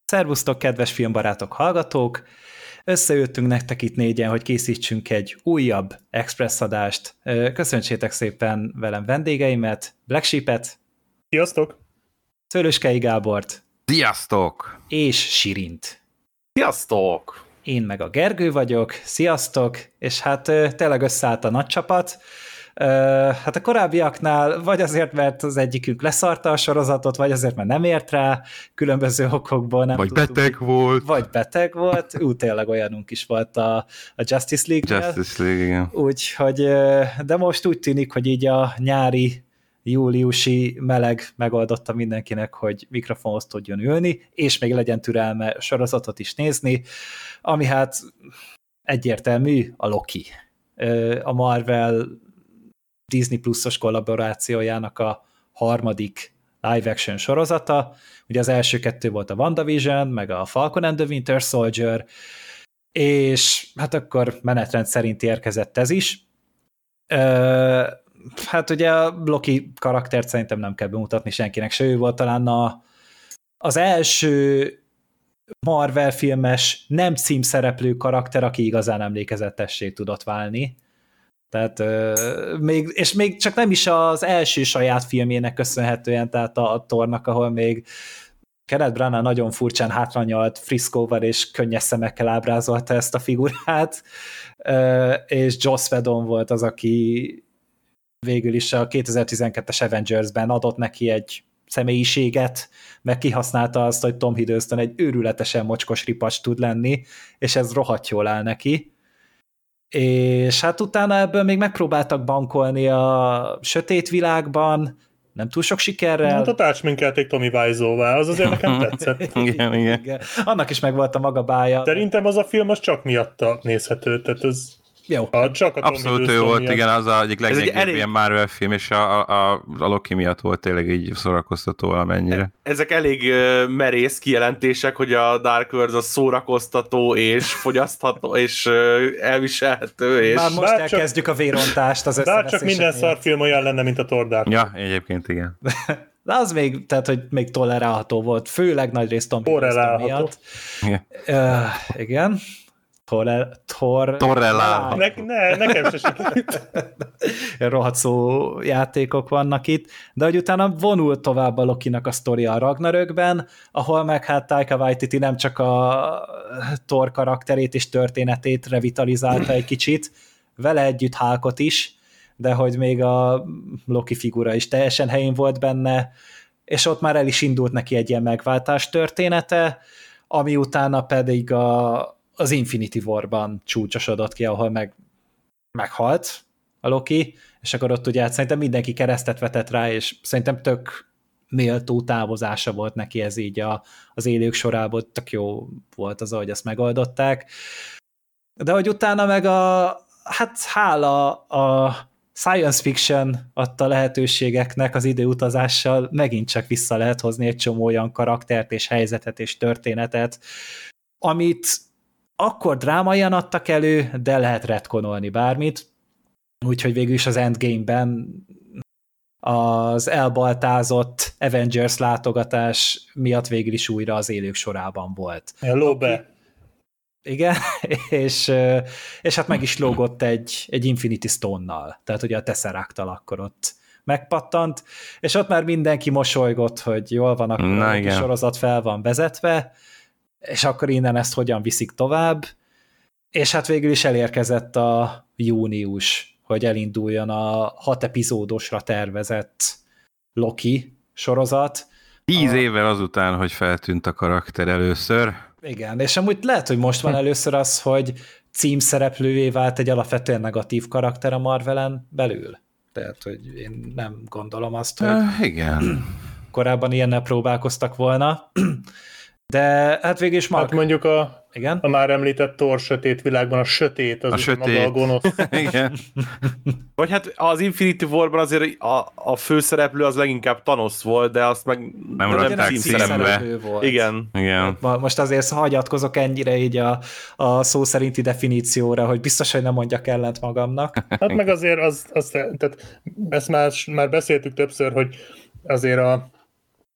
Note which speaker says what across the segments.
Speaker 1: Szervusztok, kedves filmbarátok, hallgatók! Összejöttünk nektek itt négyen, hogy készítsünk egy újabb Express adást. Köszöntsétek szépen velem vendégeimet, Black Sheep-et,
Speaker 2: Sziasztok!
Speaker 1: Szőlőskei Gábort,
Speaker 3: Sziasztok!
Speaker 1: És Sirint.
Speaker 4: Sziasztok!
Speaker 1: Én meg a Gergő vagyok, sziasztok, és hát tényleg összeállt a nagy csapat. Hát a korábbiaknál vagy azért, mert az egyikünk leszarta a sorozatot, vagy azért, mert nem ért rá, különböző okokból nem
Speaker 3: vagy
Speaker 1: tudtuk,
Speaker 3: beteg volt.
Speaker 1: Vagy beteg volt, tényleg olyanunk is volt a Justice League-nél.
Speaker 3: Justice League, igen.
Speaker 1: Úgyhogy, de most úgy tűnik, hogy így a nyári, júliusi meleg megoldotta mindenkinek, hogy mikrofonhoz tudjon ülni, és még legyen türelme sorozatot is nézni, ami hát egyértelmű a Loki. A Marvel Disney Plus-os kollaborációjának a harmadik live-action sorozata. Ugye az első kettő volt a WandaVision, meg a Falcon and the Winter Soldier, és hát akkor menetrend szerint érkezett ez is. Hát ugye a Loki karaktert szerintem nem kell bemutatni senkinek, se ő volt talán az első Marvel filmes nem címszereplő karakter, aki igazán emlékezetessé tudott válni. Tehát még csak nem is az első saját filmjének köszönhetően, tehát a Thornak, ahol még Kenneth Branagh nagyon furcsán hátranyalt friszkóval és könnyes szemekkel ábrázolta ezt a figurát, és Joss Whedon volt az, aki végül is a 2012-es Avengersben adott neki egy személyiséget, meg kihasználta azt, hogy Tom Hiddleston egy őrületesen mocskos ripacs tud lenni, és ez rohadt jól áll neki. És hát utána ebből még megpróbáltak bankolni a sötét világban, nem túl sok sikerrel.
Speaker 2: Hát a társminkelték Tommy Wiseau-vá, az azért nekem tetszett.
Speaker 1: igen. Annak is megvolt a maga bája.
Speaker 2: Szerintem az a film az csak miatta nézhető, tehát ez...
Speaker 1: Jó.
Speaker 2: Csak a
Speaker 3: abszolút ő volt, miatt. Igen, az egyik leggyengébb ilyen Marvel film, és a Loki miatt volt tényleg így szórakoztató amennyire.
Speaker 4: Ezek elég merész kijelentések, hogy a Dark World az szórakoztató, és fogyasztható, és elviselhető, és...
Speaker 1: Már most elkezdjük a vérontást az összeveszések.
Speaker 2: Bár csak minden szarfilm olyan lenne, mint a Thor Dark.
Speaker 3: Ja, egyébként igen.
Speaker 1: De az még, tehát, hogy még tolerálható volt, főleg nagyrészt Tom Hiddleston miatt. Igen.
Speaker 3: Torrellál.
Speaker 2: Nekem se sikerült.
Speaker 1: Rohadt szó játékok vannak itt, de hogy utána vonult tovább a Lokinak a sztoria a Ragnarökben, ahol meg hát Taika Waititi nem csak a Thor karakterét és történetét revitalizálta egy kicsit, vele együtt Hulkot is, de hogy még a Loki figura is teljesen helyén volt benne, és ott már el is indult neki egy ilyen megváltás története, ami utána pedig az Infinity War-ban csúcsosodott ki, ahol meghalt a Loki, és akkor ott ugye szerintem mindenki keresztet vetett rá, és szerintem tök méltó távozása volt neki ez így az élők sorából, tök jó volt az, ahogy ezt megoldották. De hogy utána meg hát hála a science fiction adta lehetőségeknek az időutazással megint csak vissza lehet hozni egy csomó olyan karaktert és helyzetet és történetet, amit akkor drámaian adtak elő, de lehet retkonolni bármit, úgyhogy végül is az Endgame-ben az elbaltázott Avengers látogatás miatt végül is újra az élők sorában volt.
Speaker 2: Hello be!
Speaker 1: Igen, és hát meg is lógott egy Infinity Stone-nal, tehát ugye a Tesseract-tal akkor ott megpattant, és ott már mindenki mosolygott, hogy jól van, akkor a sorozat fel van vezetve, és akkor innen ezt hogyan viszik tovább, és hát végül is elérkezett a június, hogy elinduljon a 6 epizódosra tervezett Loki sorozat.
Speaker 3: 10 évvel azután, hogy feltűnt a karakter először.
Speaker 1: Igen, és amúgy lehet, hogy most van először az, hogy címszereplővé vált egy alapvetően negatív karakter a Marvelen belül. Tehát, hogy én nem gondolom azt, hogy
Speaker 3: igen.
Speaker 1: Korábban ilyennel próbálkoztak volna. De hát végül is
Speaker 2: Hát mondjuk
Speaker 1: igen?
Speaker 2: a már említett Thor sötét világban a sötét, az
Speaker 3: sötét.
Speaker 2: Maga a gonosz.
Speaker 3: Igen.
Speaker 4: Vagy hát az Infinity War-ban azért a főszereplő az leginkább Thanos volt, de azt meg
Speaker 3: nem rakták címbe.
Speaker 4: Igen.
Speaker 1: Most azért hagyatkozok ennyire így a szó szerinti definícióra, hogy biztos, hogy nem mondjak ellent magamnak.
Speaker 2: Hát meg azért tehát ezt már beszéltük többször, hogy azért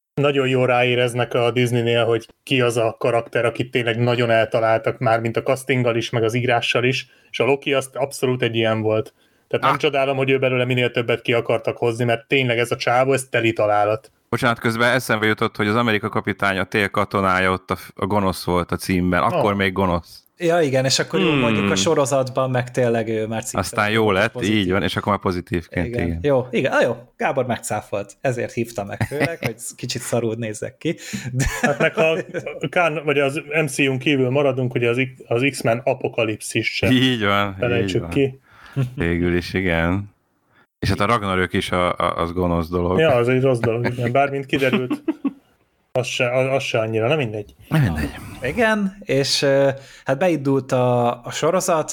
Speaker 2: Nagyon jól ráéreznek a Disneynél, hogy ki az a karakter, akit tényleg nagyon eltaláltak már, mint a castinggal is, meg az írással is, és a Loki azt abszolút egy ilyen volt. Tehát nem csodálom, hogy ő belőle minél többet ki akartak hozni, mert tényleg ez a csávó, ez teli találat.
Speaker 3: Bocsánat, közben eszembe jutott, hogy az Amerika kapitány, a tél katonája ott a gonosz volt a címben, akkor még gonosz.
Speaker 1: Ja, igen, és akkor jó, mondjuk a sorozatban meg tényleg ő már címszeren.
Speaker 3: Aztán jó lett, pozitív. Így van, és akkor már pozitívként, igen.
Speaker 1: Jó, igen, jó, Gábor megcáfolt, ezért hívta meg főleg, hogy kicsit szarul nézzek ki.
Speaker 2: De... Hát meg ha vagy az MCU-n kívül maradunk, ugye az X-Men apokalipszis sem.
Speaker 3: Így van,
Speaker 2: felejtsük ki.
Speaker 3: Végül is, igen. És hát a Ragnarök is az gonosz dolog.
Speaker 2: Ja, az egy rossz dolog, igen. Bármint kiderült, az se annyira, nem mindegy.
Speaker 3: Nem mindegy.
Speaker 1: Igen, és hát beindult a sorozat,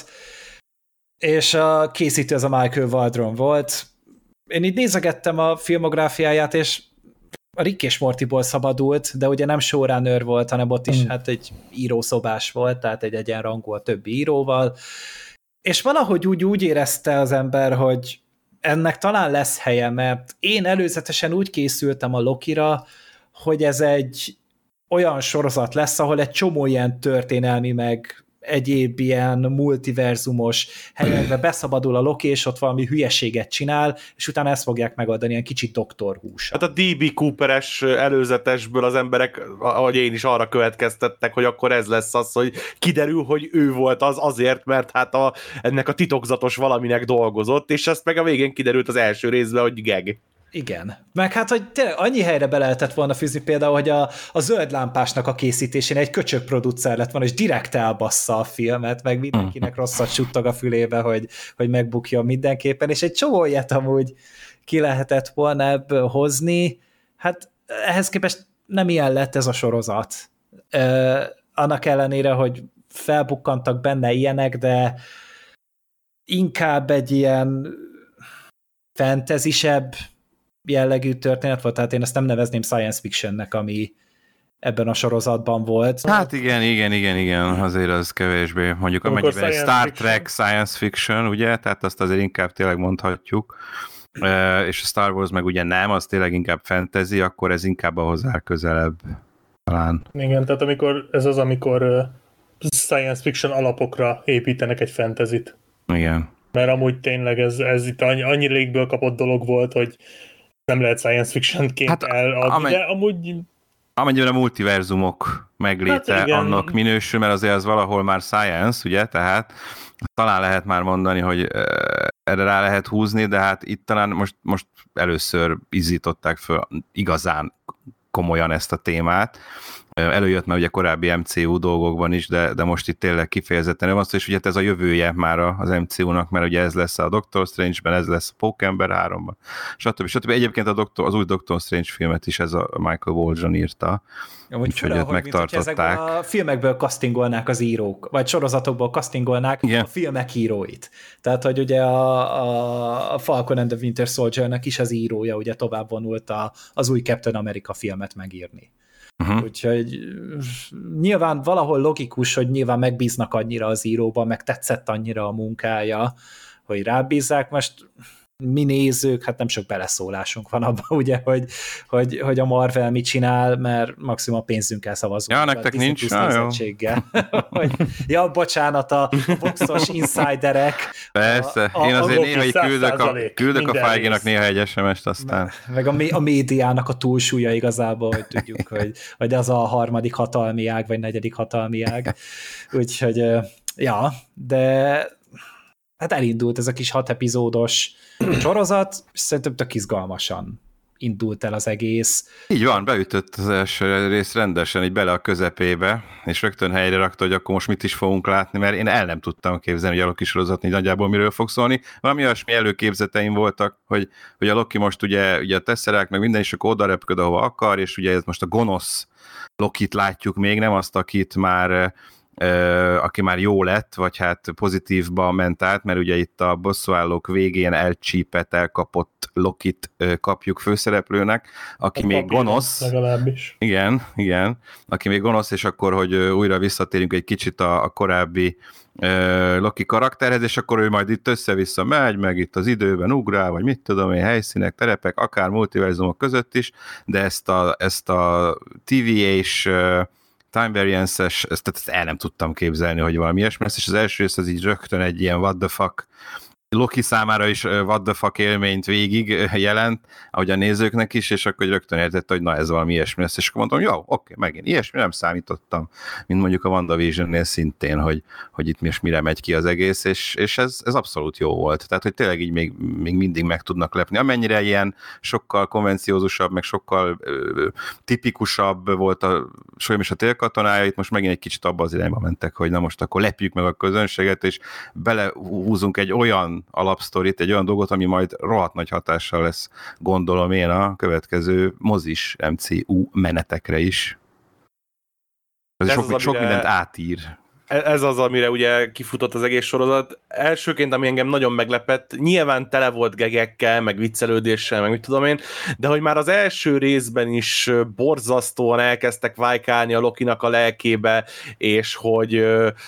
Speaker 1: és a készítő az a Michael Waldron volt. Én így nézegettem a filmográfiáját, és a Rick és Mortyból szabadult, de ugye nem showrunner volt, hanem ott is hát egy írószobás volt, tehát egy egyenrangú a többi íróval, és valahogy úgy érezte az ember, hogy ennek talán lesz helye, mert én előzetesen úgy készültem a Lokira, hogy ez egy olyan sorozat lesz, ahol egy csomó ilyen történelmi, meg egyéb ilyen multiverzumos helyekbe beszabadul a Loki, és ott valami hülyeséget csinál, és utána ezt fogják megoldani, ilyen kicsit doktorhús.
Speaker 4: Hát a D.B. Cooper-es előzetesből az emberek, ahogy én is arra következtettek, hogy akkor ez lesz az, hogy kiderül, hogy ő volt az azért, mert hát ennek a titokzatos valaminek dolgozott, és ezt meg a végén kiderült az első részben, hogy gag.
Speaker 1: Igen. Meg hát, hogy tényleg annyi helyre be lehetett volna fűzni például, hogy a Zöld lámpásnak a készítésén egy köcsög producer lett volna, és direkt elbassza a filmet, meg mindenkinek rosszat suttog a fülébe, hogy megbukjon mindenképpen, és egy csomó ilyet amúgy ki lehetett volna ebből hozni. Hát ehhez képest nem ilyen lett ez a sorozat. Annak ellenére, hogy felbukkantak benne ilyenek, de inkább egy ilyen fantasy-sebb jellegű történet volt, tehát én ezt nem nevezném science fictionnek, ami ebben a sorozatban volt.
Speaker 3: Hát igen, azért az kevésbé. Mondjuk amennyiben Star Trek science fiction, ugye, tehát azt azért inkább tényleg mondhatjuk, és a Star Wars meg ugye nem, az tényleg inkább fantasy, akkor ez inkább ahhoz áll közelebb talán.
Speaker 2: Igen, tehát amikor science fiction alapokra építenek egy fantasyt.
Speaker 3: Igen.
Speaker 2: Mert amúgy tényleg ez itt annyi légből kapott dolog volt, hogy nem lehet science fiction-ként hát, eladni, de amúgy...
Speaker 3: Amennyiben a multiverzumok megléte hát annak minősül, mert azért az valahol már science, ugye, tehát talán lehet már mondani, hogy erre rá lehet húzni, de hát itt talán most először izzították föl igazán komolyan ezt a témát. Előjött már ugye korábbi MCU dolgokban is, de most itt tényleg kifejezetten van, és ugye ez a jövője már az MCU-nak, mert ugye ez lesz a Doctor Strange-ben, ez lesz a Pókember 3-ban, stb. Egyébként az új Doctor Strange filmet is ez a Michael Waldron írta, úgyhogy őt megtartották.
Speaker 1: A filmekből castingolnák az írók, vagy sorozatokból castingolnák a filmek íróit. Tehát, hogy ugye a Falcon and the Winter Soldier-nek is az írója ugye tovább vonult az új Captain America filmet megírni. Úgyhogy nyilván valahol logikus, hogy nyilván megbíznak annyira az íróban, meg tetszett annyira a munkája, hogy rábízzák. Most mi nézők, hát nem sok beleszólásunk van abban, ugye, hogy a Marvel mit csinál, mert maximum a pénzünkkel szavazunk.
Speaker 3: Ja, nektek nincs.
Speaker 1: Ja, bocsánat, a boxos insiderek.
Speaker 3: Persze, én azért néha küldök a Feige-nak néha egy SMS-t, aztán.
Speaker 1: Meg a médiának a túlsúlya igazából, hogy tudjuk, hogy az a harmadik hatalmi ág, vagy negyedik hatalmi ág. Úgyhogy, ja, de hát elindult ez a kis 6 epizódos sorozat, és szerintem tök izgalmasan indult el az egész.
Speaker 3: Így van, beütött az első rész rendesen így bele a közepébe, és rögtön helyre rakta, hogy akkor most mit is fogunk látni, mert én el nem tudtam képzelni, hogy a Loki sorozat nagyjából miről fog szólni. Valami olyasmi előképzeteim voltak, hogy a Loki most ugye a tesszerák, meg minden is akkor oda repköd, ahova akar, és ugye ez most a gonosz Lokit látjuk még, nem azt, akit már aki már jó lett, vagy hát pozitívba ment át, mert ugye itt a bosszúállók végén elcsípett, elkapott Lokit kapjuk főszereplőnek, aki még gonosz.
Speaker 2: Legalábbis.
Speaker 3: Igen, aki még gonosz, és akkor, hogy újra visszatérünk egy kicsit a korábbi Loki karakterhez, és akkor ő majd itt össze-vissza megy, meg itt az időben ugrál, vagy mit tudom én, helyszínek, terepek, akár multiverzumok között is, de ezt a TVA-s Time Variance-es, ezt el nem tudtam képzelni, hogy valami ilyesmi lesz, és az első rész az így rögtön egy ilyen what the fuck Loki számára is what the fuck élményt végig jelent, ahogy a nézőknek is, és akkor rögtön értette, hogy na ez valami ilyesmi lesz, és akkor mondtam, jó, oké, megint ilyesmi nem számítottam, mint mondjuk a WandaVision-nél szintén, hogy itt most mire megy ki az egész, és ez abszolút jó volt. Tehát, hogy tényleg így még mindig meg tudnak lepni. Amennyire ilyen sokkal konvenciózusabb, meg sokkal tipikusabb volt a Solyom és a Télkatonája, itt most megint egy kicsit abba az irányba mentek, hogy na most akkor lepjük meg a közönséget, és belehúzunk egy olyan alapsztorit, egy olyan dolgot, ami majd rohadt nagy hatással lesz, gondolom én, a következő mozis MCU menetekre is. Ez sok mindent átír.
Speaker 4: Ez az, amire ugye kifutott az egész sorozat. Elsőként, ami engem nagyon meglepett, nyilván tele volt gegekkel, meg viccelődéssel, meg mit tudom én, de hogy már az első részben is borzasztóan elkezdtek vájkálni a Lokinak a lelkébe, és hogy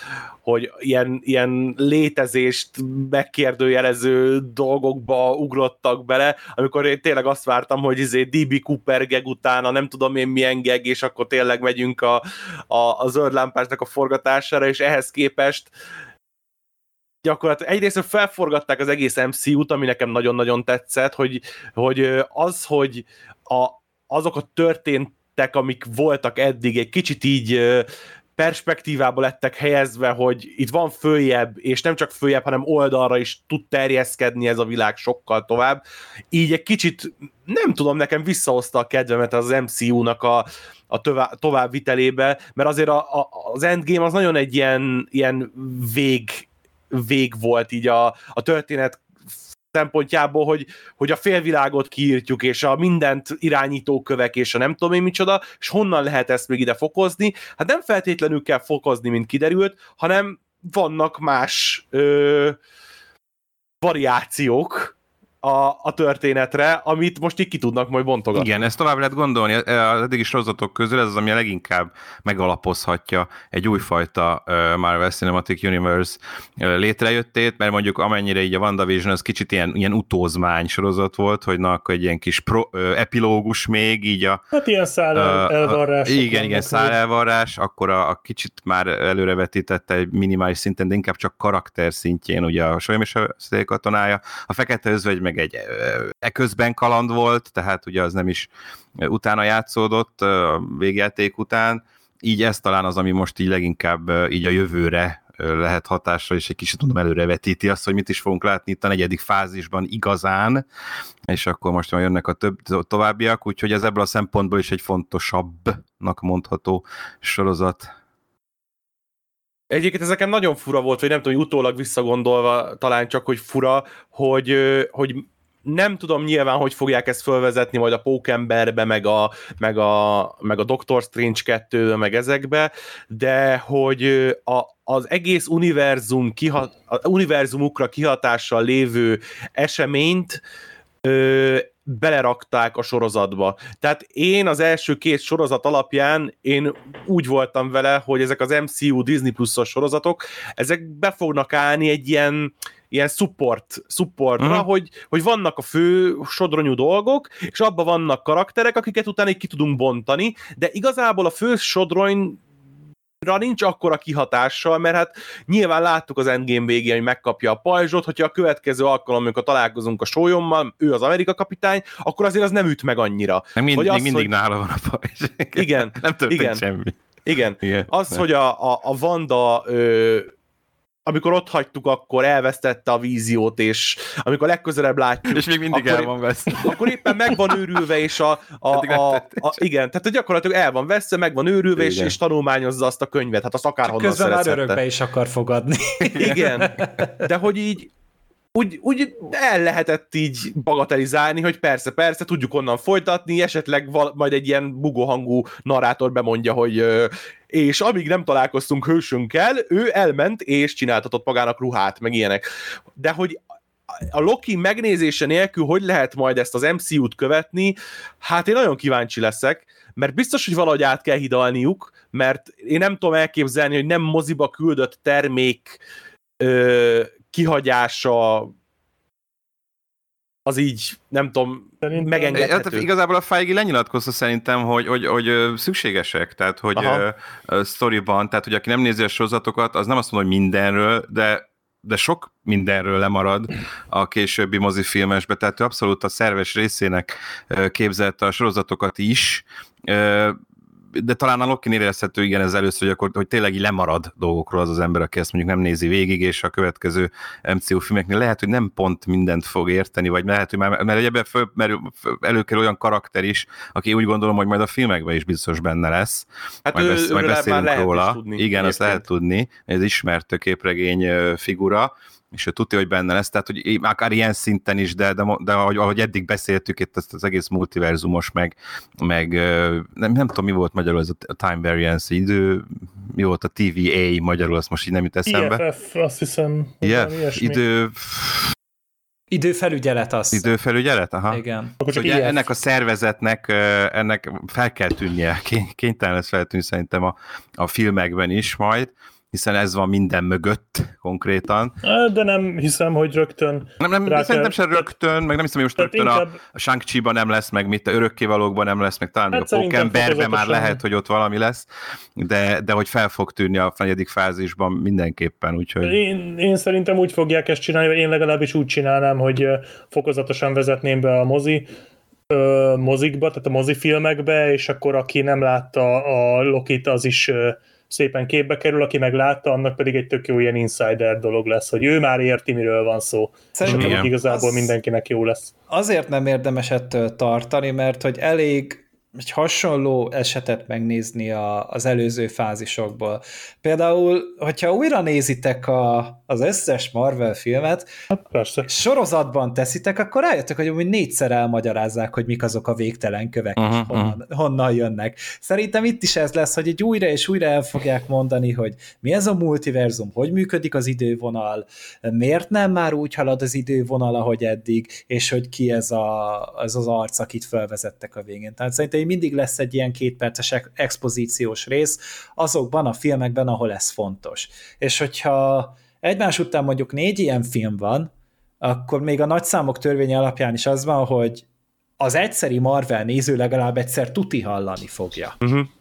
Speaker 4: ilyen létezést megkérdőjelező dolgokba ugrottak bele, amikor én tényleg azt vártam, hogy D.B. Cooper geg utána nem tudom én milyen geg, és akkor tényleg megyünk a zöld lámpásnak a forgatására, és ehhez képest gyakorlatilag egyrészt felforgatták az egész MCU-t, ami nekem nagyon-nagyon tetszett, hogy azok a történtek, amik voltak eddig, egy kicsit így perspektívába lettek helyezve, hogy itt van följebb, és nem csak följebb, hanem oldalra is tud terjeszkedni ez a világ sokkal tovább. Így egy kicsit, nem tudom, nekem visszahozta a kedvemet az MCU-nak a továbbvitelébe, mert azért az Endgame az nagyon egy ilyen vég volt így a történet szempontjából, hogy a félvilágot kiírtjuk, és a mindent irányítókövek, és a nem tudom én micsoda, és honnan lehet ezt még ide fokozni? Hát nem feltétlenül kell fokozni, mint kiderült, hanem vannak más variációk a történetre, amit most így ki tudnak majd bontogatni.
Speaker 3: Igen, ezt tovább lehet gondolni. Az eddigi sorozatok közül ez az, ami leginkább megalapozhatja egy újfajta Marvel Cinematic Universe létrejöttét, mert mondjuk amennyire így a WandaVision az kicsit ilyen utózmány sorozat volt, hogy na, akkor egy ilyen kis epilógus még így
Speaker 2: hát ilyen szálelvarrás.
Speaker 3: Igen, szálelvarrás, akkor a kicsit már előrevetítette egy minimális szinten, de inkább csak karakter szintjén, ugye a Solyom és a Télkatonája. A Fekete Özvegy meg egy eközben kaland volt, tehát ugye az nem is utána játszódott a végjáték után, így ez talán az, ami most így leginkább így a jövőre lehet hatásra, és egy kicsit tudom előrevetíti azt, hogy mit is fogunk látni itt a 4. fázisban igazán, és akkor most már jönnek a továbbiak, úgyhogy ez ebből a szempontból is egy fontosabbnak mondható sorozat.
Speaker 4: Egyébként ez nekem nagyon fura volt, vagy nem tudom, hogy utólag visszagondolva talán csak, hogy fura, hogy nem tudom nyilván, hogy fogják ezt fölvezetni majd a Pókemberbe, meg a Doctor Strange 2 meg ezekbe, de hogy az egész univerzumukra kihatással lévő eseményt belerakták a sorozatba. Tehát én az első 2 sorozat alapján én úgy voltam vele, hogy ezek az MCU Disney Plus-os sorozatok, ezek be fognak állni egy ilyen supportra, hogy vannak a fő sodronyú dolgok, és abban vannak karakterek, akiket utána ki tudunk bontani, de igazából a fő sodrony nincs akkora kihatással, mert hát nyilván láttuk az Endgame végén, hogy megkapja a pajzsot, hogyha a következő alkalom, amikor találkozunk a Sólyommal, ő az Amerika kapitány, akkor azért az nem üt meg annyira.
Speaker 3: Mindig nála van a pajzs.
Speaker 4: Igen.
Speaker 3: Nem történt semmi.
Speaker 4: Igen. Az, hogy a Wanda amikor ott hagytuk, akkor elvesztette a víziót, és amikor legközelebb látjuk...
Speaker 3: És még mindig el van veszve.
Speaker 4: Akkor éppen meg van őrülve, és igen, tehát gyakorlatilag el van veszve, meg van őrülve, és tanulmányozza azt a könyvet, hát azt akárhonnan
Speaker 1: szerezhette. Közben már örökbe is akar fogadni.
Speaker 4: Igen, de hogy így úgy el lehetett így bagatelizálni, hogy persze, tudjuk onnan folytatni, esetleg majd egy ilyen bugóhangú narrátor bemondja, hogy és amíg nem találkoztunk hősünkkel, ő elment és csináltatott magának ruhát, meg ilyenek. De hogy a Loki megnézése nélkül hogy lehet majd ezt az MCU-t követni, hát én nagyon kíváncsi leszek, mert biztos, hogy valahogy át kell hidalniuk, mert én nem tudom elképzelni, hogy nem moziba küldött termék kihagyása az így, nem tudom, megengedhető.
Speaker 3: Igazából a Feige lenyilatkozta szerintem, hogy szükségesek, tehát hogy sztoriban, tehát hogy aki nem nézi a sorozatokat, az nem azt mondja, hogy mindenről, de sok mindenről lemarad a későbbi mozifilmesbe, tehát ő abszolút a szerves részének képzelte a sorozatokat is, de talán a Loki-nél érezhető, igen, ez először, hogy tényleg így lemarad dolgokról az ember, aki ezt mondjuk nem nézi végig, és a következő MCU filmeknél lehet, hogy nem pont mindent fog érteni, vagy lehet, hogy mert ebben előkerül olyan karakter is, aki úgy gondolom, hogy majd a filmekben is biztos benne lesz.
Speaker 4: Hát
Speaker 3: majd beszélünk róla.
Speaker 4: Tudni,
Speaker 3: igen, egyébként. Azt lehet tudni. Ez ismert képregény figura, és ő tudja, hogy benne lesz, tehát hogy akár ilyen szinten is, de ahogy eddig beszéltük, itt az egész multiverzumos, meg nem tudom, mi volt magyarul ez a time variance idő, mi volt a TVA magyarul, azt most így nem jut eszembe.
Speaker 2: IFF, azt hiszem.
Speaker 1: Időfelügyelet az.
Speaker 3: Időfelügyelet? Aha.
Speaker 1: Igen.
Speaker 3: Ugye ennek a szervezetnek ennek fel kell tűnnie, kénytelen lesz feltűnni szerintem a filmekben is majd, hiszen ez van minden mögött konkrétan.
Speaker 2: De nem hiszem, hogy rögtön...
Speaker 3: Szerintem sem rögtön, meg nem hiszem, hogy most rögtön inkább... a Shang-Chi-ban nem lesz, meg mit a Örökkévalókban nem lesz, meg talán hát a Pókemberben már lehet, hogy ott valami lesz, de hogy fel fog tűnni a 4. fázisban mindenképpen, úgyhogy...
Speaker 2: Én szerintem úgy fogják ezt csinálni, vagy én legalábbis úgy csinálnám, hogy fokozatosan vezetném be a mozikba, tehát a mozifilmekbe, és akkor aki nem látta a Lokit, az is szépen képbe kerül, aki meg látta, annak pedig egy tök jó ilyen insider dolog lesz, hogy ő már érti, miről van szó. Szerintem és igazából mindenkinek jó lesz.
Speaker 1: Azért nem érdemes ettől tartani, mert hogy elég egy hasonló esetet megnézni az előző fázisokból. Például, hogyha újra nézitek az összes Marvel filmet,
Speaker 2: persze.
Speaker 1: Sorozatban teszitek, akkor rájöttök, hogy úgy 4-szer elmagyarázzák, hogy mik azok a végtelen kövek, és honnan jönnek. Szerintem itt is ez lesz, hogy így újra és újra el fogják mondani, hogy mi ez a multiverzum, hogy működik az idővonal, miért nem már úgy halad az idővonal, ahogy eddig, és hogy ki ez az arc, akit felvezettek a végén. Tehát szerintem mindig lesz egy ilyen 2 perces expozíciós rész azokban a filmekben, ahol ez fontos. És hogyha egymás után mondjuk 4 ilyen film van, akkor még a nagyszámok törvénye alapján is az van, hogy az egyszeri Marvel néző legalább egyszer tuti hallani fogja.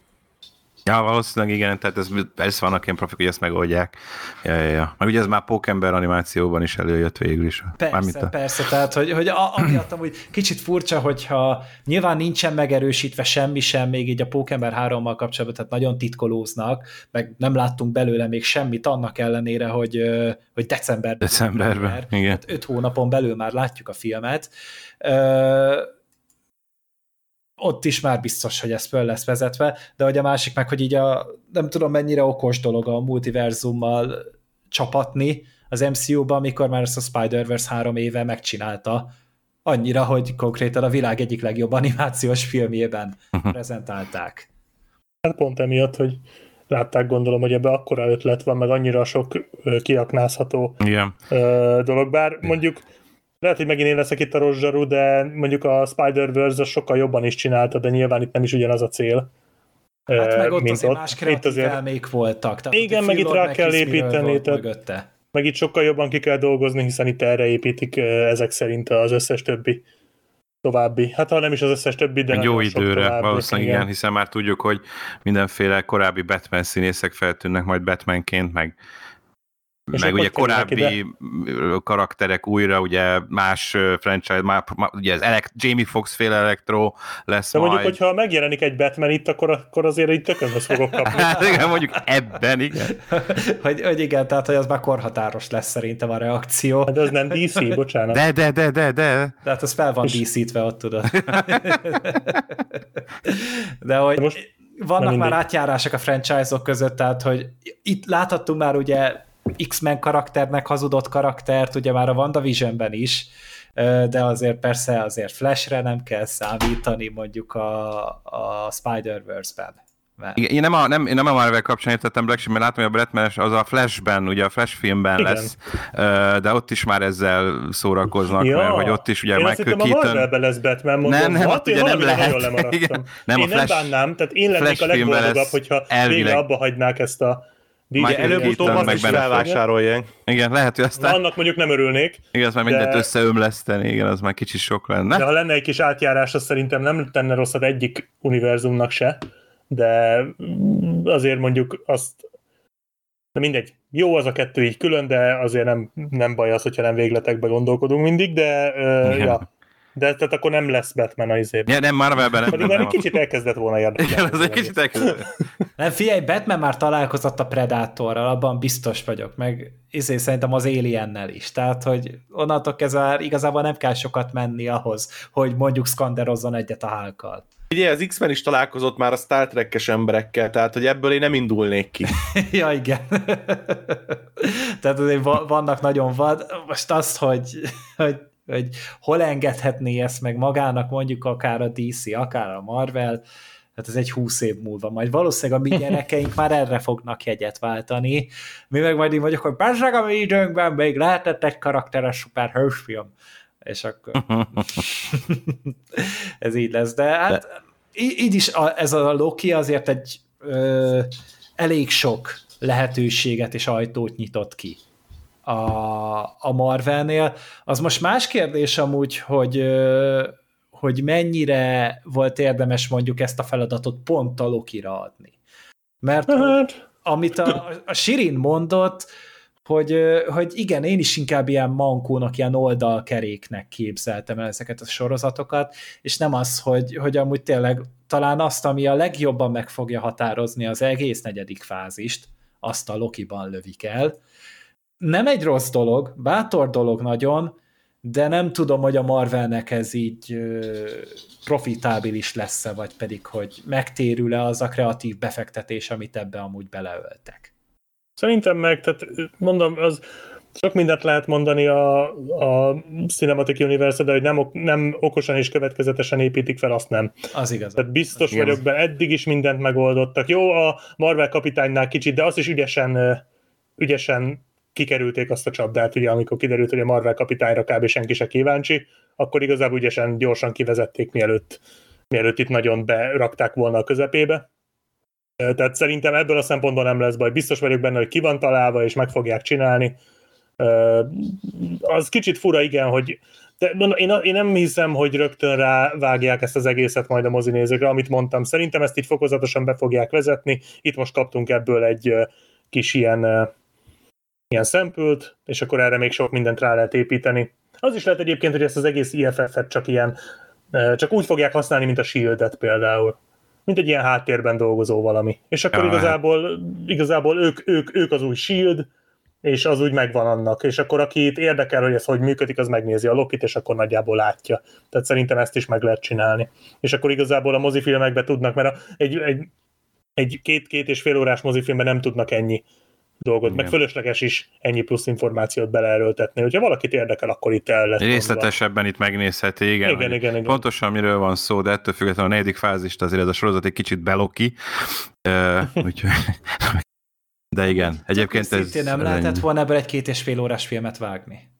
Speaker 3: Ja, valószínűleg igen, tehát ez vannak ilyen profik, hogy ezt megoldják. Ja. Meg ugye ez már Pókember animációban is előjött végül is.
Speaker 1: Persze, tehát hogy amiatt amúgy kicsit furcsa, hogyha nyilván nincsen megerősítve semmi sem, még így a Pókember 3-mal kapcsolatban, tehát nagyon titkolóznak, meg nem láttunk belőle még semmit, annak ellenére, hogy decemberben.
Speaker 3: Igen.
Speaker 1: Hát 5 hónapon belül már látjuk a filmet. Ott is már biztos, hogy ez föl lesz vezetve, de hogy a másik meg, hogy így nem tudom mennyire okos dolog a multiverzummal csapatni az MCU-ba, amikor már ezt a Spider-Verse 3 éve megcsinálta, annyira, hogy konkrétan a világ egyik legjobb animációs filmjében prezentálták.
Speaker 2: Hát pont emiatt, hogy látták, gondolom, hogy ebbe akkora ötlet van, meg annyira sok kiaknázható dolog, bár mondjuk lehet, hogy megint én leszek itt a rozsarú, de mondjuk a Spider-Verse sokkal jobban is csinálta, de nyilván itt nem is ugyanaz a cél.
Speaker 1: Hát meg ott azért más kreatív elmék voltak.
Speaker 2: Tehát igen, meg itt rá kell építeni. Meg itt sokkal jobban ki kell dolgozni, hiszen itt erre építik ezek szerint az összes többi további. Hát ha nem is az összes többi, de
Speaker 3: jó időre valószínűleg igen, hiszen már tudjuk, hogy mindenféle korábbi Batman színészek feltűnnek majd Batmanként, meg ugye korábbi karakterek újra, ugye más franchise, ugye az Jamie Foxx féle Electro lesz
Speaker 2: de
Speaker 3: majd.
Speaker 2: mondjuk, hogyha megjelenik egy Batman itt, akkor azért itt tökönhöz fogok kapni.
Speaker 3: Hát igen, mondjuk ebben, igen.
Speaker 1: hogy igen, tehát hogy az már korhatáros lesz szerintem a reakció.
Speaker 2: De az nem DC, bocsánat.
Speaker 3: De.
Speaker 1: Tehát az fel van DC-tve, ott tudod. De hogy most vannak már átjárások a franchise-ok között, tehát hogy itt láthattunk már ugye X-Men karakternek hazudott karaktert, ugye már a WandaVisionben is, de azért persze azért Flashre nem kell számítani mondjuk a Spider-Verse-ben.
Speaker 3: Igen, én nem a Marvel kapcsán értettem Black Sheep, mert látom, hogy a Batman az a Flashben, ugye a Flash filmben igen. lesz, de ott is már ezzel szórakoznak,
Speaker 2: ja,
Speaker 3: mert hogy ott is ugye Michael Keaton...
Speaker 2: Én azt hittem a Marvelben lesz Batman, mondom,
Speaker 3: nem, ott ugye nem lehet.
Speaker 2: Igen, nem, én nem bánnám, tehát én lennék a legboldogabb, hogyha végre abba hagynák ezt a
Speaker 4: előbb-utóbb azt is felvásárolják.
Speaker 3: Igen, lehet, hogy aztán...
Speaker 2: Annak mondjuk nem örülnék.
Speaker 3: Igen, az már mindent összeömleszteni, igen, az már kicsit sok lenne.
Speaker 2: De ha lenne egy kis átjárás, az szerintem nem tenne rosszat egyik univerzumnak se, de azért mondjuk azt... De mindegy, jó az a kettő így külön, de azért nem baj az, hogyha nem végletekbe gondolkodunk mindig, de ja. De tehát akkor nem lesz Batman a izében.
Speaker 3: Ja, nem, Marvelben nem.
Speaker 2: Pedig már egy kicsit elkezdett volna érdekelni.
Speaker 3: Igen, az egy kicsit elkezdett.
Speaker 1: Nem, figyelj, Batman már találkozott a Predatorral, abban biztos vagyok, meg szerintem az Aliennel is. Tehát, hogy onnantól kezdve igazából nem kell sokat menni ahhoz, hogy mondjuk szkanderozzon egyet a Hulkkal.
Speaker 4: Ugye az X-Men is találkozott már a Star Trek-es emberekkel, tehát hogy ebből én nem indulnék ki.
Speaker 1: Ja, igen. Tehát azért vannak nagyon most azt, hogy hol engedhetné ezt meg magának, mondjuk akár a DC, akár a Marvel, hát ez egy 20 év múlva, majd valószínűleg a mi gyerekeink már erre fognak jegyet váltani. Mi meg majd így vagyok, hogy persze a mi időnkben még lehetett egy karakteres szuperhősfilm. És akkor ez így lesz, de hát így is ez a Loki azért egy elég sok lehetőséget és ajtót nyitott ki a Marvelnél. Az most más kérdés amúgy, hogy mennyire volt érdemes mondjuk ezt a feladatot pont a Lokira adni. Mert amit a Shirin mondott, hogy igen, én is inkább ilyen mankónak, ilyen oldalkeréknek képzeltem el ezeket a sorozatokat, és nem az, hogy amúgy tényleg talán azt, ami a legjobban meg fogja határozni az egész 4. fázist, azt a Lokiban lövik el. Nem egy rossz dolog, bátor dolog nagyon, de nem tudom, hogy a Marvelnek ez így profitábilis lesz-e, vagy pedig, hogy megtérül-e az a kreatív befektetés, amit ebbe amúgy beleöltek.
Speaker 2: Szerintem meg, tehát mondom, az sok mindent lehet mondani a Cinematic Universe, de hogy nem okosan és következetesen építik fel, azt nem.
Speaker 1: Az igaz.
Speaker 2: Tehát biztos vagyok benne, eddig is mindent megoldottak. Jó, a Marvel kapitánynál kicsit, de azt is ügyesen kikerülték azt a csapdát, ugye, amikor kiderült, hogy a Marvel kapitányra kb. Senki se kíváncsi, akkor igazából ügyesen, gyorsan kivezették, mielőtt itt nagyon berakták volna a közepébe. Tehát szerintem ebből a szempontból nem lesz baj. Biztos vagyok benne, hogy ki van találva, és meg fogják csinálni. Az kicsit fura, igen, hogy de én nem hiszem, hogy rögtön rávágják ezt az egészet majd a mozinézőkre, amit mondtam. Szerintem ezt így fokozatosan be fogják vezetni. Itt most kaptunk ebből egy kis ilyen szempült, és akkor erre még sok mindent rá lehet építeni. Az is lehet egyébként, hogy ezt az egész IFF-et csak úgy fogják használni, mint a Shield-et például. Mint egy ilyen háttérben dolgozó valami. És akkor igazából ők az új Shield, és az úgy megvan annak. És akkor akit érdekel, hogy ez hogy működik, az megnézi a Lokit, és akkor nagyjából látja. Tehát szerintem ezt is meg lehet csinálni. És akkor igazából a mozifilmekbe tudnak, mert egy 2,5 órás mozifilmben nem tudnak ennyi dolgot, igen. Meg fölösleges is ennyi plusz információt beleerőltetni. Hogyha valakit érdekel, akkor itt el lesz.
Speaker 3: Részletesebben itt megnézheti, igen. Pontosan miről van szó, de ettől függetlenül a 4. fázist azért ez a sorozat egy kicsit beloki. Úgyhogy... De igen, egyébként ez...
Speaker 1: Szintén nem lehetett volna ebből egy 2,5 órás filmet vágni.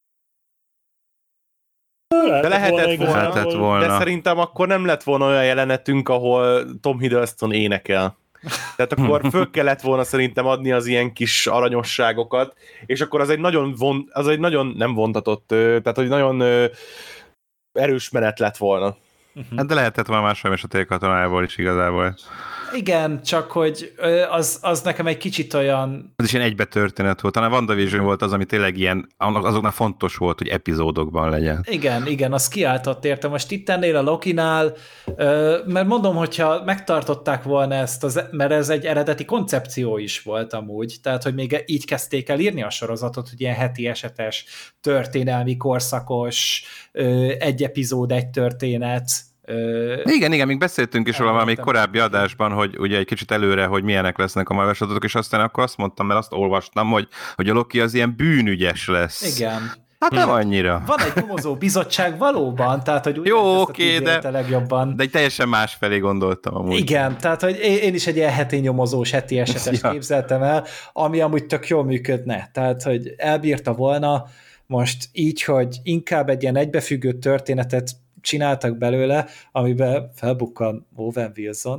Speaker 4: De lehetett volna. De szerintem akkor nem lett volna olyan jelenetünk, ahol Tom Hiddleston énekel. Tehát akkor föl kellett volna szerintem adni az ilyen kis aranyosságokat, és akkor az egy nagyon nem vontatott, tehát hogy nagyon erős menet lett volna.
Speaker 3: Hát de lehetett volna más a Télkatonájából is igazából.
Speaker 1: Igen, csak hogy az nekem egy kicsit olyan...
Speaker 3: Az is ilyen egybe-történet volt. Talán WandaVision volt az, ami tényleg ilyen, azoknak fontos volt, hogy epizódokban legyen.
Speaker 1: Igen, az kiáltott érte. Most itt ennél a Lokinál, mert mondom, hogyha megtartották volna ezt, mert ez egy eredeti koncepció is volt amúgy, tehát hogy még így kezdték el írni a sorozatot, hogy ilyen heti esetes, történelmi korszakos, egy epizód, egy történet,
Speaker 3: Igen, még beszéltünk is róla még korábbi adásban, hogy ugye egy kicsit előre, hogy milyenek lesznek a Marvel sorozatok, és aztán akkor azt mondtam, mert azt olvastam, hogy a Loki az ilyen bűnügyes lesz.
Speaker 1: Igen.
Speaker 3: Hát nem annyira.
Speaker 1: Van egy nyomozó bizottság valóban, tehát hogy úgy
Speaker 3: jó, oké, de
Speaker 1: legjobban.
Speaker 3: De egy teljesen másfelé gondoltam amúgy.
Speaker 1: Igen, tehát hogy én is egy ilyen heti nyomozós, heti esetest képzeltem el, ami amúgy tök jól működne. Tehát, hogy elbírta volna most így, hogy inkább egy ilyen egybefüggő történetet csináltak belőle, amiben felbukkan Owen Wilson.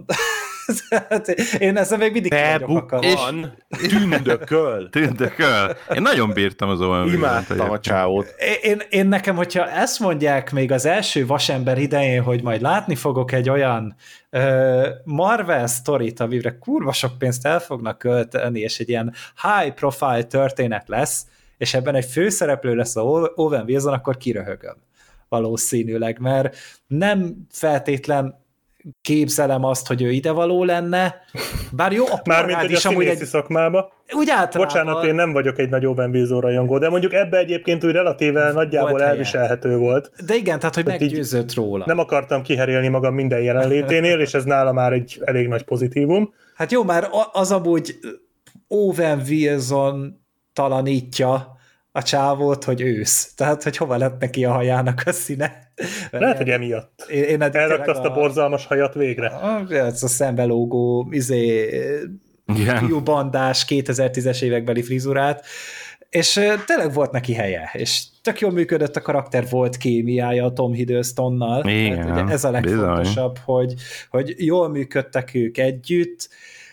Speaker 1: Én ezzel még mindig
Speaker 4: felbukkan, tündököl.
Speaker 3: Én nagyon bírtam az Owen Wilson-t.
Speaker 4: Imádtam a csávót.
Speaker 1: Én nekem, hogyha ezt mondják még az első Vasember idején, hogy majd látni fogok egy olyan Marvel sztorit, amire kurva sok pénzt el fognak költeni, és egy ilyen high profile történet lesz, és ebben egy főszereplő lesz a Owen Wilson, akkor kiröhögöm. Valószínűleg, mert nem feltétlen képzelem azt, hogy ő idevaló lenne, bár jó, a
Speaker 2: mármint egy a színészi szakmába.
Speaker 1: Úgy általában...
Speaker 2: Bocsánat, én nem vagyok egy nagy Owen Wilson rajongó, de mondjuk ebbe egyébként úgy relatíve nagyjából elviselhető volt.
Speaker 1: De igen, tehát hogy meggyőzött róla.
Speaker 2: Nem akartam kiherélni magam minden jelenléténél, és ez nála már egy elég nagy pozitívum.
Speaker 1: Hát jó, már az amúgy Owen Wilson talanítja a csávót, hogy ősz. Tehát, hogy hova lett neki a hajának a színe.
Speaker 2: Lehet, hogy emiatt. Elrakta azt a borzalmas hajat végre.
Speaker 1: Ez a szembelógó, fiúbandás 2010-es évekbeli frizurát, és tényleg volt neki helye, és tök jól működött a karakter, volt kémiája a Tom Hiddlestonnal. Tehát, ez a legfontosabb, hogy jól működtek ők együtt.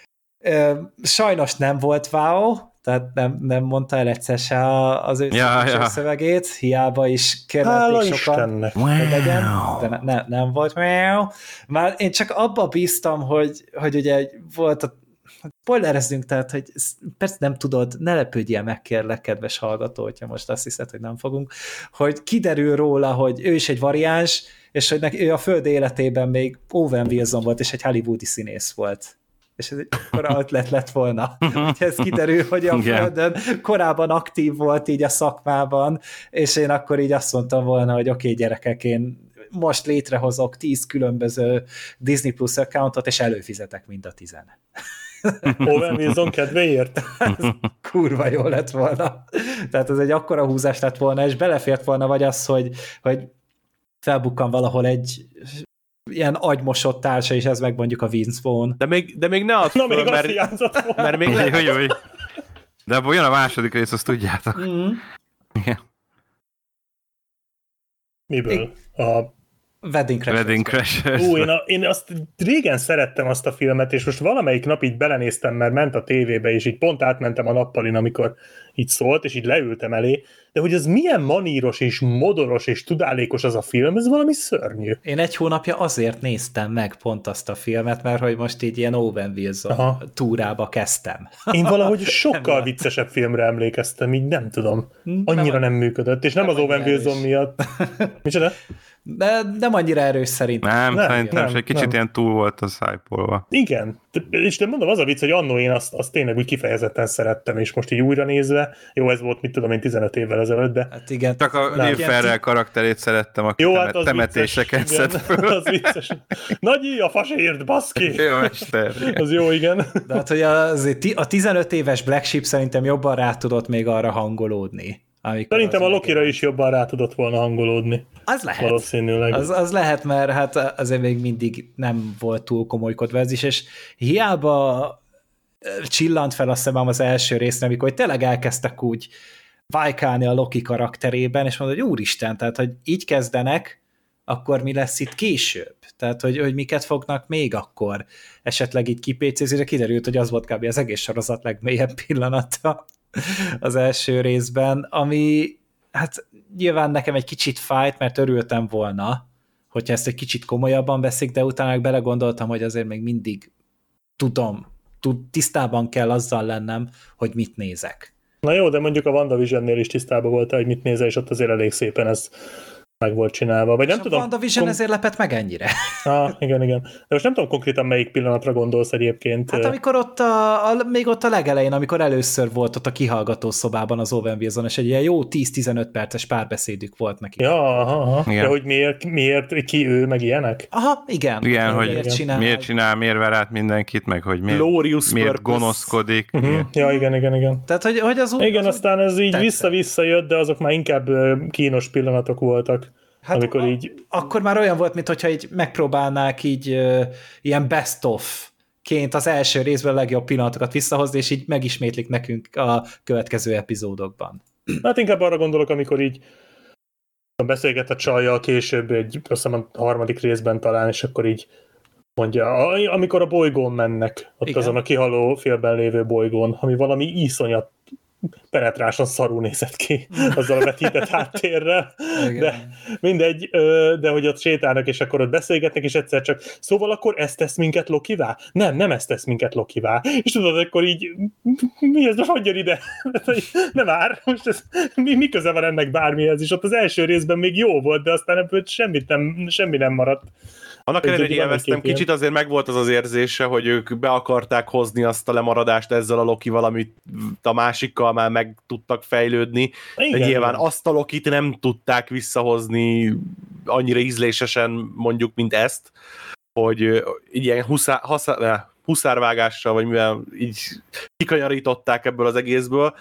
Speaker 1: Sajnos nem volt wow, tehát nem mondta el egyszer se az ő szövegét, hiába is kérlelték sokan, hogy legyen, de nem volt wow. Már én csak abba bíztam, hogy ugye volt a spoilerezzünk, tehát, hogy persze nem tudod, ne lepődjél meg, kérlek, kedves hallgató, hogyha most azt hiszed, hogy nem fogunk, hogy kiderül róla, hogy ő is egy variáns, és hogy ő a föld életében még Owen Wilson volt, és egy hollywoodi színész volt. És ez egy akkora ötlet lett volna. Hogyha ez kiderül, hogy a Földön korábban aktív volt így a szakmában, és én akkor így azt mondtam volna, hogy oké, gyerekek, én most létrehozok 10 különböző Disney Plus accountot, és előfizetek mind a 10.
Speaker 2: Owen Wilson kedvéért?
Speaker 1: Ez kurva jó lett volna. Tehát ez egy akkora húzás lett volna, és belefért volna vagy az, hogy felbukkan valahol egy ilyen agymosott társa, és ez meg mondjuk a Vince Vaughn.
Speaker 4: De még ne add föl,
Speaker 2: még mert
Speaker 4: még
Speaker 3: de abból jön a második rész, azt tudjátok.
Speaker 1: Mm.
Speaker 3: Igen.
Speaker 2: Miből? A
Speaker 3: Wedding Crashers.
Speaker 2: Én azt régen szerettem azt a filmet, és most valamelyik nap így belenéztem, mert ment a tévébe, és így pont átmentem a nappalin, amikor így szólt, és így leültem elé, de hogy az milyen maníros és modoros és tudálékos az a film, ez valami szörnyű.
Speaker 1: Én egy hónapja azért néztem meg pont azt a filmet, mert hogy most így ilyen Owen Wilson túrába kezdtem.
Speaker 2: Én valahogy sokkal viccesebb filmre emlékeztem, így nem tudom. Annyira nem működött, és nem az Owen Wilson miatt. Micsoda?
Speaker 1: De nem annyira erős szerintem.
Speaker 3: Nem, szerintem egy kicsit ilyen túl volt a szájpolva.
Speaker 2: Igen, és de mondom, az a vicc, hogy annó én azt tényleg úgy kifejezetten szerettem, és most így újra nézve, jó, ez volt, mit tudom én, 15 évvel ezelőtt, de...
Speaker 1: Hát igen.
Speaker 3: Csak a Will Ferrell karakterét szerettem, aki jó, hát temetéseket szed föl.
Speaker 2: Az vicces. Nagyi a fasért, baszki!
Speaker 3: Jó, mester.
Speaker 2: Az jó, igen.
Speaker 1: De hát, hogy a 15 éves Black Sheep szerintem jobban rá tudott még arra hangolódni.
Speaker 2: Szerintem a Lokira is jobban rá tudott volna hangolódni.
Speaker 1: Az lehet.
Speaker 2: Valószínűleg.
Speaker 1: Az lehet, mert hát azért még mindig nem volt túl komolykodva ez is, és hiába csillant fel a szemem az első részre, amikor tényleg elkezdtek úgy vájkálni a Loki karakterében, és mondod, hogy úristen, tehát, hogy így kezdenek, akkor mi lesz itt később? Tehát, hogy miket fognak még akkor esetleg így kipécézni, de kiderült, hogy az volt kb. Az egész sorozat legmélyebb pillanata az első részben, ami hát nyilván nekem egy kicsit fájt, mert örültem volna, hogyha ezt egy kicsit komolyabban veszik, de utána belegondoltam, hogy azért még mindig tisztában kell azzal lennem, hogy mit nézek.
Speaker 2: Na jó, de mondjuk a WandaVisionnél is tisztában voltál, hogy mit nézel, és ott azért elég szépen ez meg volt csinálva. Vagy nem
Speaker 1: a
Speaker 2: tudom.
Speaker 1: WandaVision ezért lepett meg ennyire.
Speaker 2: Igen. De most nem tudom konkrétan melyik pillanatra gondolsz egyébként.
Speaker 1: Hát amikor ott még ott a legelején, amikor először volt ott a kihallgató szobában az Owen Wilson, és egy ilyen jó 10-15 perces párbeszédük volt neki.
Speaker 2: Ja, de hogy miért ki ő, meg ilyenek?
Speaker 1: Aha, igen.
Speaker 3: Igen, hogy
Speaker 1: miért csinál,
Speaker 3: miért ver át mindenkit, meg hogy miért gonoszkodik.
Speaker 2: Ja, igen.
Speaker 1: Tehát, hogy az
Speaker 2: igen, aztán ez így vissza-vissza jött, de azok már inkább kínos pillanatok voltak.
Speaker 1: Hát
Speaker 2: amikor így...
Speaker 1: Akkor már olyan volt, mintha így megpróbálnák így ilyen best of-ként az első részben a legjobb pillanatokat visszahozni, és így megismétlik nekünk a következő epizódokban.
Speaker 2: Hát inkább arra gondolok, amikor így beszélget a csajjal később, azt hiszem a harmadik részben talán, és akkor így mondja, amikor a bolygón mennek, ott igen. Azon a kihaló félben lévő bolygón, ami valami iszonyat penetrásan szarul nézett ki azzal a vetített háttérrel, de mindegy, de hogy ott sétálnak, és akkor ott beszélgetnek, és egyszer csak, szóval akkor ezt tesz minket Lokivá? Nem ezt tesz minket Lokivá. És tudod, akkor így, mi ez, hagyjon ide? Nem már, most ez, mi köze van ennek bármihez? És ott az első részben még jó volt, de aztán ebből semmi nem maradt.
Speaker 4: Annak ellenére, hogy élveztem kicsit, azért megvolt az érzése, hogy ők be akarták hozni azt a lemaradást ezzel a Lokival, amit a másikkal már meg tudtak fejlődni. Igen, de nyilván azt a Lokit nem tudták visszahozni annyira ízlésesen mondjuk, mint ezt, hogy ilyen huszárvágással, vagy mivel így kikanyarították ebből az egészből.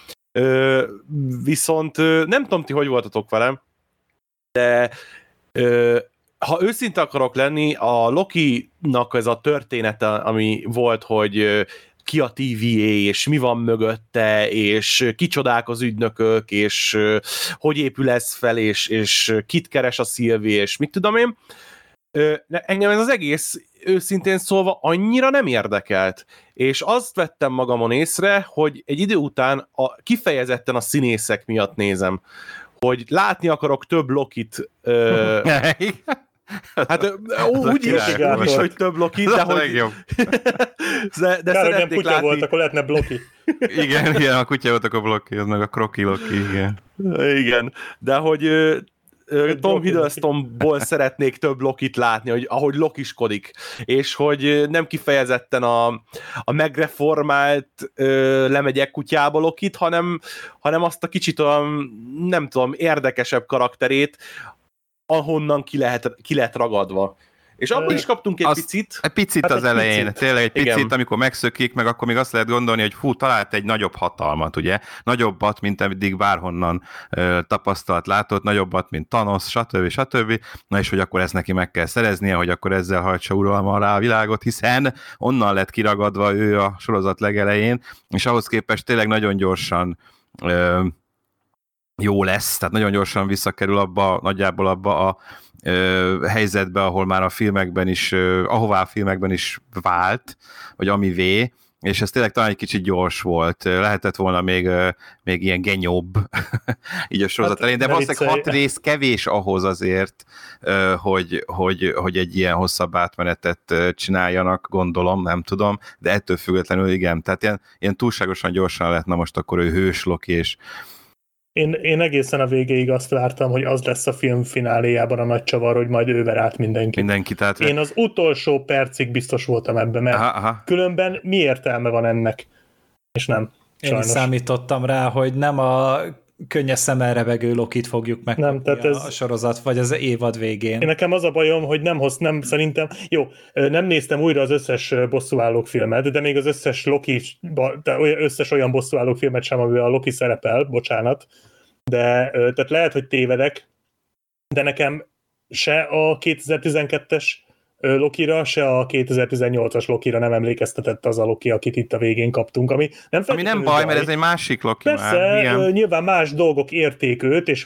Speaker 4: Viszont nem tudom ti, hogy voltatok velem, de ha őszinte akarok lenni, a Lokinak ez a története, ami volt, hogy ki a TVA, és mi van mögötte, és kicsodák az ügynökök, és hogy épül ez fel, és kit keres a Sylvie, és mit tudom én. Engem ez az egész őszintén szólva annyira nem érdekelt. És azt vettem magamon észre, hogy egy idő után kifejezetten a színészek miatt nézem, hogy látni akarok több Lokit. Hát úgy is, hogy több Loki, de hogy... de szeretnék
Speaker 2: kutya
Speaker 4: látni...
Speaker 2: volt, akkor lehetne Bloki.
Speaker 3: Igen, a kutya volt, akkor Bloki, az meg a Kroki Loki, igen.
Speaker 4: Igen, de hogy Tom Hiddlestonból szeretnék több Lokit látni, hogy ahogy lokiskodik, és hogy nem kifejezetten a megreformált lemegyek kutyába Lokit, hanem azt a kicsit olyan, nem tudom, érdekesebb karakterét, ahonnan ki lett ragadva. És abban is kaptunk egy picit.
Speaker 3: Egy picit az elején, tényleg egy picit, igen. Amikor megszökik, meg akkor még azt lehet gondolni, hogy talált egy nagyobb hatalmat, ugye? Nagyobbat, mint eddig bárhonnan tapasztalt, látott, nagyobbat, mint Thanos, stb. Na és hogy akkor ezt neki meg kell szereznie, hogy akkor ezzel hajtsa uralma alá a világot, hiszen onnan lett kiragadva ő a sorozat legelején, és ahhoz képest tényleg nagyon gyorsan jó lesz, tehát nagyon gyorsan visszakerül nagyjából abba a helyzetbe, ahol már a filmekben is, ahová a filmekben is vált, vagy amivé, és ez tényleg talán egy kicsit gyors volt. Lehetett volna még ilyen genyóbb így a sorozat elején, de valószínűleg 6 rész kevés ahhoz azért, hogy egy ilyen hosszabb átmenetet csináljanak, gondolom, nem tudom, de ettől függetlenül igen, tehát ilyen túlságosan gyorsan lett, na most akkor ő hős Loki, és
Speaker 2: Én egészen a végéig azt vártam, hogy az lesz a film fináléjában a nagy csavar, hogy majd ő ver át mindenkit. Én az utolsó percig biztos voltam ebben, mert különben mi értelme van ennek? És nem. Sajnos.
Speaker 1: Én is számítottam rá, hogy nem a könnyes szemmel rebegő Lokit fogjuk megkapni a sorozat, vagy az évad végén.
Speaker 2: Én nekem az a bajom, hogy nem szerintem, nem néztem újra az összes bosszúállók filmet, de még az összes összes olyan bosszúállók filmet sem, amivel a Loki szerepel, bocsánat, de tehát lehet, hogy tévedek, de nekem se a 2012-es Lokira, se a 2018-as Lokira nem emlékeztetett az a Loki, akit itt a végén kaptunk, ami
Speaker 3: nem baj, mert ez egy másik Loki.
Speaker 2: Persze, már, nyilván más dolgok érték őt, és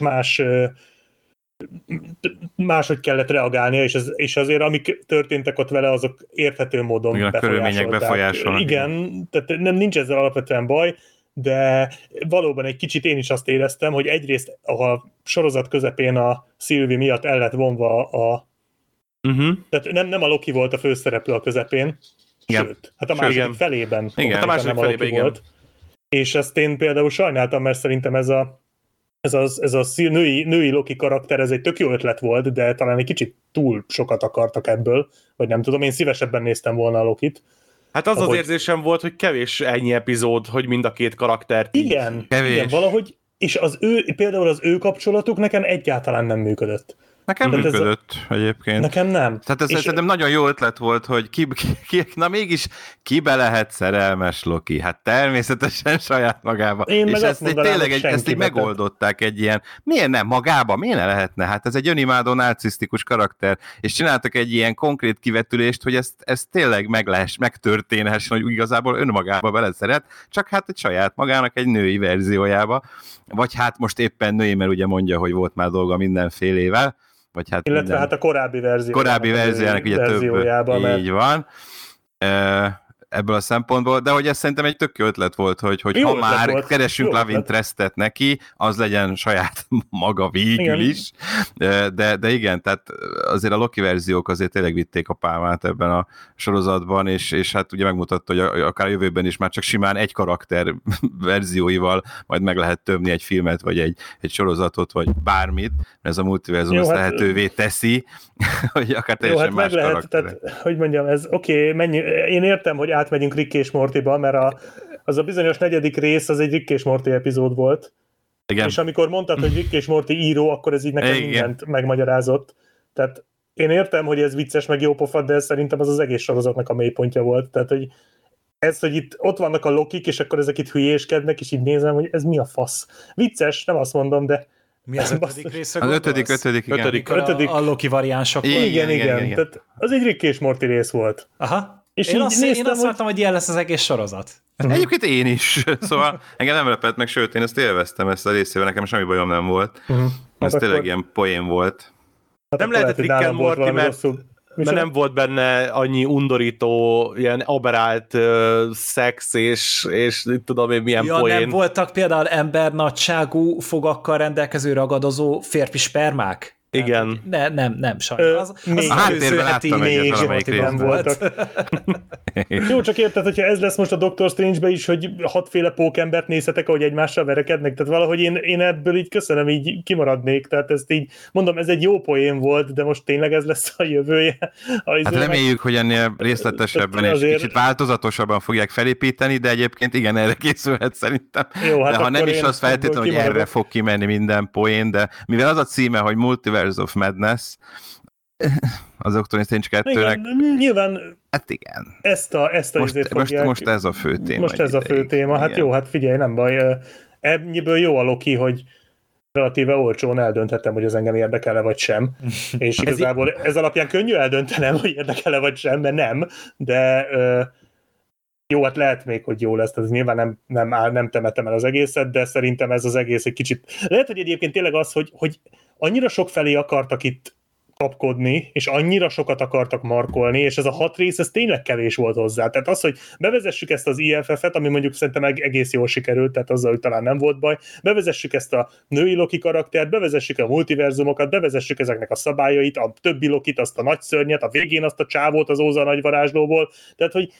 Speaker 2: máshogy kellett reagálnia, és azért amik történtek ott vele, azok érthető módon
Speaker 3: befolyásolták.
Speaker 2: Igen, tehát nincs ezzel alapvetően baj, de valóban egy kicsit én is azt éreztem, hogy egyrészt a sorozat közepén a Sylvie miatt el lett vonva tehát nem a Loki volt a főszereplő a közepén, sőt, hát a második felében.
Speaker 4: Igen, a második felében,
Speaker 2: volt. És ezt én például sajnáltam, mert szerintem ez ez a női Loki karakter, ez egy tök jó ötlet volt, de talán egy kicsit túl sokat akartak ebből, vagy nem tudom, én szívesebben néztem volna a Lokit.
Speaker 4: Hát az érzésem volt, hogy kevés ennyi epizód, hogy mind a két karaktert
Speaker 2: igen, valahogy, és például az ő kapcsolatuk nekem egyáltalán nem működött.
Speaker 3: Nekem működött egyébként.
Speaker 2: Nekem nem.
Speaker 3: Tehát ez szerintem nagyon jó ötlet volt, hogy na mégis kibe lehet szerelmes Loki? Hát természetesen saját magába. És ezt így megoldották egy ilyen, miért nem magába? Miért ne lehetne? Hát ez egy önimádó narcisztikus karakter, és csináltak egy ilyen konkrét kivetülést, hogy ez tényleg megtörténhessen, hogy igazából önmagába beleszeret, csak hát egy saját magának egy női verziójába. Vagy hát most éppen női, mert ugye mondja, hogy volt már dolga mindenfélével, vagy hát
Speaker 2: illetve hát a korábbi verziójának
Speaker 3: ugye több, így van. Ebből a szempontból, de hogy ez szerintem egy tök jó ötlet volt, hogy ha már keresünk love interestet neki, az legyen saját maga végül igen. is. De igen, tehát azért a Loki verziók azért tényleg vitték a pálmát ebben a sorozatban, és hát ugye megmutatta, hogy akár a jövőben is már csak simán egy karakter verzióival majd meg lehet tömni egy filmet, vagy egy sorozatot, vagy bármit, mert ez a multiverzum ezt lehetővé teszi, hogy akár teljesen más karakter.
Speaker 2: Tehát, hogy mondjam, ez oké, én értem, hogy átmegyünk Rick és Mortyba, mert az a bizonyos 4. rész az egy Rick és Morty epizód volt. Igen. És amikor mondtad, hogy Rick és Morty író, akkor ez így nekem mindent megmagyarázott. Tehát én értem, hogy ez vicces, meg jópofa, de szerintem az egész sorozatnak a mélypontja volt. Tehát, hogy hogy itt ott vannak a Lokik, és akkor ezek itt hülyéskednek, és így nézem, hogy ez mi a fasz. Vicces, nem azt mondom, de
Speaker 1: mi az 5. része?
Speaker 3: Az 5. igen.
Speaker 1: A Loki variánsok.
Speaker 2: Igen. Tehát az egy Rick és Morty rész volt.
Speaker 1: Aha. És én azt mondtam, hogy ilyen lesz az egész sorozat.
Speaker 3: Egyébként én is. Szóval engem nem lepett meg, sőt, én ezt élveztem, ezt a részével, nekem semmi bajom nem volt. Ez tényleg ilyen poén volt.
Speaker 4: Hát nem lehetett Rick and Morty, mert nem volt benne annyi undorító, ilyen aberált szex, és tudom én milyen poén.
Speaker 1: Nem voltak például embernagyságú fogakkal rendelkező ragadozó férfi spermák?
Speaker 4: Igen.
Speaker 1: Nem, sajnos.
Speaker 3: A háttérben láttam egyet valamelyik részben.
Speaker 2: Jó, csak érted, hogyha ez lesz most a Doctor Strange-be is, hogy 6 féle pókembert nézhetek, ahogy egymással verekednek, tehát valahogy én ebből így köszönöm, így kimaradnék, tehát ezt így mondom, ez egy jó poén volt, de most tényleg ez lesz a jövője.
Speaker 3: Hát reméljük, hogy ennél részletesebben és kicsit változatosabban fogják felépíteni, de egyébként igen, erre készülhet szerintem. Jó, hát de ha nem is az feltétlenül, hogy erre fog kimenni minden poén, de mivel az a címe, hogy Multiverse of Madness, az Doctor Strange 2-nek...
Speaker 2: Nyilván
Speaker 3: hát igen.
Speaker 2: Ezt
Speaker 3: most ez a fő téma.
Speaker 2: Most ez a fő téma. Hát igen. Jó, hát figyelj, nem baj. Ennyiből jó a Loki, hogy relatíve olcsón eldönthetem, hogy az engem érdekel-e vagy sem. És igazából ez alapján könnyű eldöntenem, hogy érdekel-e vagy sem, mert nem. De jó, hát lehet még, hogy jó lesz. Tehát nyilván nem temetem el az egészet, de szerintem ez az egész egy kicsit... Lehet, hogy egyébként tényleg az, hogy annyira sok felé akartak itt kapkodni, és annyira sokat akartak markolni, és ez a 6 rész, ez tényleg kevés volt hozzá. Tehát az, hogy bevezessük ezt az IFF-et, ami mondjuk szerintem egész jól sikerült, tehát azzal, hogy talán nem volt baj, bevezessük ezt a női Loki karaktert, bevezessük a multiverzumokat, bevezessük ezeknek a szabályait, a többi Lokit, azt a nagy szörnyet, a végén azt a csávót az Óza nagy varázslóból, tehát, hogy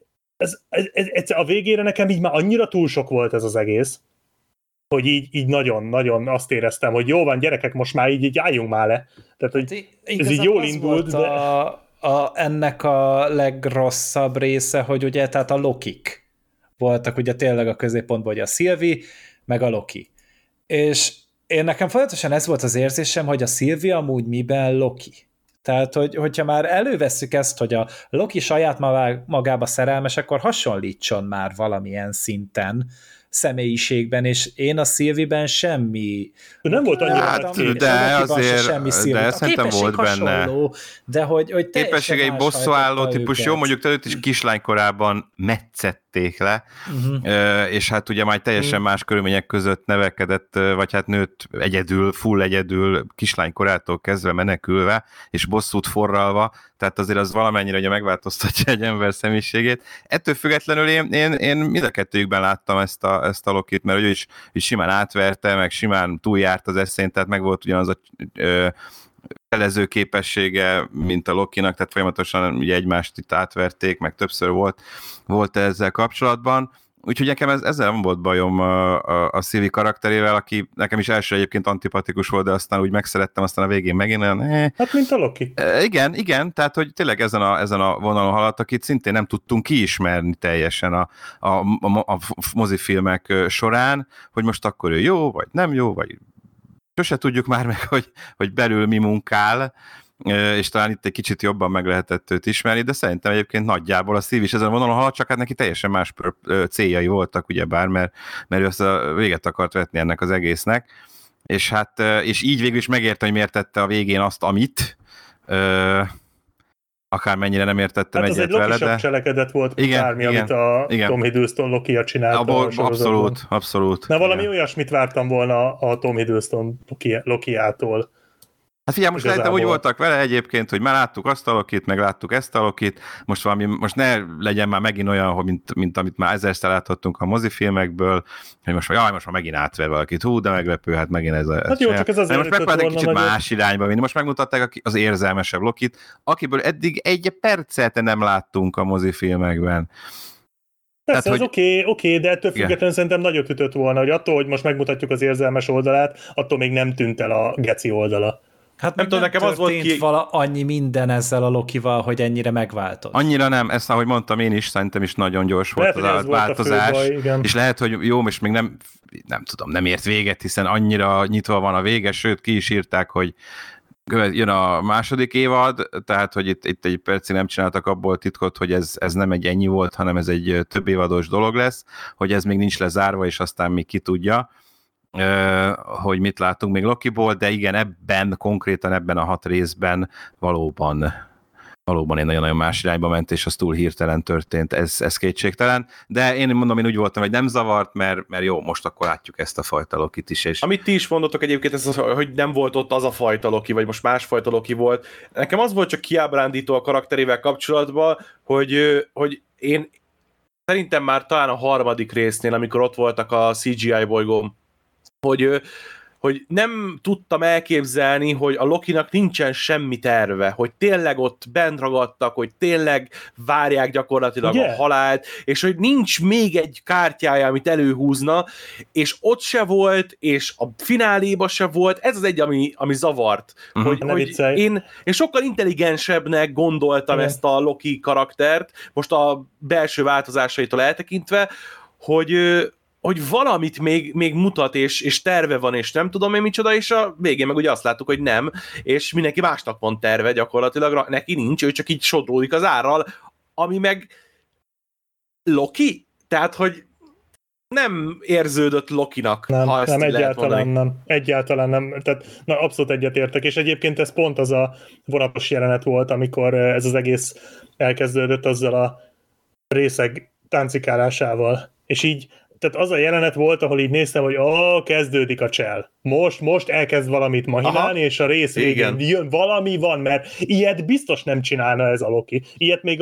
Speaker 2: ez a végére nekem így már annyira túl sok volt ez az egész, hogy így nagyon-nagyon azt éreztem, hogy jó van, gyerekek, most már így álljunk már le. Tehát, hogy ez így jól indult, de...
Speaker 1: ennek a legrosszabb része, hogy ugye, tehát a Lokik voltak ugye tényleg a középpontban, hogy a Sylvie, meg a Loki. És nekem folyamatosan ez volt az érzésem, hogy a Sylvie amúgy miben Loki. Tehát, hogyha már elővesszük ezt, hogy a Loki saját magába szerelmes, akkor hasonlítson már valamilyen szinten személyiségben, és én a Sylvie-ben semmi...
Speaker 2: Ő nem volt annyira
Speaker 3: de azért, de szerintem volt benne.
Speaker 1: De hogy
Speaker 3: képességei bosszúálló típus, jó, mondjuk előtt is kislánykorában metszették le, és hát ugye már teljesen más körülmények között nevelkedett, vagy hát nőtt egyedül, full egyedül, kislánykorától kezdve menekülve, és bosszút forralva, tehát azért az valamennyire ugye megváltoztatja egy ember személyiségét. Ettől függetlenül én mind a kettőjükben láttam ezt a Lokit, mert ő is simán átverte, meg simán túljárt az eszén, tehát meg volt ugyanaz a felező képessége, mint a Lokinak, tehát folyamatosan ugye egymást itt átverték, meg többször volt ezzel kapcsolatban. Úgyhogy nekem ezzel nem volt bajom a Sylvie karakterével, aki nekem is első egyébként antipatikus volt, de aztán úgy megszerettem, aztán a végén megint olyan...
Speaker 2: Hát, mint a Loki.
Speaker 3: Igen, tehát hogy tényleg ezen a vonalon haladt, akit szintén nem tudtunk kiismerni teljesen a mozifilmek során, hogy most akkor ő jó, vagy nem jó, vagy sose tudjuk már meg, hogy belül mi munkál, és talán itt egy kicsit jobban meg lehetett őt ismerni, de szerintem egyébként nagyjából a Steve is ezen a vonalon haladt, csak hát neki teljesen más céljai voltak, ugyebár, mert ő azt a véget akart vetni ennek az egésznek, és hát, és így végül is megérte, hogy miért tette a végén azt, amit, akármennyire nem értettem
Speaker 2: hát
Speaker 3: egyet vele, de...
Speaker 2: Hát az egy cselekedet volt,
Speaker 3: igen,
Speaker 2: bármi, amit a Tom Hiddleston Loki-ja csinálta.
Speaker 3: Abszolút.
Speaker 2: Na valami olyasmit vártam volna a Tom Hiddleston Loki-ától.
Speaker 3: Hát figyelj, most szerintem úgy voltak vele egyébként, hogy már láttuk azt a Lokit, meg láttuk ezt a Lokit, most ne legyen már megint olyan, mint amit már ezerszer láthattunk a mozifilmekből, hogy most már megint átver valakit, de meglepő, hát megint ez a...
Speaker 2: Hát jó, csak ez azért
Speaker 3: most megpróbálták egy kicsit más irányba vinni, most megmutatták az érzelmesebb Lokit, akiből eddig egy percet nem láttunk a mozifilmekben.
Speaker 2: Persze, tehát, ez oké, de ettől függetlenül szerintem nagyot ütött volna, hogy attól, hogy most megmutatjuk az érzelmes oldalát, attól még nem tűnt el a geci oldala.
Speaker 1: Hát nem tudom, nekem az volt annyi minden ezzel a Lokival, hogy ennyire megváltozott.
Speaker 3: Annyira nem, ezt ahogy mondtam én is, szerintem is nagyon gyors volt az változás, és lehet, hogy jó, most még nem tudom, nem ért véget, hiszen annyira nyitva van a vége, sőt ki is írták, hogy jön a második évad, tehát, hogy itt egy percig nem csináltak abból titkot, hogy ez nem egy ennyi volt, hanem ez egy több évados dolog lesz, hogy ez még nincs lezárva, és aztán még ki tudja, hogy mit látunk még Lokiból, de igen, konkrétan ebben a 6 részben valóban egy nagyon-nagyon más irányba ment, és az túl hirtelen történt, ez kétségtelen, de én mondom, én úgy voltam, hogy nem zavart, mert jó, most akkor látjuk ezt a fajta Lokit is. És...
Speaker 4: Amit ti is mondottok egyébként, ez, hogy nem volt ott az a fajta Loki, vagy most másfajta Loki volt. Nekem az volt csak kiábrándító a karakterével kapcsolatban, hogy én szerintem már talán a 3. résznél, amikor ott voltak a CGI bolygón, hogy nem tudtam elképzelni, hogy a Lokinak nincsen semmi terve, hogy tényleg ott bent ragadtak, hogy tényleg várják gyakorlatilag a halált, és hogy nincs még egy kártyája, amit előhúzna, és ott se volt, és a fináléba se volt, ez az egy, ami zavart. Hogy én sokkal intelligensebbnek gondoltam ezt a Loki karaktert, most a belső változásaitól eltekintve, hogy valamit még mutat, és terve van, és nem tudom én micsoda, és a végén meg ugye azt láttuk, hogy nem, és mindenki másnak van terve gyakorlatilag, neki nincs, ő csak így sodródik az árral, ami meg Loki? Tehát, hogy nem érződött Lokinak, ha ezt
Speaker 2: nem,
Speaker 4: lehet mondani.
Speaker 2: Egyáltalán nem. Tehát, abszolút egyetértek, és egyébként ez pont az a vonatos jelenet volt, amikor ez az egész elkezdődött azzal a részeg táncikálásával, és így tehát az a jelenet volt, ahol így néztem, hogy kezdődik a csel. Most elkezd valamit mahinálni, és a rész végén jön, valami van, mert ilyet biztos nem csinálna ez a Loki. Ilyet még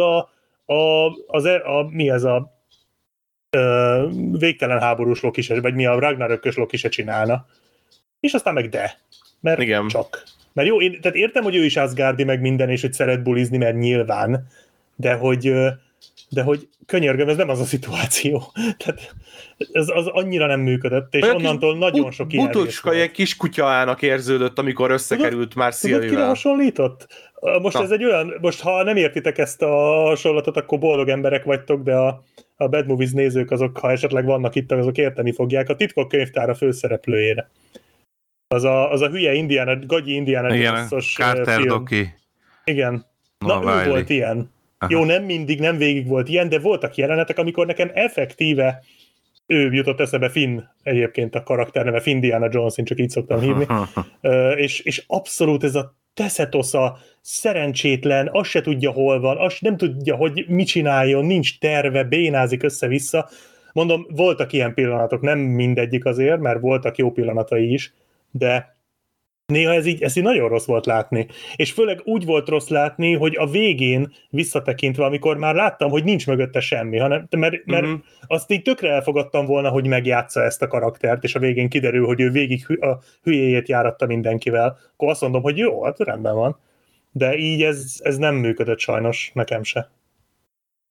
Speaker 2: mi ez a végtelen háborús Loki se, vagy mi a Ragnarökös Loki se csinálna. És aztán meg mert igen. Csak. Mert jó, tehát értem, hogy ő is Asgardi meg minden, és hogy szeret bulizni, mert nyilván, de hogy könyörgöm, ez nem az a szituáció. Tehát ez az annyira nem működött, és onnantól nagyon sok ilyen
Speaker 4: Butucska, ilyen kis kutyaának érződött, amikor összekerült már Szilvivel.
Speaker 2: Tudod, kire hasonlított? Most ez egy olyan, most ha nem értitek ezt a hasonlatot, akkor boldog emberek vagytok, de a Bad Movies nézők azok, ha esetleg vannak itt, azok érteni fogják. A Titkok könyvtára főszereplőjére. Az a hülye gagyi Indiana Jones-os
Speaker 3: Carter Doki.
Speaker 2: Igen. Na, ő volt ilyen. Aha. Jó, nem mindig, nem végig volt ilyen, de voltak jelenetek, amikor nekem effektíve ő jutott eszembe, Finn egyébként a karakterneve, Finn Indiana Jones, én csak így szoktam hívni, és abszolút ez a teszetosza, szerencsétlen, azt se tudja, hol van, azt nem tudja, hogy mit csináljon, nincs terve, bénázik össze-vissza. Mondom, voltak ilyen pillanatok, nem mindegyik azért, mert voltak jó pillanatai is, de néha ez így nagyon rossz volt látni. És főleg úgy volt rossz látni, hogy a végén visszatekintve, amikor már láttam, hogy nincs mögötte semmi, mert azt így tökre elfogadtam volna, hogy megjátsza ezt a karaktert, és a végén kiderül, hogy ő végig a hülyéjét járatta mindenkivel. Akkor azt mondom, hogy jó, hát rendben van. De így ez nem működött sajnos, nekem se.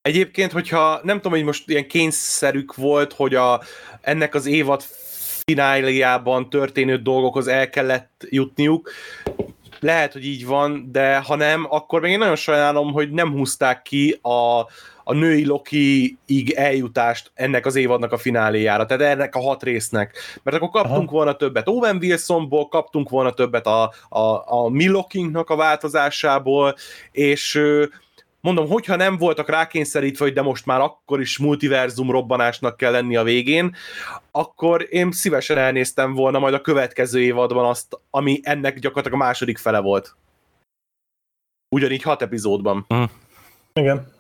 Speaker 4: Egyébként, hogyha nem tudom, hogy most ilyen kényszerük volt, hogy ennek az évad fináliában történő dolgokhoz el kellett jutniuk, lehet, hogy így van, de ha nem, akkor még én nagyon sajnálom, hogy nem húzták ki a női Loki-ig eljutást ennek az évadnak a fináléjára, tehát ennek a 6 résznek. Mert akkor kaptunk volna többet Owen Wilsonból, kaptunk volna többet a mi Lokinknak a változásából, és mondom, hogyha nem voltak rákényszerítve, hogy de most már akkor is multiverzum robbanásnak kell lenni a végén, akkor én szívesen elnéztem volna majd a következő évadban azt, ami ennek gyakorlatilag a második fele volt. Ugyanígy 6 epizódban.
Speaker 2: Igen.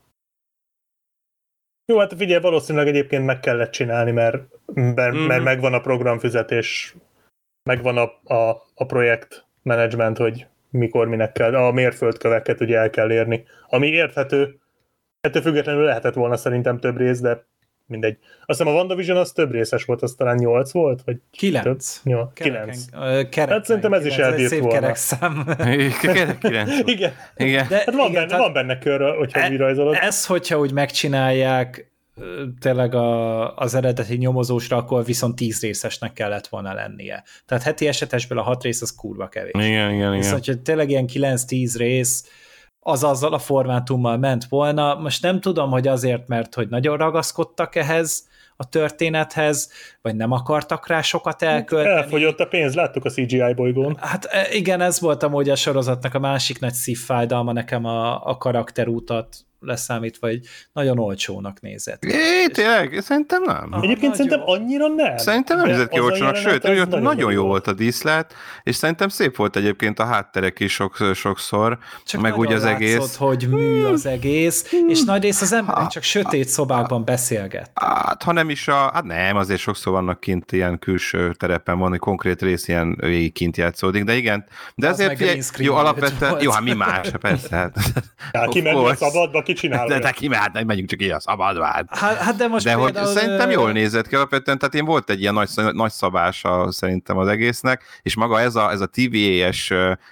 Speaker 2: Jó, hát figyelj, valószínűleg egyébként meg kellett csinálni, mert megvan a programfizetés, megvan a projekt management, hogy mikor minek kell, a mérföldköveket ugye el kell érni. Ami érthető, ettől függetlenül lehetett volna szerintem több rész, de mindegy. Azt hiszem a WandaVision az több részes volt, az talán 8 volt? Vagy
Speaker 1: 9.
Speaker 2: 9. Hát szerintem ez is elbírt
Speaker 1: szép
Speaker 2: volna.
Speaker 1: Kerekszám.
Speaker 3: 9.
Speaker 2: Igen.
Speaker 1: De
Speaker 2: hát van benne kör, hogyha úgy rajzolod.
Speaker 1: Ez, hogyha úgy megcsinálják tényleg az eredeti nyomozósra, akkor viszont 10 részesnek kellett volna lennie. Tehát heti esetesből a 6 rész az kurva kevés.
Speaker 3: Igen.
Speaker 1: Viszont, hogyha tényleg ilyen 9-10 rész, az azzal a formátummal ment volna. Most nem tudom, hogy azért, mert hogy nagyon ragaszkodtak ehhez a történethez, vagy nem akartak rá sokat elkölteni.
Speaker 2: Elfogyott a pénz, láttuk a CGI bolygón.
Speaker 1: Hát igen, ez volt amúgy a sorozatnak a másik nagy szívfájdalma nekem a karakterútat leszámítva, hogy nagyon olcsónak nézett.
Speaker 3: Tényleg? Szerintem nem.
Speaker 2: Egyébként szerintem annyira nem.
Speaker 3: Szerintem nem nézett ki olcsónak, sőt, nagyon jó volt a díszlet, és szerintem szép volt egyébként a hátterek is sokszor,
Speaker 1: csak
Speaker 3: meg úgy az
Speaker 1: látszott,
Speaker 3: egész.
Speaker 1: hogy mű az egész, és nagy rész az emberek csak sötét szobákban beszélget.
Speaker 3: Hát, ha nem is hát nem, azért sokszor vannak kint ilyen külső terepen, van egy konkrét rész ilyen végig kint játszódik, de igen, de
Speaker 1: az
Speaker 3: ezért jó, alapvetően, jó, hát mi más, persze. Hát.
Speaker 2: Kimenni a szabadba, ki csinál?
Speaker 3: De kimehet, megyünk csak így a szabadba.
Speaker 1: Hát de most
Speaker 3: de
Speaker 1: például,
Speaker 3: hogy szerintem jól nézett ki alapvetően, tehát én volt egy ilyen nagy szabása szerintem az egésznek, és maga ez a TVA-es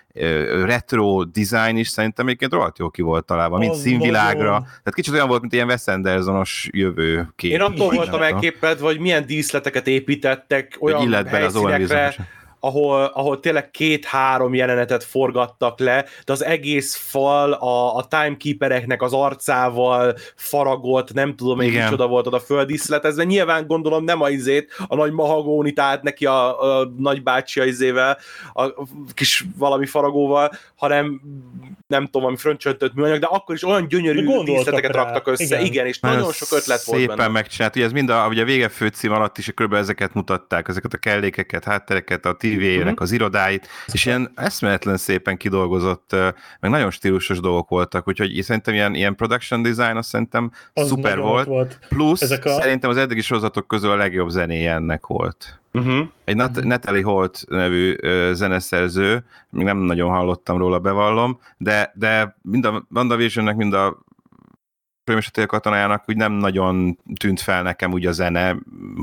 Speaker 3: retro design is szerintem egyébként rohadt jól ki volt találva, mint színvilágra. Tehát kicsit olyan volt, mint ilyen Wes Andersonos jövőkép.
Speaker 4: Én attól voltam elképedve, hogy milyen díszleteket építettek olyan helyszínekre, ahol tényleg 2-3 jelenetet forgattak le, de az egész fal a timekeepereknek az arcával faragott, nem tudom még micsoda volt oda földíszletezve. Nyilván gondolom nem a nagy mahagónit állt neki a nagybácsi a kis valami faragóval, hanem nem tudom, ami fröncsöntött műanyag, de akkor is olyan gyönyörű díszleteket raktak össze. Igen, és nagyon sok ötlet volt benne.
Speaker 3: Szépen megcsinált. Ugye ez mind ugye a vége főcím alatt is kb. Ezeket mutatták, ezeket a kellékeket, háttereket, a TV-nek az irodáit, és ilyen eszméletlen szépen kidolgozott, meg nagyon stílusos dolgok voltak, úgyhogy szerintem ilyen production design azt szerintem az szuper volt. Plusz szerintem az eddigi sorozatok közül a legjobb zenéje ennek volt. Egy Natalie Holt nevű zeneszerző, még nem nagyon hallottam róla, bevallom, de mind a WandaVisionnek, mind a Főműsortér katonájának úgy nem nagyon tűnt fel nekem úgy a zene,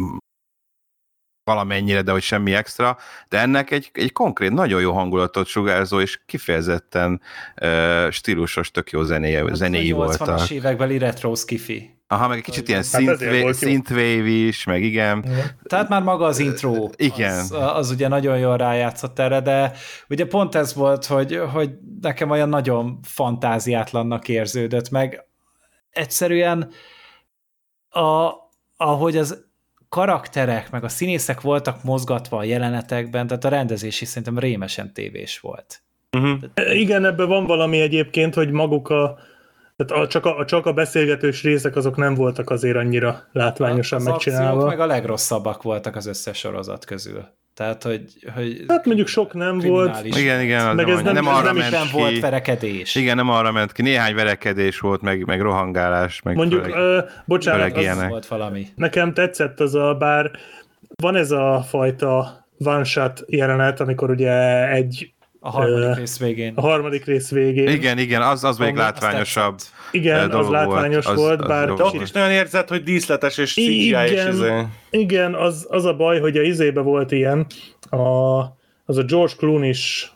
Speaker 3: valamennyire, de hogy semmi extra, de ennek egy konkrét, nagyon jó hangulatot sugárzó, és kifejezetten stílusos, tök jó zenéi voltak. A
Speaker 1: 80-as évekbeli retro skifi.
Speaker 3: Aha, meg egy kicsit ilyen synthwave is, meg igen.
Speaker 1: Tehát már maga az intro,
Speaker 3: igen.
Speaker 1: Az ugye nagyon jól rájátszott erre, de ugye pont ez volt, hogy nekem olyan nagyon fantáziátlannak érződött, meg egyszerűen ahogy az karakterek, meg a színészek voltak mozgatva a jelenetekben, tehát a rendezés is szerintem rémesen tévés volt.
Speaker 2: Igen, ebben van valami egyébként, hogy maguk tehát csak a beszélgetős részek azok nem voltak azért annyira látványosan megcsinálva.
Speaker 1: Az akciók meg a legrosszabbak voltak az összes sorozat közül. Tehát, hogy
Speaker 2: hát mondjuk sok nem volt.
Speaker 3: Igen,
Speaker 2: meg ez
Speaker 3: nem arra ment
Speaker 1: nem
Speaker 3: ki.
Speaker 1: volt verekedés.
Speaker 3: Igen, nem arra ment ki. Néhány verekedés volt, meg rohangálás. Meg
Speaker 2: mondjuk, bocsánat,
Speaker 1: az volt valami.
Speaker 2: Nekem tetszett bár van ez a fajta one-shot jelenet, amikor ugye
Speaker 1: a harmadik rész végén.
Speaker 2: A harmadik rész végén.
Speaker 3: Igen, az még látványosabb.
Speaker 2: Igen, az látványos volt, bár...
Speaker 4: De ott is nagyon érzed, hogy díszletes és CGI-es.
Speaker 2: Igen, az a baj, hogy a izébe volt ilyen, az a George Clooney is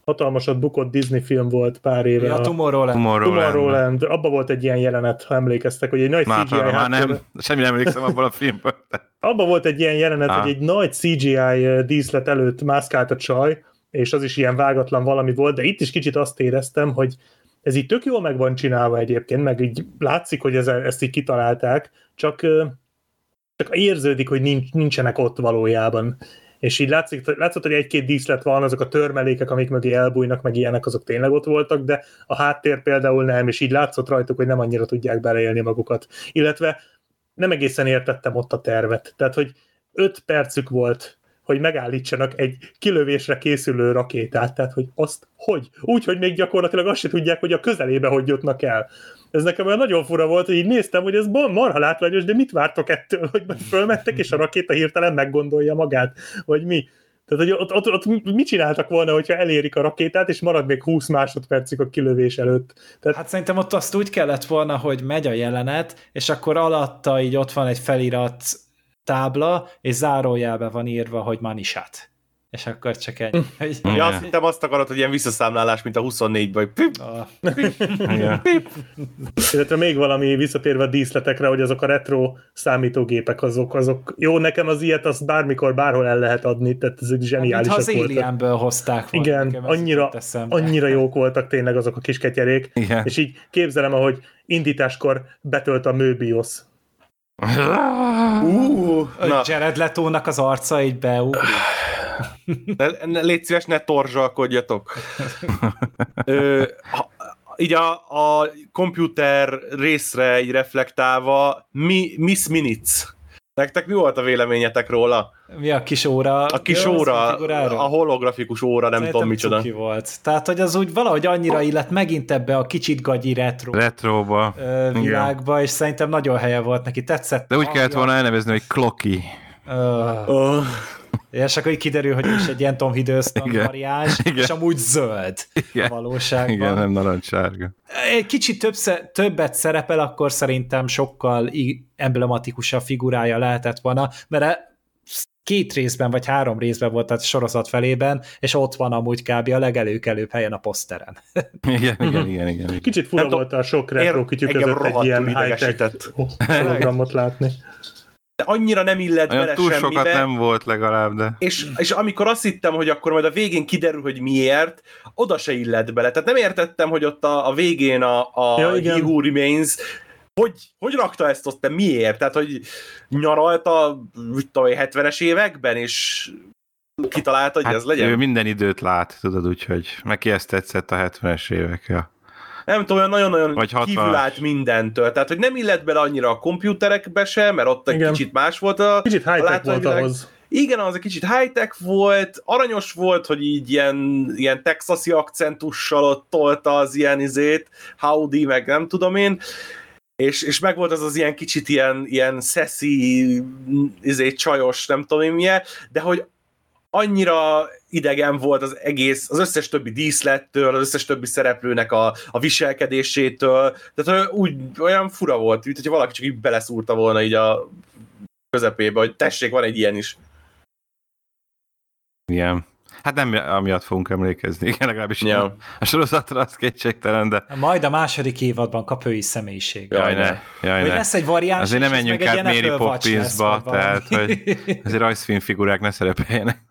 Speaker 2: hatalmasat bukott Disney film volt pár éve.
Speaker 1: Ja, Tomorrowland.
Speaker 2: Abba volt egy ilyen jelenet, ha emlékeztek, hogy egy nagy CGI
Speaker 3: már nem, semmi nem emlékszem abból a filmből.
Speaker 2: Abba volt egy ilyen jelenet, hogy egy nagy CGI díszlet előtt mászkált a csaj, és az is ilyen vágatlan valami volt, de itt is kicsit azt éreztem, hogy ez így tök jól meg van csinálva egyébként, meg így látszik, hogy ezt így kitalálták, csak érződik, hogy nincsenek ott valójában. És így látszott, hogy egy-két díszlet van, azok a törmelékek, amik mögé elbújnak, meg ilyenek, azok tényleg ott voltak, de a háttér például nem, és így látszott rajtuk, hogy nem annyira tudják beleélni magukat. Illetve nem egészen értettem ott a tervet. Tehát, hogy 5 percük volt, hogy megállítsanak egy kilövésre készülő rakétát, tehát, hogy azt hogy? Úgy, hogy még gyakorlatilag azt se tudják, hogy a közelébe hogy jutnak el. Ez nekem olyan nagyon fura volt, hogy így néztem, hogy ez marha látványos, de mit vártok ettől, hogy majd fölmentek, és a rakéta hirtelen meggondolja magát, vagy mi? Tehát, hogy ott mit csináltak volna, hogyha elérik a rakétát, és marad még 20 másodpercig a kilövés előtt? Tehát...
Speaker 1: Hát szerintem ott azt úgy kellett volna, hogy megy a jelenet, és akkor alatta így ott van egy felirat tábla, és zárójelben van írva, hogy manisát. És akkor csak egy...
Speaker 4: Ja, azt hittem azt akarod, hogy ilyen visszaszámlálás, mint a 24-ben, hogy
Speaker 2: Illetve még valami visszatérve a díszletekre, hogy azok a retro számítógépek, azok jó, nekem az ilyet azt bármikor, bárhol el lehet adni, tehát ezek zseniálisak voltak.
Speaker 1: Az Alienből hozták volna.
Speaker 2: Igen, annyira jók voltak tényleg azok a kis ketyerék, igen. És így képzelem, ahogy indításkor betölt a Möbius.
Speaker 1: Jared Letónak az arca így beugrik.
Speaker 4: Légy szíves, ne torzsalkodjatok. Így a komputer részre így reflektálva, Miss Minutes. Nektek mi volt a véleményetek róla?
Speaker 1: Mi a kis óra?
Speaker 4: A kis óra, a holografikus óra, nem tudom micsoda.
Speaker 1: Volt. Tehát, hogy az úgy valahogy annyira illet megint ebbe a kicsit gagyi
Speaker 3: retróba
Speaker 1: világba, igen. És szerintem nagyon helye volt neki, tetszett.
Speaker 3: De úgy kellett volna elnevezni, hogy Clocky.
Speaker 1: És akkor így kiderül, hogy is egy ilyen Tom Hiddleston variáns, és amúgy zöld a valóságban.
Speaker 3: Igen, nem narancssárga.
Speaker 1: Egy kicsit többet szerepel, akkor szerintem sokkal emblematikusabb figurája lehetett volna, mert 2 részben vagy 3 részben volt a sorozat felében, és ott van amúgy kb. A legelőkelőbb helyen a poszteren.
Speaker 3: Igen.
Speaker 2: Kicsit fura volt a sok retro kütyük között egy ilyen high-tech hologramot látni.
Speaker 4: De annyira nem illett bele
Speaker 3: túl
Speaker 4: semmibe.
Speaker 3: Sokat nem volt legalább, de...
Speaker 4: És amikor azt hittem, hogy akkor majd a végén kiderül, hogy miért, oda se illett bele. Tehát nem értettem, hogy ott a végén a He Who Remains, hogy rakta ezt ott, de miért? Tehát, hogy nyaralt a 70-es években, és kitalálta, hogy ez legyen?
Speaker 3: Ő minden időt lát, tudod, úgyhogy neki ezt tetszett a 70-es évek, ja.
Speaker 4: Nem tudom, olyan nagyon-nagyon kívül állt mindentől. Tehát, hogy nem illett bele annyira a komputerekbe se, mert ott egy kicsit más volt a...
Speaker 2: Kicsit high-tech volt ahhoz.
Speaker 4: Igen, az egy kicsit high-tech volt, aranyos volt, hogy így ilyen texasi akcentussal ott tolta az ilyen howdy, meg nem tudom én, és meg volt az ilyen kicsit ilyen sassy, csajos, nem tudom én milyen, de hogy annyira idegen volt az egész, az összes többi díszlettől, az összes többi szereplőnek a viselkedésétől, tehát olyan fura volt, mint hogyha valaki csak így beleszúrta volna így a közepébe, hogy tessék, van egy ilyen is.
Speaker 3: Igen. Hát nem amiatt fogunk emlékezni, igen, legalábbis a sorozatra az kétségtelen, de...
Speaker 1: Majd a második évadban kap ő is személyiség.
Speaker 3: Jaj, ne.
Speaker 1: Lesz egy variáns,
Speaker 3: azért nem menjünk át Mary Poppinsba, tehát, hogy azért rajzfilm figurák ne szerepeljenek.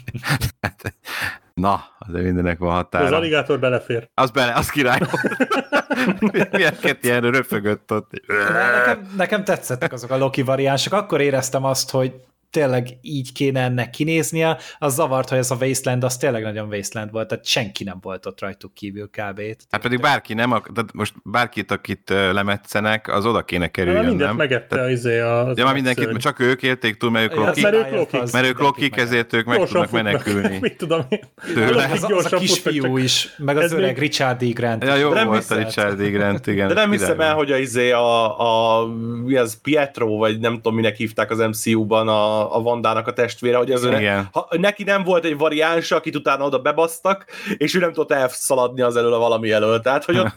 Speaker 3: Na, azért mindenek van határa.
Speaker 2: Az aligátor belefér.
Speaker 3: Az király volt. Miért ilyen röfögött ott?
Speaker 1: Nekem tetszettek azok a Loki variánsok. Akkor éreztem azt, hogy tényleg így kéne ennek kinéznie, az zavart, hogy ez a Wasteland, az tényleg nagyon Wasteland volt, tehát senki nem volt ott rajtuk kívül kb.
Speaker 3: Hát pedig bárki nem, tehát most bárkit, akit lemetszenek, az oda kéne kerüljön,
Speaker 2: mindent
Speaker 3: nem?
Speaker 2: megette
Speaker 3: már mindenkit, csak ők élték túl, mert ők Lokik, ezért ők meg tudnak menekülni.
Speaker 2: Mit tudom én.
Speaker 1: Az a kisfiú is, meg az öreg Richard E. Grant.
Speaker 3: Ja, jó volt a Richard E. Grant, igen.
Speaker 4: De nem hiszem el, hogy mi az Pietro, vagy nem tudom, minek hívták az MCU-ban a Wandának a testvére, hogy az neki nem volt egy variáns, akit utána oda bebasztak, és ő nem tudott elszaladni az elől a valami elől. Tehát, hogy ott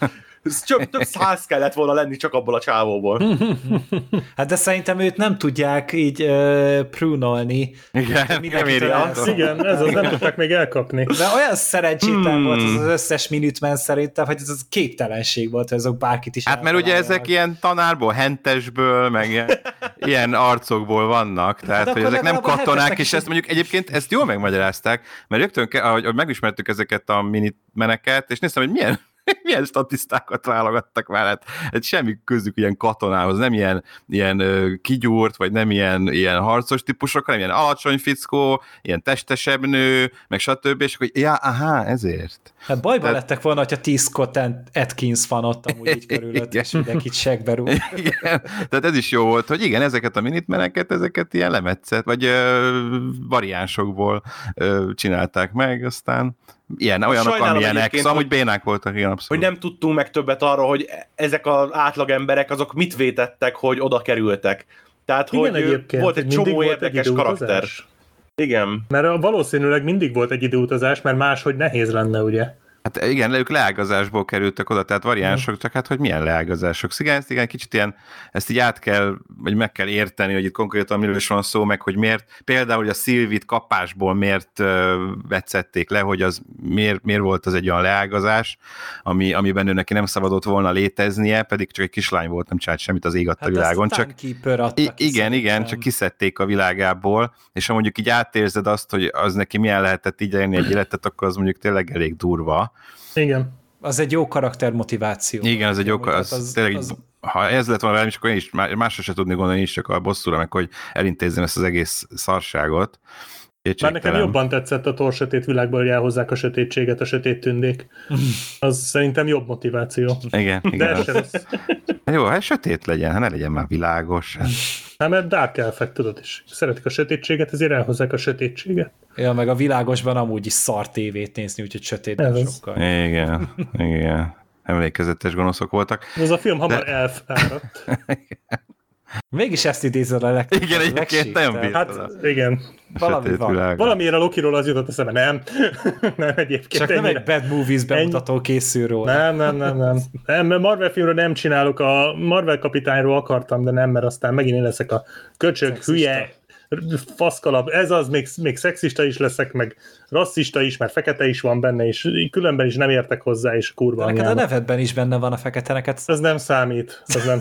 Speaker 4: több 100 kellett volna lenni csak abból a csávóból.
Speaker 1: Hát de szerintem őt nem tudják így prunolni.
Speaker 3: Igen,
Speaker 2: igen, ez az nem tudták még elkapni.
Speaker 1: De olyan szerencsétlen volt az összes Minuteman szerintem, hogy ez képtelenség volt, hogy azok bárkit is
Speaker 3: hát mert ugye ezek ilyen tanárból, hentesből, meg ilyen arcokból vannak, tehát hogy ezek nem katonák, és ezt mondjuk egyébként ezt jól megmagyarázták, mert rögtön, ahogy megismertük ezeket a Minutemeneket, és néztem, hogy milyen statisztákat válogattak már, hát semmi közük ilyen katonához, nem ilyen kigyúrt, vagy nem ilyen harcos típusok, hanem ilyen alacsony fickó, ilyen testesebb nő, meg stb. És akkor, ezért.
Speaker 1: Hát bajban lettek volna, hogyha 10 Scott Atkins fan ott amúgy így körülött, és mindenkit segbe rúg.
Speaker 3: Igen, tehát ez is jó volt, hogy igen, ezeket a Minutemeneket, ezeket ilyen lemetszett, vagy variánsokból csinálták meg, aztán olyanok, amilyenek, amúgy bénák voltak, igen, abszolút.
Speaker 4: Hogy nem tudtunk meg többet arról, hogy ezek az átlag emberek, azok mit vétettek, hogy oda kerültek. Tehát, igen, hogy volt egy csomó érdekes karakter. Igen.
Speaker 2: Mert valószínűleg mindig volt egy időutazás, mert máshogy nehéz lenne, ugye?
Speaker 3: Hát igen, ők leágazásból kerültek oda, tehát variánsok, csak hát hogy milyen leágazások. Igen, kicsit ilyen, ezt így át kell, vagy meg kell érteni, hogy itt konkrétan miről is van szó, meg hogy miért, például, hogy a Sylvie-t kapásból miért vetszették le, hogy az miért volt az egy olyan leágazás, amiben ő neki nem szabadott volna léteznie, pedig csak egy kislány volt, nem csinált semmit az ég adta világon. Csak igen, csak kiszedték a világából, és ha mondjuk így átérzed azt, hogy az neki milyen lehetett így élni egy életet, akkor az mondjuk tényleg elég durva.
Speaker 2: Igen.
Speaker 1: Az egy jó karaktermotiváció.
Speaker 3: Igen, az egy jó tényleg, ha ez lett volna velem, és akkor én is másra se tudni gondolni, is csak a bosszúra, meg hogy elintézzem ezt az egész szarságot.
Speaker 2: Már nekem jobban tetszett a Thor sötét világból, hogy elhozzák a sötétséget, a sötét tündék. Az szerintem jobb motiváció.
Speaker 3: Igen.
Speaker 2: De ez sem lesz.
Speaker 3: Jó, hát sötét legyen, ne legyen már világos.
Speaker 2: Hát mert Dark Elfek, tudod is. Szeretik a sötétséget, ezért elhozzák a sötétséget.
Speaker 1: Ja, meg a világosban amúgy is szar tévét nézni, úgyhogy sötétben sokkal.
Speaker 3: Igen. Emlékezetes gonoszok voltak.
Speaker 2: Ez a film hamar elf áradt.
Speaker 1: Mégis ezt idézed a
Speaker 3: Igen, egyébként nem bírtam.
Speaker 2: Hát igen.
Speaker 1: Valami van.
Speaker 2: Valamiért a Lokiról az jutott eszembe, nem. Nem egyébként.
Speaker 1: Csak nem egy Bad Movies bemutató készül róla.
Speaker 2: Nem, Marvel filmről nem csinálok, a Marvel kapitányról akartam, de nem, mert aztán megint én leszek a köcsög, szexista. Hülye, faszkalap, ez az, még szexista is leszek, meg rasszista is, mert fekete is van benne, és különben is nem értek hozzá, és kurva.
Speaker 1: Neked a nevedben is benne van a fekete, neked.
Speaker 2: Ez nem számít.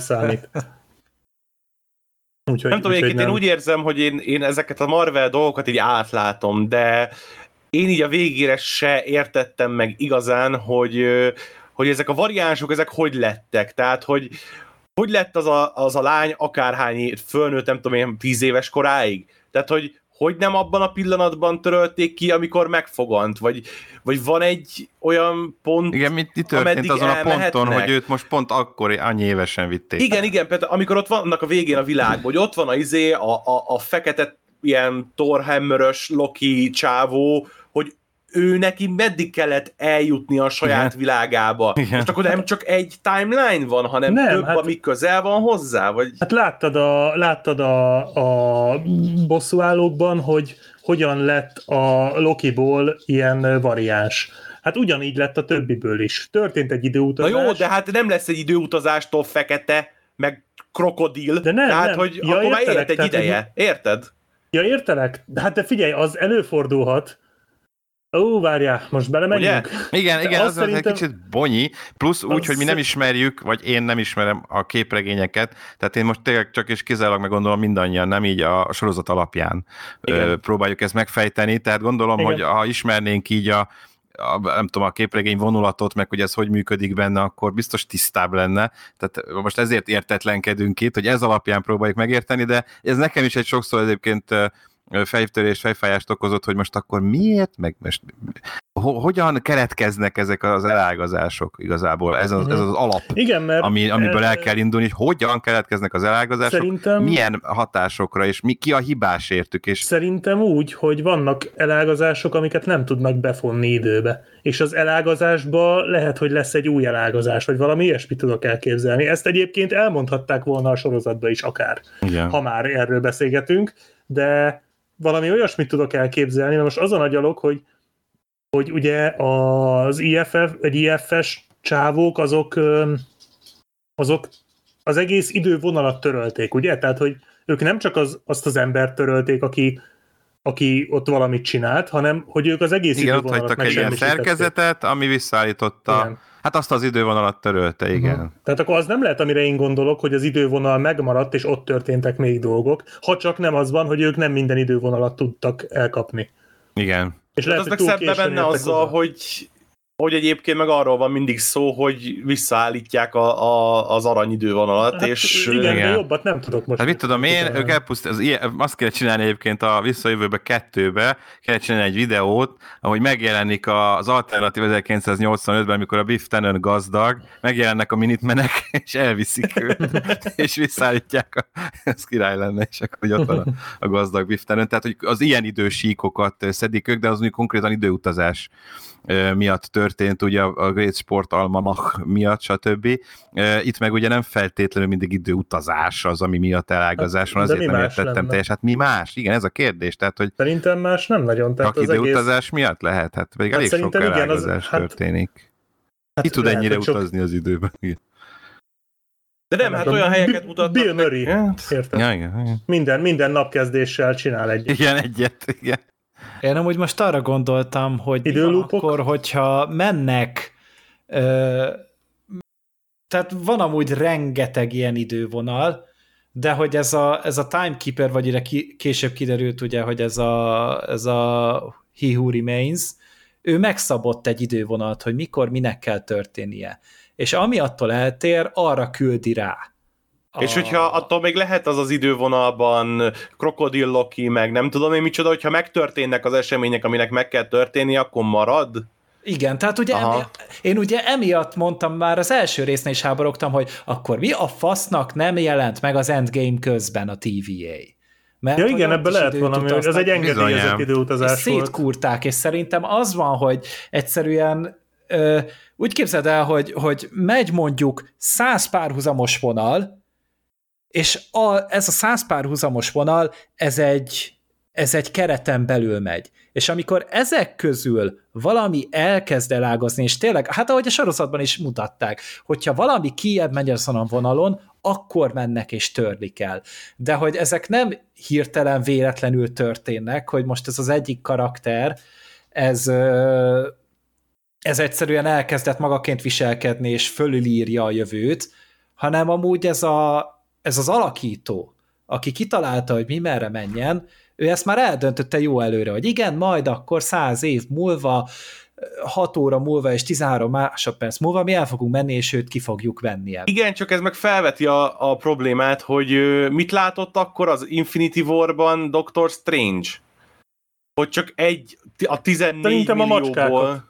Speaker 4: Úgyhogy, nem tudom, én úgy érzem, hogy én ezeket a Marvel dolgokat így átlátom, de én így a végére se értettem meg igazán, hogy ezek a variánsok, ezek hogy lettek. Tehát, hogy lett az a lány akárhány fölnőtt, nem tudom én, 10 éves koráig. Tehát, hogy nem abban a pillanatban törölték ki, amikor megfogant, vagy van egy olyan pont,
Speaker 3: igen, mit történt azon a ponton, hogy őt most pont akkor annyi évesen vitték.
Speaker 4: Igen, például amikor ott vannak a végén a világban, hogy ott van a fekete ilyen Thor-Hammerös Loki csávó, hogy ő neki meddig kellett eljutni a saját világába. Igen. Most akkor nem csak egy timeline van, hanem több, ami közel van hozzá? Vagy...
Speaker 2: Hát láttad a bosszúállókban, hogy hogyan lett a Lokiból ilyen variáns. Hát ugyanígy lett a többiből is. Történt egy időutazás.
Speaker 4: Na jó, de hát nem lesz egy időutazástól fekete, meg krokodil. De nem, tehát, hogy akkor már élt egy ideje. Érted?
Speaker 2: Ja, értelek. Hát de figyelj, az előfordulhat. Várjál, most belemenjünk?
Speaker 3: Igen, az szerintem... egy kicsit bonyi, plusz úgy, hogy mi nem ismerjük, vagy én nem ismerem a képregényeket, tehát én most tényleg csak és kizárólag meg gondolom mindannyian, nem így a sorozat alapján próbáljuk ezt megfejteni, tehát gondolom, hogy ha ismernénk így nem tudom, a képregény vonulatot, meg hogy ez hogy működik benne, akkor biztos tisztább lenne. Tehát most ezért értetlenkedünk itt, hogy ez alapján próbáljuk megérteni, de ez nekem is egy sokszor egyébként fejtörés, fejfájást okozott, hogy most akkor miért, meg most hogyan keletkeznek ezek az elágazások igazából? Ez az alap,
Speaker 2: igen, mert
Speaker 3: amiből el kell indulni, hogy hogyan keletkeznek az elágazások,
Speaker 2: szerintem,
Speaker 3: milyen hatásokra, és ki a hibás értük. És...
Speaker 2: Szerintem úgy, hogy vannak elágazások, amiket nem tudnak befonni időbe. És az elágazásban lehet, hogy lesz egy új elágazás, vagy valami ilyesmit tudok elképzelni. Ezt egyébként elmondhatták volna a sorozatban is akár, igen, ha már erről beszélgetünk, de valami olyasmit tudok elképzelni, mert most azon agyalok, hogy ugye az IFF, egy IF-es csávók, azok az egész idővonalat törölték, ugye? Tehát, hogy ők nem csak azt az embert törölték, aki ott valamit csinált, hanem hogy ők az egész idővonalat
Speaker 3: megsemmisítették. Igen, ott hagytak egy ilyen szerkezetet, ami visszaállította. Igen. Hát azt az idővonalat törölte, igen.
Speaker 2: Tehát akkor az nem lehet, amire én gondolok, hogy az idővonal megmaradt, és ott történtek még dolgok, ha csak nem az van, hogy ők nem minden idővonalat tudtak elkapni.
Speaker 3: Igen.
Speaker 4: És lehet, hogy szembe benne azzal, hogy egyébként meg arról van mindig szó, hogy visszaállítják az aranyidővonalat, hát és...
Speaker 2: Igen, de jobbat nem tudok most.
Speaker 3: Hát mit tudom én, ők azt kell csinálni egyébként a Visszajövőbe 2-be, kell csinálni egy videót, ahogy megjelenik az alternatív 1985-ben, amikor a Biff Tannen gazdag, megjelennek a Minutemenek, és elviszik őt, és visszaállítják, ez király lenne, és akkor ott van a gazdag Biff Tannen. Tehát, hogy az ilyen idősíkokat szedik ők, de az konkrétan időutazás miatt történt, ugye a Great Sport Almanach miatt, stb. Itt meg ugye nem feltétlenül mindig időutazás az, ami miatt elágazás van, azért nem értettem teljesen. Hát mi más? Igen, ez a kérdés. Tehát, hogy
Speaker 2: szerintem más nem nagyon.
Speaker 3: Tehát csak időutazás egész... miatt lehet? Hát pedig elég sok elágazás történik. Ki tud ennyire utazni az időben?
Speaker 4: De nem, hát olyan helyeket mutatnak.
Speaker 2: Bill Murray, érted?
Speaker 3: Ja, igen.
Speaker 2: Minden napkezdéssel csinál egyet.
Speaker 3: Igen, egyet, igen.
Speaker 1: Én amúgy most arra gondoltam, hogy akkor, hogyha mennek, tehát van amúgy rengeteg ilyen idővonal, de hogy ez a Timekeeper, vagy ide később kiderült ugye, hogy ez a He Who Remains, ő megszabott egy idővonalat, hogy mikor, minek kell történnie. És ami attól eltér, arra küldi rá.
Speaker 4: És hogyha attól még lehet az idővonalban krokodilloki, meg nem tudom én micsoda, hogyha megtörténnek az események, aminek meg kell történni, akkor marad?
Speaker 1: Igen, tehát ugye én ugye emiatt mondtam már az első résznél is háborogtam, hogy akkor mi a fasznak nem jelent meg az Endgame közben a TVA?
Speaker 2: Mert ja igen, ebben lehet valami, hogy ez egy engedélyezett időutazás volt.
Speaker 1: Szétkúrták, és szerintem az van, hogy egyszerűen úgy képzeld el, hogy megy mondjuk 100 párhuzamos vonal, és ez a 100 párhuzamos vonal, ez egy kereten belül megy. És amikor ezek közül valami elkezd elágazni, és tényleg, hát ahogy a sorozatban is mutatták, hogyha valami kijebb megy azon a vonalon, akkor mennek és törlik el. De hogy ezek nem hirtelen véletlenül történnek, hogy most ez az egyik karakter, ez egyszerűen elkezdett magaként viselkedni, és fölülírja a jövőt, hanem amúgy ez az alakító, aki kitalálta, hogy mi merre menjen, ő ezt már eldöntötte jó előre, hogy igen, majd akkor 100 év múlva, 6 óra múlva és 13 másodperc múlva mi el fogunk menni, és őt ki fogjuk venni el.
Speaker 4: Igen, csak ez meg felveti a problémát, hogy mit látott akkor az Infinity War-ban Doctor Strange? Hogy csak a 14
Speaker 2: szerintem
Speaker 4: millióból...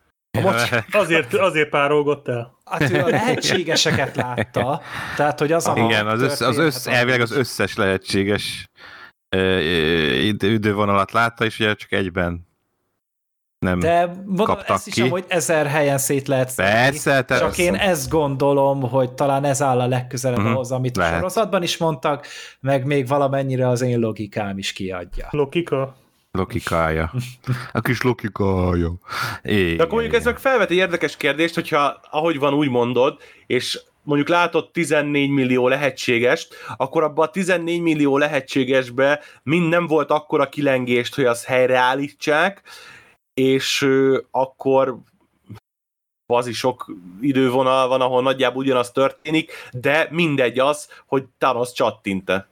Speaker 2: Azért párolgott el.
Speaker 1: Hát ő a lehetségeseket látta, tehát hogy az a...
Speaker 3: Igen, elvileg az összes lehetséges idővonalat látta, és ugye csak egyben nem kaptak
Speaker 1: ezt is amúgy 1000 helyen szét lehet
Speaker 3: szedni.
Speaker 1: Csak én ezt gondolom, hogy talán ez áll a legközelebb ahhoz, amit a sorozatban is mondtak, meg még valamennyire az én logikám is kiadja.
Speaker 3: Logikája. A kis logikája.
Speaker 4: De akkor mondjuk ez meg felveti érdekes kérdést, hogyha ahogy van, úgy mondod, és mondjuk látod 14 millió lehetségest, akkor abban a 14 millió lehetségesbe mind nem volt akkora kilengést, hogy azt helyreállítsák, és akkor az is sok idővonal van, ahol nagyjából ugyanaz történik, de mindegy az, hogy Thanos csattinte.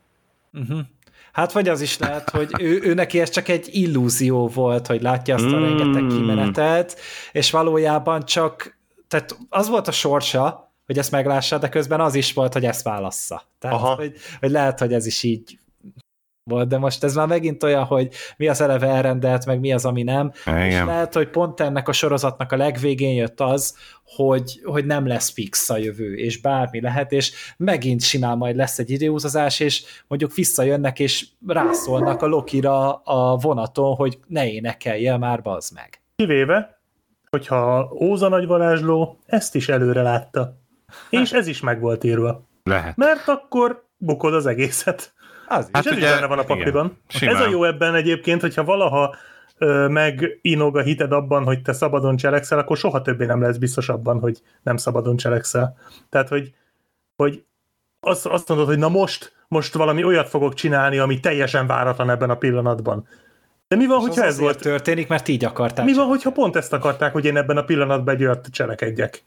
Speaker 1: Hát vagy az is lehet, hogy ő neki ez csak egy illúzió volt, hogy látja azt a rengeteg kimenetet, és valójában csak, tehát az volt a sorsa, hogy ezt meglássa, de közben az is volt, hogy ezt válassza. Tehát, hogy lehet, hogy ez is így volt, de most ez már megint olyan, hogy mi az eleve elrendelt, meg mi az, ami nem. Igen. És lehet, hogy pont ennek a sorozatnak a legvégén jött az, hogy nem lesz fix a jövő, és bármi lehet, és megint simán majd lesz egy időutazás, és mondjuk visszajönnek, és rászólnak a Lokira a vonaton, hogy ne énekelje már, bazd meg.
Speaker 2: Kivéve, hogyha Óza nagyvarázsló ezt is előre látta, és ez is meg volt írva.
Speaker 3: Lehet.
Speaker 2: Mert akkor bukod az egészet. És ez is benne van a pakliban. Ez a jó ebben egyébként, hogyha valaha meginog a hited abban, hogy te szabadon cselekszel, akkor soha többé nem lesz biztos abban, hogy nem szabadon cselekszel. Tehát, hogy azt mondod, hogy na most valami olyat fogok csinálni, ami teljesen váratlan ebben a pillanatban. De mi van,
Speaker 1: és
Speaker 2: hogyha ez volt?
Speaker 1: történik, mert így akarták.
Speaker 2: Mi van, hogyha pont ezt akarták, hogy én ebben a pillanatban egy olyat cselekedjek?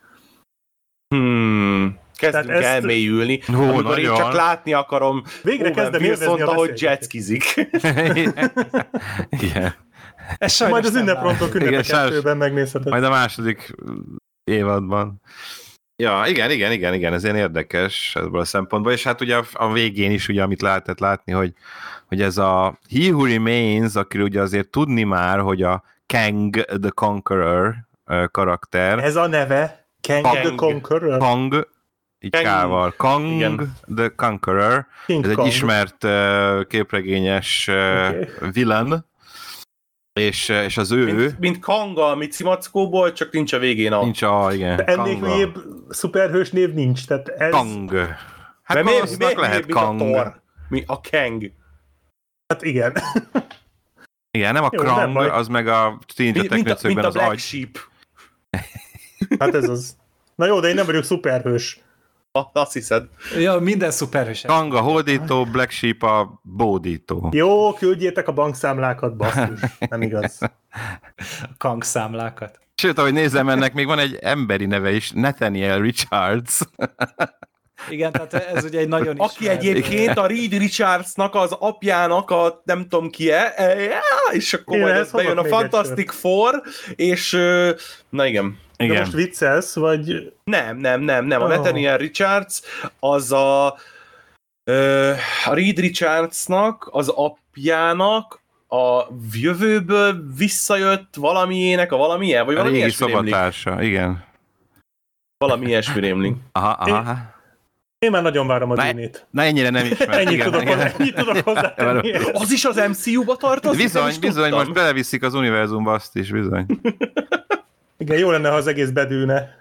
Speaker 4: Kezdünk elmélyülni, amikor én csak látni akarom.
Speaker 2: Végre kezdem élvezni a
Speaker 4: hogy jetskizik.
Speaker 3: Igen.
Speaker 2: Majd az ünneprontól Ünnepek 2-ben megnézheted.
Speaker 3: Majd a második évadban. Ja, igen, ez ilyen érdekes ebből a szempontból, és hát ugye a végén is, ugye, amit lehetett látni, hogy ez a He Who Remains, akiről ugye azért tudni már, hogy a Kang the Conqueror karakter.
Speaker 2: Ez a neve? Kang the Conqueror?
Speaker 3: Kang, így K-val. Kang igen. The Conqueror.
Speaker 2: King
Speaker 3: ez
Speaker 2: Kong.
Speaker 3: egy ismert képregényes villain, és az ő...
Speaker 4: Mint Kanga a Micimackóból, csak nincs a végén a...
Speaker 3: Nincs a, igen.
Speaker 2: De ennél hülyébb szuperhős név nincs, tehát ez...
Speaker 3: Kang. Hát valószínűleg lehet Kang.
Speaker 4: A Kang.
Speaker 2: Hát igen.
Speaker 3: Igen, nem a
Speaker 2: jó,
Speaker 3: Krang,
Speaker 2: nem
Speaker 3: az meg a Ninja Technőcökben az agy.
Speaker 4: Sheep.
Speaker 2: Hát ez az. Na jó, de én nem vagyok szuperhős.
Speaker 4: Azt hiszed.
Speaker 1: Ja, minden szuperhős.
Speaker 3: Kang a hódító, Black Sheep a bódító.
Speaker 2: Jó, küldjétek a bankszámlákat, basszus. Nem igaz.
Speaker 1: Kang számlákat.
Speaker 3: Sőt, ahogy nézem, ennek még van egy emberi neve is, Nathaniel Richards.
Speaker 1: Igen, tehát ez ugye egy nagyon
Speaker 4: aki egyébként a Reed Richardsnak az apjának a nem tudom ki-e, és akkor majd bejön a Fantastic Four, és na igen.
Speaker 2: De most viccelsz, vagy...
Speaker 4: Nem. A Nathaniel Richards az a Reed Richardsnak, az apjának a jövőből visszajött valamiének a valamilyen, vagy valami ilyesmi rémlik.
Speaker 3: A régi szobatársa, igen.
Speaker 4: Valami ilyesmi rémlik.
Speaker 3: Aha.
Speaker 2: Én már nagyon várom a Dűnét.
Speaker 3: Na ennyire nem ismerem.
Speaker 2: Ennyit tudok hozzátenni.
Speaker 4: Az is az MCU-ba tartozik?
Speaker 3: Bizony, most beleviszik az univerzumba azt is, bizony.
Speaker 2: Igen, jó lenne, ha az egész bedűne.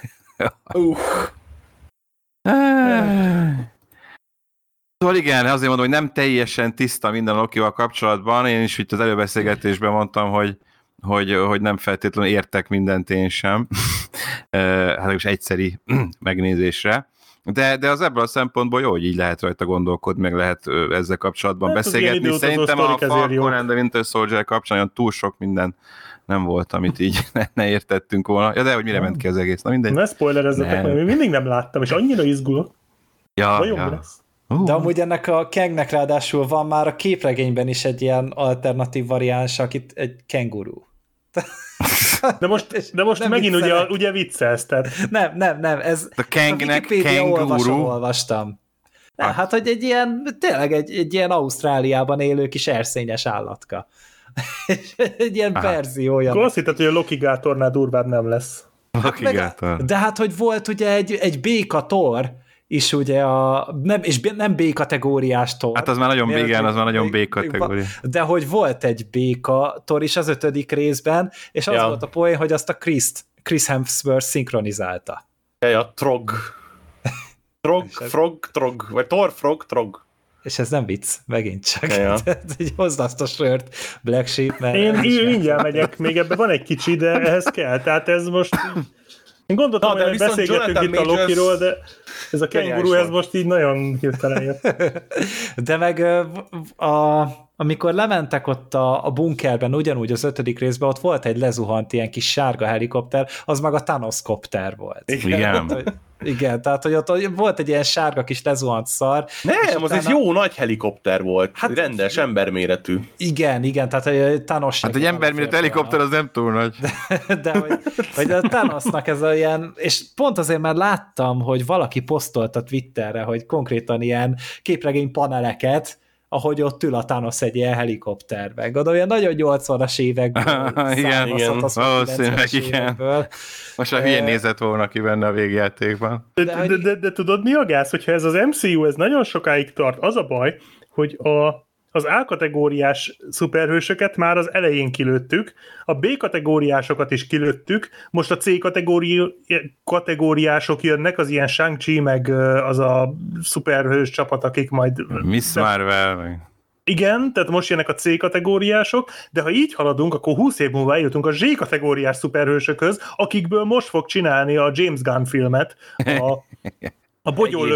Speaker 3: Szóval igen, azért mondom, hogy nem teljesen tiszta minden Lokival kapcsolatban. Én is itt az előbeszélgetésben mondtam, hogy nem feltétlenül értek mindent én sem. Hát is egyszeri megnézésre. De az ebből a szempontból jó, hogy így lehet rajta gondolkodni, meg lehet ezzel kapcsolatban hát beszélgetni. Szerintem a Falcon and the Winter Soldier kapcsán olyan túl sok minden nem volt, amit így ne értettünk volna. Ja, de hogy mire ment ki az egész. Na mindegy.
Speaker 2: Ne spoilerezzetek meg, még mindig nem láttam, és annyira izgulok.
Speaker 3: Vajon mi lesz?
Speaker 1: De amúgy ennek a Kangnek ráadásul van már a képregényben is egy ilyen alternatív variáns, akit egy kenguru.
Speaker 2: De most megint ugye viccelsz, tehát...
Speaker 1: Nem, ez
Speaker 3: a Kangnek kenguru.
Speaker 1: Olvastam. Nem, hát, hogy egy ilyen, tényleg egy ilyen Ausztráliában élő kis erszényes állatka. Egy ilyen verziója.
Speaker 2: Akkor azt hitted, hogy a Lokigátornál durvább nem lesz.
Speaker 3: Lokigátor.
Speaker 1: De hát, hogy volt ugye egy békator is ugye nem B-kategóriás tor.
Speaker 3: Hát az már nagyon igen, az már nagyon B-kategória.
Speaker 1: De hogy volt egy békator is az 5. részben, és az volt a poén, hogy azt a Chris Hemsworth szinkronizálta.
Speaker 4: Ja, Trog, vagy Thor, Trog.
Speaker 1: És ez nem vicc, megint csak. Ja. Hozd azt a sört, Black Sheep, mert...
Speaker 2: Én mindjárt megyek, még ebben van egy kicsi, de ehhez kell. Tehát ez most... Én gondoltam, hogy beszélgetünk itt a Lokiról, de ez a kenguru, ez most így nagyon hirtelen jött.
Speaker 1: De meg amikor lementek ott a bunkerben, ugyanúgy az 5. részben, ott volt egy lezuhant ilyen kis sárga helikopter, az meg a Thanos-kopter volt. Igen, tehát hogy ott volt egy ilyen sárga kis lezuhant szar.
Speaker 4: Nem, az egy jó nagy helikopter volt, hát, rendes, emberméretű.
Speaker 1: Igen, tehát hogy Thanos...
Speaker 3: Hát egy emberméretű helikopter az nem túl nagy.
Speaker 1: De hogy a Thanosnak ez a ilyen, és pont azért már láttam, hogy valaki posztolt a Twitterre, hogy konkrétan ilyen képregény paneleket, ahogy ott ül a Thanos egy ilyen helikopterben. Gondolom, ilyen nagyon 80-as évekből
Speaker 3: valószínűleg igen. Most a hülyén nézett volna ki benne a végjátékban.
Speaker 2: De tudod mi a gáz? Hogyha ez az MCU, ez nagyon sokáig tart, az a baj, hogy az A-kategóriás szuperhősöket már az elején kilőttük, a B-kategóriásokat is kilőttük, most a C-kategóriások jönnek, az ilyen Shang-Chi, meg az a szuperhős csapat, akik majd...
Speaker 3: Miss Marvel, meg...
Speaker 2: Igen, tehát most jönnek a C-kategóriások, de ha így haladunk, akkor 20 év múlva eljutunk a Z-kategóriás szuperhősökhöz, akikből most fog csinálni a James Gunn filmet, a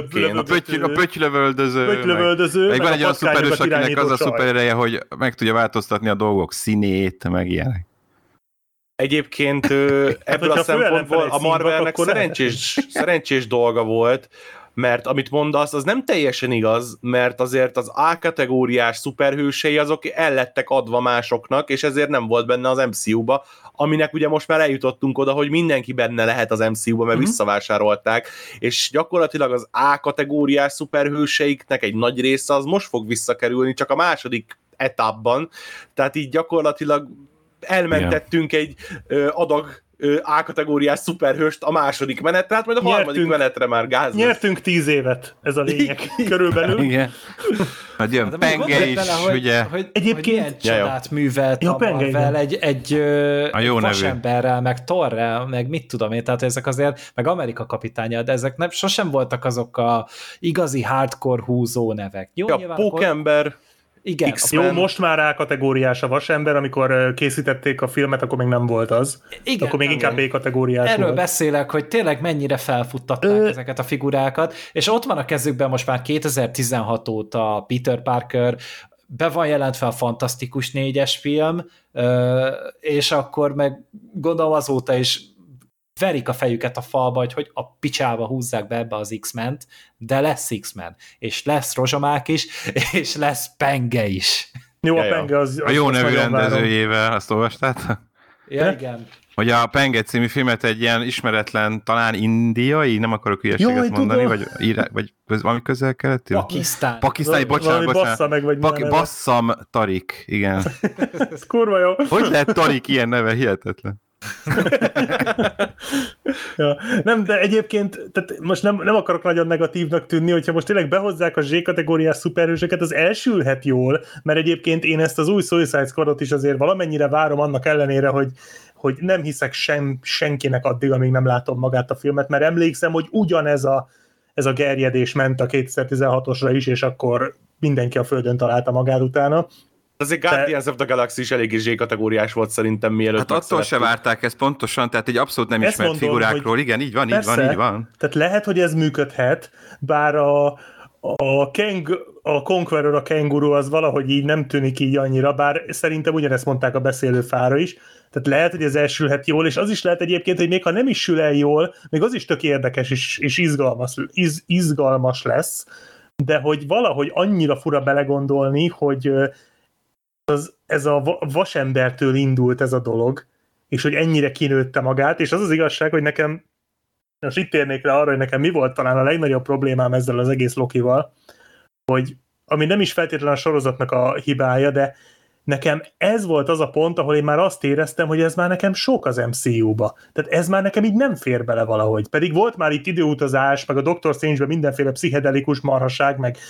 Speaker 2: pöttylövöldöző,
Speaker 3: meg van egy olyan szuperhős, akinek az a szuperereje, hogy meg tudja változtatni a dolgok színét, meg ilyenek.
Speaker 4: Egyébként ebből a szempontból a Marvelnek szerencsés dolga volt, mert amit mondasz, az nem teljesen igaz, mert azért az A-kategóriás szuperhősei azok ellettek adva másoknak, és ezért nem volt benne az MCU-ba, aminek ugye most már eljutottunk oda, hogy mindenki benne lehet az MCU-ba, mert visszavásárolták, és gyakorlatilag az A-kategóriás szuperhőseiknek egy nagy része az most fog visszakerülni, csak a második etapban, tehát így gyakorlatilag elmentettünk egy adag A-kategóriás szuperhőst a második menetre, hát majd a harmadik menetre már gáz.
Speaker 2: Nyertünk 10 évet, ez a lényeg körülbelül.
Speaker 3: Igen. Hogy jön Penge is, ugye.
Speaker 1: Hogy egyébként csodát művelt a Marvel egy vasemberrel, meg Thorrel, meg mit tudom én, tehát ezek azért, meg Amerika kapitánya, de ezek nem, sosem voltak azok a igazi hardcore húzó nevek. Jó,
Speaker 4: ja, Pókember.
Speaker 1: Igen.
Speaker 2: Jó, most már A-kategóriás a vasember, amikor készítették a filmet, akkor még nem volt az. Igen, akkor még inkább B-kategóriás
Speaker 1: Erről
Speaker 2: volt.
Speaker 1: Beszélek, hogy tényleg mennyire felfuttatták ezeket a figurákat, és ott van a kezükben most már 2016 óta Peter Parker, be van jelentve a Fantasztikus 4-es film, és akkor meg gondolom azóta is verik a fejüket a falba, hogy a picsába húzzák be ebbe az X-ment, de lesz X-Men, és lesz Rozsomák is, és lesz Penge is.
Speaker 2: Jó, a Penge az
Speaker 3: a jó nevű rendezőjével, azt olvastátok?
Speaker 1: Ja, igen.
Speaker 3: Hogy a Penge című filmet egy ilyen ismeretlen, talán indiai, nem akarok hülyeséget mondani, vagy valami közel-keleti? Pakisztáni, bocsánat. Basszam Tarik, igen.
Speaker 2: Ez kurva jó.
Speaker 3: Hogy lehet Tarik ilyen neve? Hihetetlen.
Speaker 2: Ja, nem, de egyébként tehát most nem akarok nagyon negatívnak tűnni, hogyha most tényleg behozzák a Z-kategóriás szuperhősöket, az elsülhet jól, mert egyébként én ezt az új Suicide Squadot is azért valamennyire várom annak ellenére, hogy nem hiszek senkinek addig, amíg nem látom magát a filmet, mert emlékszem, hogy ugyanez a gerjedés ment a 2016-osra is, és akkor mindenki a földön találta magát utána.
Speaker 4: Azért Guardians of the Galaxy is eléggé Z-kategóriás volt szerintem, mielőtt
Speaker 3: hát attól se várták ezt pontosan, tehát egy abszolút nem ismert figurákról. Igen, így van, persze, így van.
Speaker 2: Tehát lehet, hogy ez működhet, bár a Conqueror, a kenguru az valahogy így nem tűnik így annyira, bár szerintem ugyanezt mondták a beszélő fára is. Tehát lehet, hogy ez elsülhet jól, és az is lehet egyébként, hogy még ha nem is sül el jól, még az is tök érdekes és izgalmas lesz, de hogy valahogy annyira fura belegondolni, hogy ez a vasembertől indult ez a dolog, és hogy ennyire kinőtte magát, és az az igazság, hogy nekem, most itt térnék rá arra, hogy nekem mi volt talán a legnagyobb problémám ezzel az egész Lokival, hogy ami nem is feltétlenül a sorozatnak a hibája, de nekem ez volt az a pont, ahol én már azt éreztem, hogy ez már nekem sok az MCU-ba. Tehát ez már nekem így nem fér bele valahogy. Pedig volt már itt időutazás, meg a Doctor Strange-ben mindenféle pszichedelikus marhaság, meg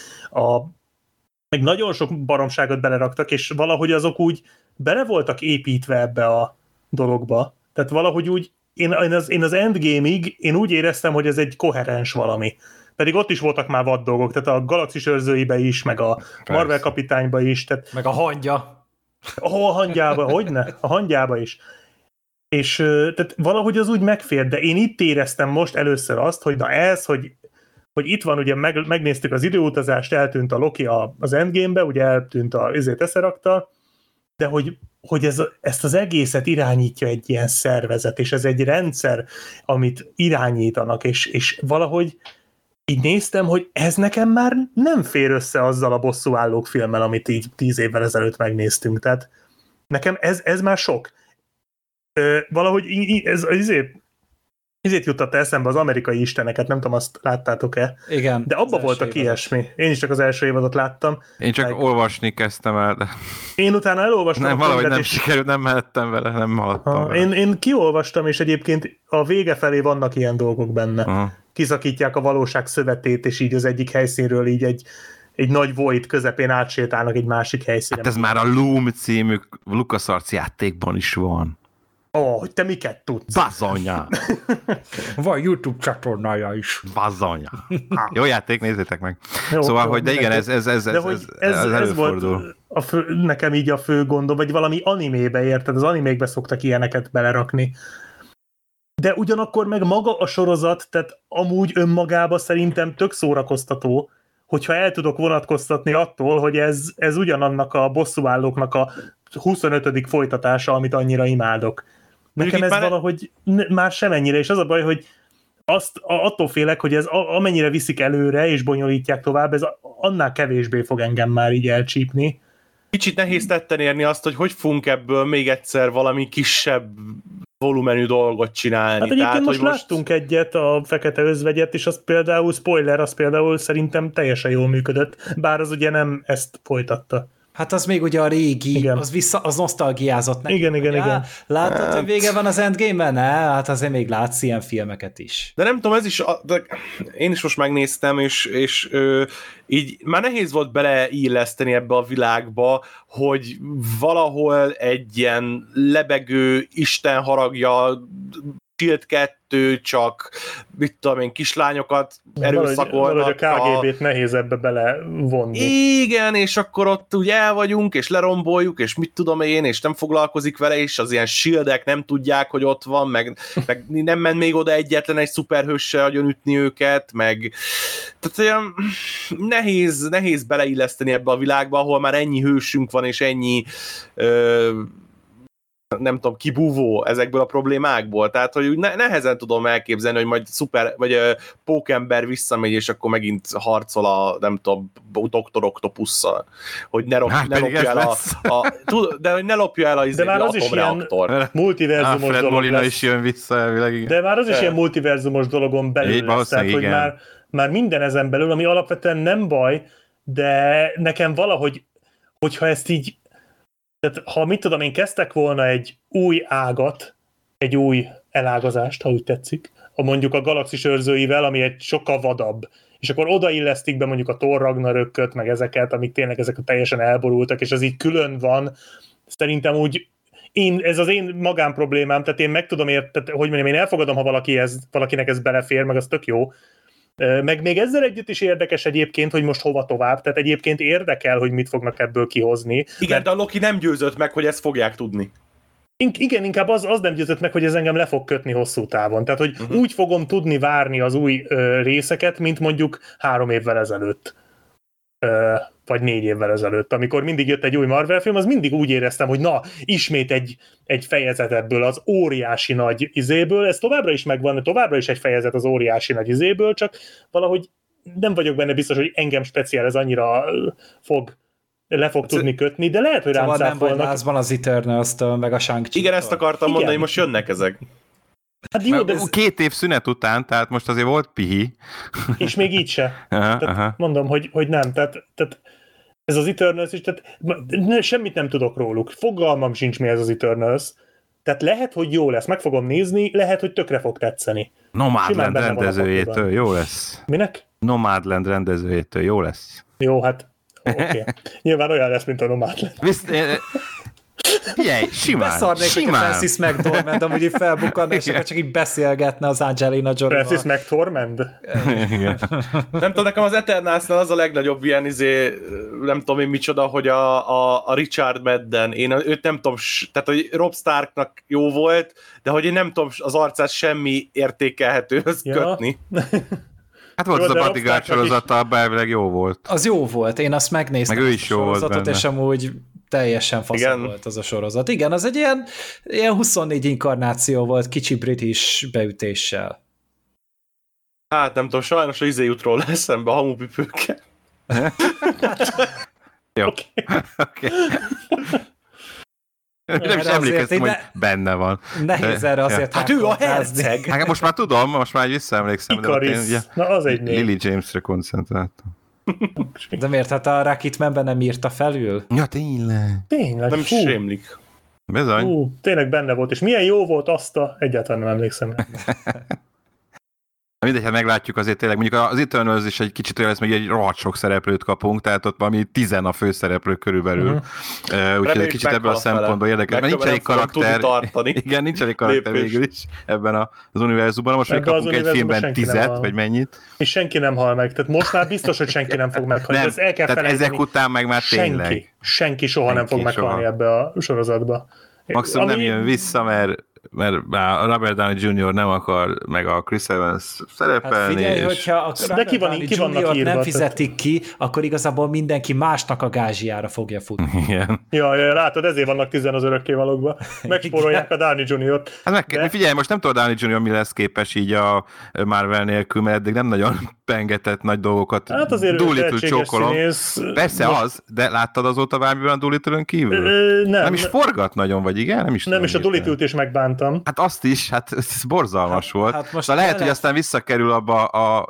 Speaker 2: nagyon sok baromságot beleraktak, és valahogy azok úgy bele voltak építve ebbe a dologba. Tehát valahogy úgy, én az Endgame-ig én úgy éreztem, hogy ez egy koherens valami. Pedig ott is voltak már vad dolgok, tehát a Galaxis őrzőibe is, meg a Marvel kapitányba is. Tehát,
Speaker 1: meg a hangya.
Speaker 2: A hangyába, hogyne? A hangyába is. És tehát valahogy az úgy megfér, de én itt éreztem most először azt, hogy na ez, hogy itt van, ugye megnéztük az időutazást, eltűnt a Loki az Endgame-be, ugye eltűnt a Tesseract-tal, de hogy ezt az egészet irányítja egy ilyen szervezet, és ez egy rendszer, amit irányítanak, és valahogy így néztem, hogy ez nekem már nem fér össze azzal a bosszúállók filmmel, amit így 10 évvel ezelőtt megnéztünk, tehát nekem ez már sok. Valahogy ez ezért juttatta eszembe az Amerikai Isteneket, nem tudom, azt láttátok-e?
Speaker 1: Igen.
Speaker 2: De abba voltak ilyesmi. Én is csak az első évadot láttam.
Speaker 3: Én csak olvasni kezdtem el, de...
Speaker 2: Én utána elolvastam.
Speaker 3: Nem, valahogy nem sikerült, nem mehettem vele, nem haladtam vele.
Speaker 2: Én kiolvastam, és egyébként a vége felé vannak ilyen dolgok benne. Aha. Kiszakítják a valóság szövetét, és így az egyik helyszínről így egy nagy void közepén átsétálnak egy másik helyszínre.
Speaker 3: Hát ez már a Loom című LucasArts játékban is van.
Speaker 2: Hogy te miket tudsz?
Speaker 3: Bazanya!
Speaker 1: Van YouTube csatornája is.
Speaker 3: Bazanya! Jó játék, nézzétek meg. Jó, szóval, hogy de igen, ez előfordul.
Speaker 2: nekem így a fő gondom, vagy valami animébe, érted? Az animékbe szoktak ilyeneket belerakni. De ugyanakkor meg maga a sorozat, tehát amúgy önmagába szerintem tök szórakoztató, hogyha el tudok vonatkoztatni attól, hogy ez ugyanannak a bosszúállóknak a 25. folytatása, amit annyira imádok. Nekem ez valahogy már semennyire, és az a baj, hogy attól félek, hogy ez amennyire viszik előre és bonyolítják tovább, ez annál kevésbé fog engem már így elcsípni.
Speaker 4: Kicsit nehéz tetten érni azt, hogy fogunk ebből még egyszer valami kisebb volumenű dolgot csinálni.
Speaker 2: Hát egyébként most láttunk egyet, a Fekete Özvegyet, és az például, spoiler, az például szerintem teljesen jól működött, bár az ugye nem ezt folytatta.
Speaker 1: Hát az még ugye a régi,
Speaker 2: igen.
Speaker 1: az nosztalgiázott neki.
Speaker 2: Igen.
Speaker 1: Látod, hogy vége van az Endgame-en? Ne? Hát azért még látsz ilyen filmeket is.
Speaker 4: De nem tudom, ez is, én is most megnéztem, és így már nehéz volt beleilleszteni ebbe a világba, hogy valahol egy ilyen lebegő Isten haragja, Shield 2 csak, mit tudom én, kislányokat erőszakolnak.
Speaker 2: Valahogy a KGB-t nehéz ebbe belevonni.
Speaker 4: Igen, és akkor ott úgy el vagyunk, és leromboljuk, és mit tudom én, és nem foglalkozik vele, és az ilyen Shieldek nem tudják, hogy ott van, meg nem ment még oda egyetlen egy szuperhőssel agyonütni őket, meg tehát olyan nehéz beleilleszteni ebbe a világba, ahol már ennyi hősünk van, és ennyi nem tudom, kibúvó ezekből a problémákból. Tehát, hogy úgy nehezen tudom elképzelni, hogy majd pókember visszamegy, és akkor megint harcol a, nem tudom, Dr. Octopusszal. Hogy ne lopja el de hogy ne lopja el az atomreaktor.
Speaker 2: Multiverzumos
Speaker 3: Fred
Speaker 2: dolog
Speaker 3: Molina
Speaker 2: lesz.
Speaker 3: is jön vissza elvileg.
Speaker 2: De már az is ilyen multiverzumos dologon belül lesz. Tehát, hogy már minden ezen belül, ami alapvetően nem baj, de nekem valahogy, hogyha ezt így tehát ha mit tudom én, kezdtek volna egy új ágat, egy új elágazást, ha úgy tetszik, mondjuk a Galaxis őrzőivel, ami egy sokkal vadabb, és akkor odaillesztik be mondjuk a Thor Ragnarököt, meg ezeket, amik tényleg ezek teljesen elborultak, és az így külön van, szerintem úgy ez az én magánproblémám, tehát én meg tudom érteni, hogy mondjam, én elfogadom, ha valakinek ez belefér, meg az tök jó, meg még ezzel együtt is érdekes egyébként, hogy most hova tovább, tehát egyébként érdekel, hogy mit fognak ebből kihozni.
Speaker 4: Igen, de a Loki nem győzött meg, hogy ezt fogják tudni.
Speaker 2: Igen, inkább az nem győzött meg, hogy ez engem le fog kötni hosszú távon. Tehát, hogy úgy fogom tudni várni az új részeket, mint mondjuk 3 évvel ezelőtt. Vagy 4 évvel ezelőtt. Amikor mindig jött egy új Marvel film, az mindig úgy éreztem, hogy na, ismét egy fejezet ebből az óriási nagy izéből, ez továbbra is megvan, továbbra is egy fejezet az óriási nagy izéből, csak valahogy nem vagyok benne biztos, hogy engem speciál ez annyira le fog tudni kötni, de lehet, hogy rám
Speaker 1: cáfolnak. Nem vagy lázban az Eternals-től, meg a Shang-Chi-től.
Speaker 4: Igen, ezt akartam mondani, most jönnek ezek.
Speaker 2: Hát jó, de
Speaker 3: 2 év szünet után, tehát most azért volt pihi.
Speaker 2: És még így se. Tehát mondom, hogy nem. Tehát ez az Eternals is, tehát semmit nem tudok róluk. Fogalmam sincs, mi ez az Eternals. Tehát lehet, hogy jó lesz, meg fogom nézni, lehet, hogy tökre fog tetszeni.
Speaker 3: Nomadland rendezőjétől jó lesz.
Speaker 2: Minek?
Speaker 3: Nomadland rendezőjétől jó lesz.
Speaker 2: Jó, hát oké. Nyilván olyan lesz, mint a Nomadland.
Speaker 3: Figyelj, simán.
Speaker 1: Beszarnék, hogy a Francis McDormand amúgy így felbukkanna, és akkor csak így beszélgetne az Angelina Jolie-val.
Speaker 2: Francis McDormand?
Speaker 4: Nem tudom, nekem az Eternalsnál az a legnagyobb ilyen nem tudom én micsoda, hogy a Richard Madden, én őt nem tudom, tehát hogy Robb Starknak jó volt, de hogy én nem tudom az arcát semmi értékelhetőhöz kötni.
Speaker 3: Hát volt az a Bodyguard sorozata, elvileg jó volt.
Speaker 1: Az jó volt, én azt megnéztem.
Speaker 3: Meg ő is jó volt benne.
Speaker 1: És amúgy teljesen faszom volt az a sorozat. Igen, az egy ilyen 24 inkarnáció volt, kicsi british beütéssel.
Speaker 4: Hát nem tudom, sajnos a jutról eszembe a hamupipőkkel.
Speaker 3: Jó. Oké. Nem is emlékeztem, hogy benne van.
Speaker 1: Nehéz erre azért.
Speaker 4: Hát ő a herceg.
Speaker 3: Hát most már tudom, most már visszaemlékszem.
Speaker 2: Na az egy név.
Speaker 3: Lily Jamesre koncentráltam.
Speaker 1: De miért? Hát a Rocketmanben nem írta felül?
Speaker 3: Ja, tényleg.
Speaker 4: Nem sémlik.
Speaker 3: Bizony.
Speaker 2: Tényleg benne volt, és milyen jó volt egyáltalán nem emlékszem.
Speaker 3: Mindegy, hát meglátjuk azért tényleg, mondjuk az Eternals is egy kicsit olyan lesz, meg egy rohadt sok szereplőt kapunk, tehát ott valami 10 a főszereplő körülbelül. Úgyhogy egy kicsit ebből a szempontból érdekes, mert nincs elég karakter. Igen, nincs elég karakter végül is ebben az univerzumban. Most még kapunk egy filmben 10, vagy mennyit.
Speaker 2: És senki nem hal meg. Tehát most már biztos, hogy senki nem fog meghalni.
Speaker 3: Nem, el kell tehát ezek után meg már tényleg.
Speaker 2: Senki soha nem fog meghalni ebbe a sorozatba.
Speaker 3: Maximum nem jön vissza, mert a Robert Downey Jr. nem akar, meg a Chris Evans szerepelni. Hát
Speaker 1: figyelj, hogyha a Robert Downey Jr. nem fizetik ki, akkor igazából mindenki másnak a gázsiára fogja futni.
Speaker 3: Igen.
Speaker 2: Ja, látod, ezért vannak 10 az örökkévalókban. Megspórolják a Downey Jr.-t.
Speaker 3: Hát figyelj, most nem tudod Downey Jr. mi lesz képes így a Marvel nélkül, mert eddig nem nagyon pengetett nagy dolgokat.
Speaker 2: Hát azért
Speaker 3: Doolittle csókolom. Persze az, de láttad azóta bármiben a Doolittle-ön kívül? Nem is forgat nagyon, vagy igen? Nem is
Speaker 2: a Doolittle-t is megbántam.
Speaker 3: Hát azt is, hát ez borzalmas volt. Hát most lehet, hogy aztán visszakerül abba a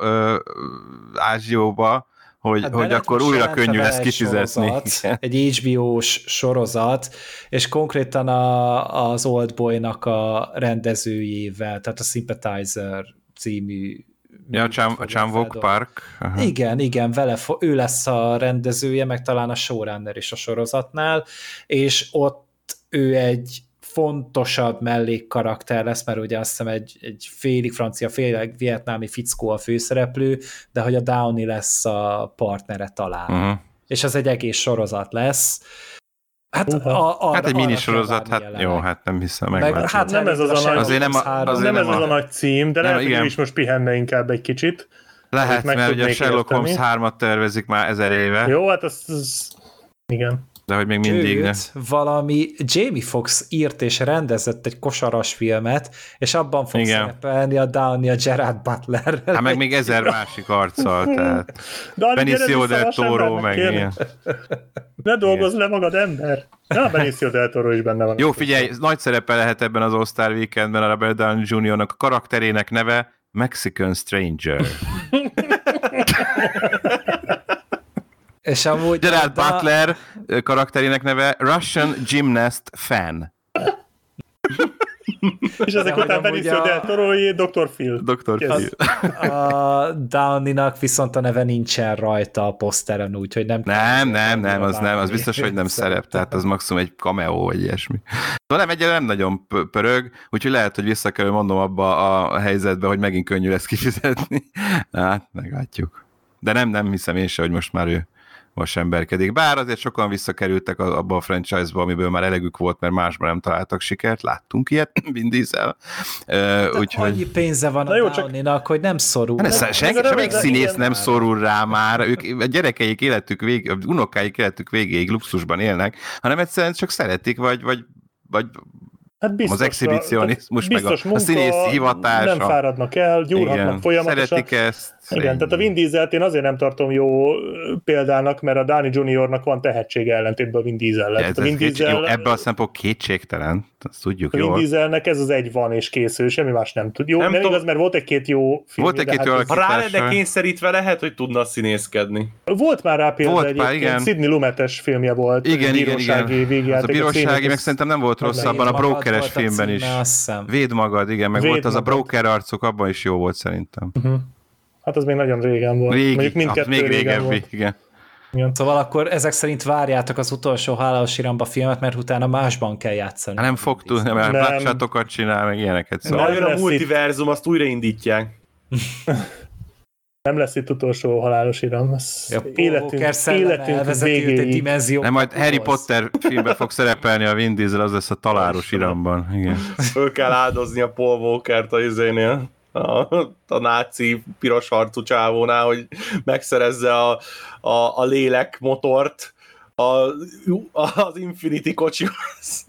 Speaker 3: Ázsióba, hogy akkor újra könnyű lesz kifizetni.
Speaker 1: Egy HBO-s sorozat, és konkrétan az Oldboy-nak a rendezőjével, tehát a Sympathizer című
Speaker 3: a Chan-wook Park.
Speaker 1: Aha. Igen, vele ő lesz a rendezője, meg talán a showrunner is a sorozatnál, és ott ő egy fontosabb mellékkarakter lesz, mert ugye azt hiszem egy félig francia, félig vietnámi fickó a főszereplő, de hogy a Downey lesz a partnere talán. És az egy egész sorozat lesz. Hát,
Speaker 3: hát egy minisorozat, hát jelenleg. Jó, hát nem hiszem meg.
Speaker 2: Hát nem ez az a nagy cím, de lehet, hogy ő is most pihenne inkább egy kicsit.
Speaker 3: Lehet, mert ugye a Sherlock Holmes 3-at tervezik már 1000 éve.
Speaker 2: Jó, hát az igen.
Speaker 3: De hogy még mindig, ne?
Speaker 1: Valami Jamie Foxx írt és rendezett egy kosaras filmet, és abban fog szerepelni a Downey, a Gerard Butler.
Speaker 3: Hát meg még 1000 másik arccal, tehát Benicio del Toro, meg ilyen.
Speaker 2: Ne dolgozz le magad, ember! Na, Benicio del Toro is benne van.
Speaker 3: Jó, figyelj, nagy szerepe lehet ebben az All-Star Weekendben a Robert Downey Jr.-nak a karakterének neve Mexican Stranger.
Speaker 1: És amúgy
Speaker 3: Gerard Butler karakterének neve Russian Gymnast Fan.
Speaker 2: És ezek után Benicio del Toroé Dr. Phil.
Speaker 3: Dr. Phil.
Speaker 1: A Downey-nak viszont a neve nincsen rajta a poszteren, úgyhogy nem...
Speaker 3: Nem, az biztos, hogy nem szerep, tehát az maximum egy cameo, vagy ilyesmi. Szóval egyelőre nem nagyon pörög, úgyhogy lehet, hogy visszakerül, mondom, abba a helyzetbe, hogy megint könnyű lesz kifizetni. Hát, meglátjuk. De nem hiszem én se, hogy most már ő emberkedik. Bár azért sokan visszakerültek abba a franchise-ba, amiből már elegük volt, mert másban nem találtak sikert. Láttunk ilyet, Vin Diesel.
Speaker 1: Úgyhogy... Annyi pénze van a Downey-nak, hogy nem szorul.
Speaker 3: Semmelyik színész nem szorul rá már. Ők a gyerekeik életük végéig, a unokáik életük végéig luxusban élnek, hanem egyszerűen csak szeretik, vagy hát biztos, az exhibicionizmus, meg a színész hivatása.
Speaker 2: Nem fáradnak el, gyúrhatnak folyamatosan.
Speaker 3: Szeretik ezt.
Speaker 2: Igen, tehát a Vin Dieselt én azért nem tartom jó példának, mert a Downey Jr.-nak van tehetsége ellentétben a Vin Diesel-lel.
Speaker 3: Ebben a szempontból kétségtelen, azt tudjuk jól.
Speaker 2: A Vin Dieselnek ez az egy van és készül, semmi más nem tud. Jó, nem igaz, mert volt egy-két jó film.
Speaker 4: Volt egy-két jó alakítás. Ha rá lenne kényszerítve, lehet, hogy tudna színészkedni.
Speaker 2: Volt már rá például egyébként, Sidney Lumet-es filmje volt.
Speaker 3: Igen. Az a bírósági, meg szerintem nem volt rosszabban, a Brokeres filmben is. Védd magad, igen, meg volt az a broker arcok, abban is jó volt szerintem.
Speaker 2: Hát az még nagyon régen volt.
Speaker 3: Mondjuk mindkettő régen volt. Igen.
Speaker 1: Szóval akkor ezek szerint várjátok az utolsó Halálos Iramba filmet, mert utána másban kell játszani.
Speaker 3: Nem fog tudni, mert plátsátokat csinál, meg ilyeneket.
Speaker 4: Szóval jön a multiverzum, azt újraindítják.
Speaker 2: Nem lesz itt utolsó Halálos Iram.
Speaker 1: Életünk végéig.
Speaker 3: Nem, majd Harry Potter filmben fog szerepelni a Vin Diesel, az lesz a Találós Iramban. Igen.
Speaker 4: Föl kell áldozni a Paul Walkert a izénél. A náci piros arcú csávónál, hogy megszerezze a lélek motort az Infinity kocsihoz.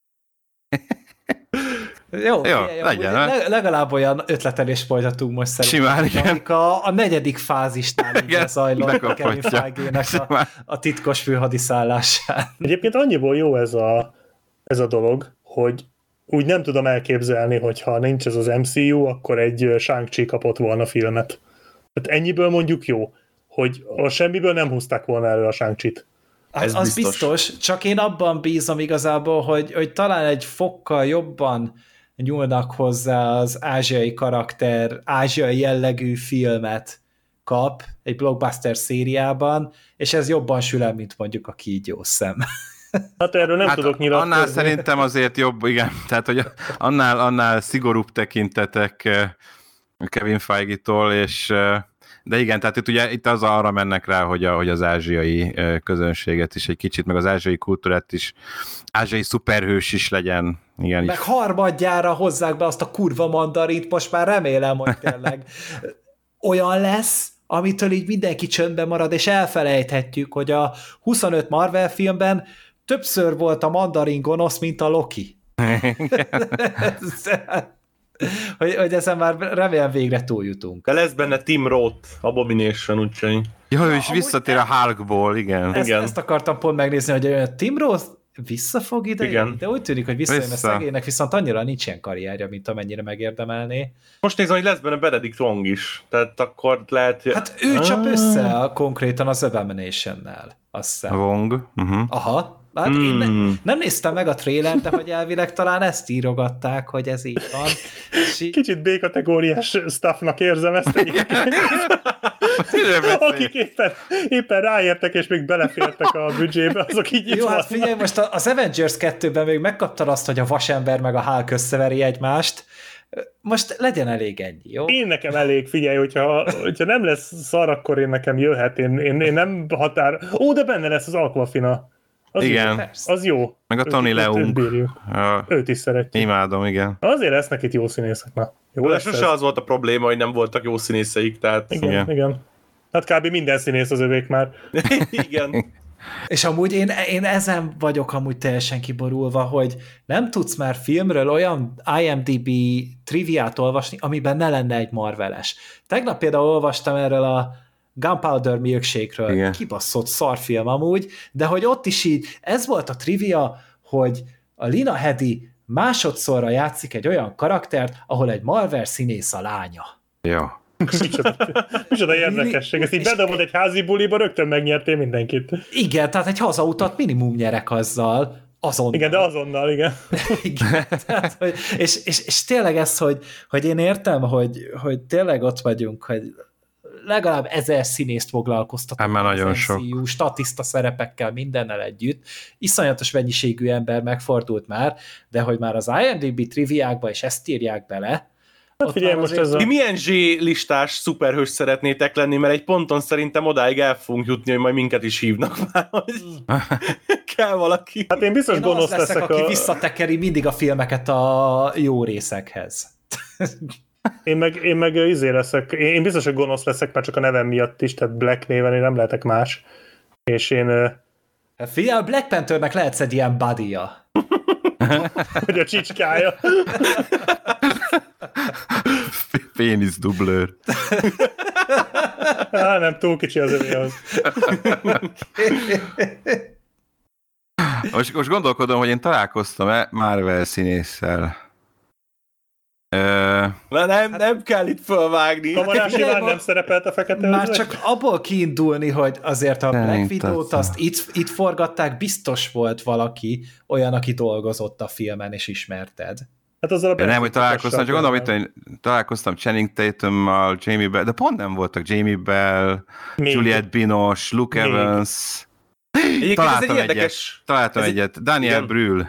Speaker 1: Jó, legyen, legalább olyan ötletelést folytatunk most
Speaker 3: szerintem. Simán,
Speaker 1: a negyedik fázisnál zajlott Kevin Feige-nek a titkos főhadiszállásán.
Speaker 2: Egyébként annyiból jó ez a dolog, hogy úgy nem tudom elképzelni, hogy ha nincs ez az MCU, akkor egy Shang-Chi kapott volna filmet. Tehát ennyiből mondjuk jó, hogy a semmiből nem húzták volna elő a Shang-Chi-t.
Speaker 1: Az biztos, csak én abban bízom igazából, hogy talán egy fokkal jobban nyúlnak hozzá az ázsiai karakter, ázsiai jellegű filmet kap egy blockbuster szériában, és ez jobban sül el, mint mondjuk a kígyó szem.
Speaker 2: Hát erről nem tudok nyilatkozni.
Speaker 3: Annál szerintem azért jobb, igen, tehát hogy annál szigorúbb tekintetek Kevin Feige-tól, és de igen, tehát itt az arra mennek rá, hogy az ázsiai közönséget is egy kicsit, meg az ázsiai kultúrát is, ázsiai szuperhős is legyen. Igen,
Speaker 1: meg harmadjára hozzák be azt a kurva mandarint, most már remélem, hogy tényleg olyan lesz, amitől így mindenki csöndben marad, és elfelejthetjük, hogy a 25 Marvel filmben többször volt a mandarin gonosz, mint a Loki. hogy ezen már remélem végre túljutunk.
Speaker 4: De lesz benne Tim Roth, Abomination, úgyhogy...
Speaker 3: Ja, ő is visszatér a Hulkból, igen.
Speaker 1: Ezt akartam pont megnézni, hogy Tim Roth vissza fog ide,
Speaker 4: igen.
Speaker 1: De úgy tűnik, hogy visszajön a szegénynek, viszont annyira nincs ilyen karrierje, mint amennyire megérdemelné.
Speaker 4: Most nézem, hogy lesz benne Benedict Wong is, tehát akkor lehet...
Speaker 1: Hát ő csap össze konkrétan az Abomination-nel, azt hiszem.
Speaker 3: Wong.
Speaker 1: Aha. Hát én nem néztem meg a trélert, de hogy elvileg talán ezt írogatták, hogy ez így van.
Speaker 2: Kicsit B-kategóriás stuffnak érzem ezt egyébként. Akik éppen ráértek, és még belefértek a büdzsébe, azok így
Speaker 1: jó, hát figyelj, most az Avengers 2-ben még megkaptad azt, hogy a Vasember meg a Hulk összeveri egymást. Most legyen elég ennyi, jó?
Speaker 2: Én nekem elég, figyelj, hogyha nem lesz szar, akkor én nekem jöhet. Én nem határ... Ó, de benne lesz az Aquafina. Az
Speaker 3: igen.
Speaker 2: Jó. Az jó.
Speaker 3: Meg a Tony Leung.
Speaker 2: Őt is szeretjük.
Speaker 3: Imádom, igen.
Speaker 2: Azért lesznek itt jó színészek. Na, jó
Speaker 4: lesz sose az volt a probléma, hogy nem voltak jó színészeik, tehát...
Speaker 2: Igen. Hát kb. Minden színész az övék már.
Speaker 4: Igen.
Speaker 1: És amúgy én ezen vagyok amúgy teljesen kiborulva, hogy nem tudsz már filmről olyan IMDb triviát olvasni, amiben ne lenne egy Marveles. Tegnap például olvastam erről a Gunpowder Milkshake-ről, igen. Kibaszott szarfilm amúgy, de hogy ott is így, ez volt a trivia, hogy a Lina Headey másodszorra játszik egy olyan karaktert, ahol egy Marvel színész a lánya.
Speaker 3: Ja.
Speaker 2: Micsoda érdekesség, ezt így bedobod egy házi buliba, rögtön megnyertél mindenkit.
Speaker 1: Igen, tehát egy hazautat minimum nyerek azzal, azonnal.
Speaker 2: Igen, de azonnal, igen.
Speaker 1: Igen, tehát, és tényleg ez, hogy én értem, hogy tényleg ott vagyunk, hogy legalább 1000 színészt foglalkoztatunk.
Speaker 3: Már nagyon sok.
Speaker 1: Statiszta szerepekkel, mindennel együtt. Iszonyatos mennyiségű ember megfordult már, de hogy már az IMDb triviákba is ezt írják bele.
Speaker 2: Hát figyelj, most ez
Speaker 4: Ti milyen Z-listás szuperhős szeretnétek lenni, mert egy ponton szerintem odáig el fogunk jutni, hogy majd minket is hívnak már, hogy kell valaki.
Speaker 2: Hát én biztos gonosz leszek,
Speaker 1: aki visszatekeri mindig a filmeket a jó részekhez.
Speaker 2: Én meg izé leszek, én biztos, hogy gonosz leszek, már csak a nevem miatt is, tehát Black néven én nem lehetek más. És én...
Speaker 1: Figyelj, a Black Panthernek lehetsz egy ilyen buddy-ja.
Speaker 2: Hogy a csicskája.
Speaker 3: Pénisz dublőr.
Speaker 2: Nem, túl kicsi az övéhoz.
Speaker 3: Most gondolkodom, hogy én találkoztam-e Marvel színésszel.
Speaker 4: Nem kell itt fölvágni.
Speaker 2: Kamarási már nem szerepelt a fekete
Speaker 1: már csak abból kiindulni, hogy azért a Black Widow-t azt itt forgatták, biztos volt valaki olyan, aki dolgozott a filmen és ismerted.
Speaker 2: Hát azzal a
Speaker 3: nem, hogy találkoztam, csak gondolom, hogy találkoztam Channing Tatummal, Jamie Bell, de pont nem voltak Jamie Bell, Juliette Binoche, Luke Evans. Találtam egyet. Daniel Brühl.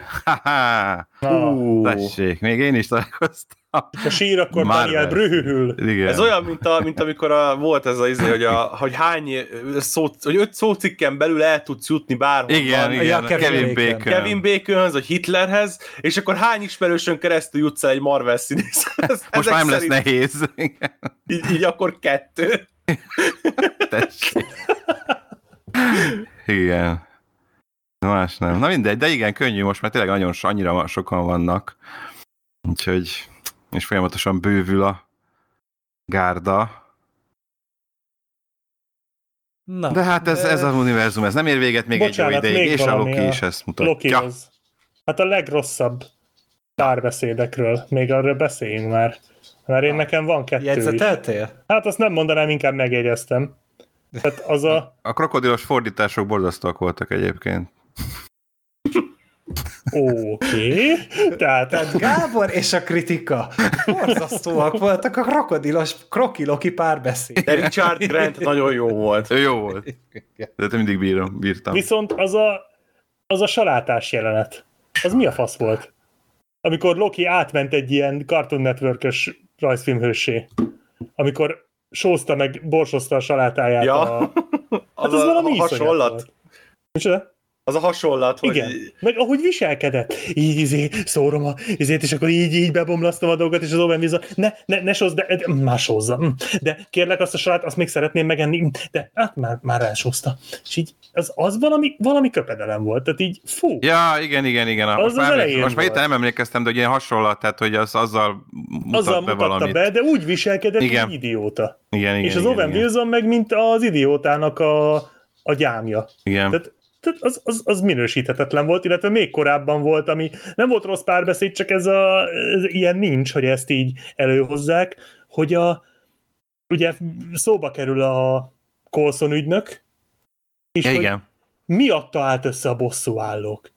Speaker 3: Tessék, még én is találkoztam.
Speaker 2: A sír, akkor Daniel Brühl.
Speaker 3: Igen.
Speaker 4: Ez olyan, mint amikor volt ez az izé, hogy hány hogy 5 szócikken belül el tudsz jutni bárhol.
Speaker 3: Igen,
Speaker 4: Kevin Baconhoz, vagy Hitlerhez, és akkor hány ismerősön keresztül jutsz el egy Marvel színészhez.
Speaker 3: Most már nem lesz nehéz.
Speaker 4: Így akkor 2.
Speaker 3: Tessék. Igen. Más nem. Na mindegy, de igen, könnyű most, mert tényleg annyira sokan vannak. Úgyhogy, és folyamatosan bővül a gárda. Na, de hát ez az univerzum, ez nem ér véget még egy jó ideig, és a Loki is ezt mutatja.
Speaker 2: Lokihoz. Hát a legrosszabb párbeszédekről, még arról beszéljünk már. Mert én nekem van 2
Speaker 1: Jegyzeteltél?
Speaker 2: Is. Hát azt nem mondanám, inkább megjegyeztem. Tehát az
Speaker 3: a krokodilos fordítások borzasztóak voltak egyébként.
Speaker 2: Oké.
Speaker 1: Tehát Gábor és a kritika borzasztóak voltak a krokiloki párbeszéd.
Speaker 4: De Richard Grant nagyon jó volt.
Speaker 3: Ő jó volt. De mindig bírtam.
Speaker 2: Viszont az a salátás jelenet, az mi a fasz volt? Amikor Loki átment egy ilyen Cartoon Network-ös rajzfilmhőssé. Amikor sózta meg, borsozta a salátáját.
Speaker 4: Ja.
Speaker 2: Hát az valami
Speaker 4: hasonlat.
Speaker 2: Micsoda?
Speaker 4: Az a hasonlat, hogy...
Speaker 2: Igen, meg ahogy viselkedett. Így szórom és akkor így bebomlasztom a dolgot, és az Owen Wilson, ne sózz, de már sózza. De kérlek azt a salát, azt még szeretném megenni, de hát már elsózta. És így az valami köpedelem volt, tehát így fú.
Speaker 3: Ja, igen.
Speaker 2: Az
Speaker 3: Most már itt nem emlékeztem, de hogy ilyen hasonlat, tehát hogy azzal mutatta valamit.
Speaker 2: be, de úgy viselkedett, mint idióta.
Speaker 3: Igen,
Speaker 2: és az Owen Wilson meg, mint az idiótának a gyámja.
Speaker 3: Igen.
Speaker 2: Tehát az minősíthetetlen volt, illetve még korábban volt, ami nem volt rossz párbeszéd, csak ez ilyen nincs, hogy ezt így előhozzák, hogy ugye szóba kerül a Coulson ügynök, és
Speaker 3: ja,
Speaker 2: hogy
Speaker 3: igen.
Speaker 2: miatta állt össze a bosszúállók.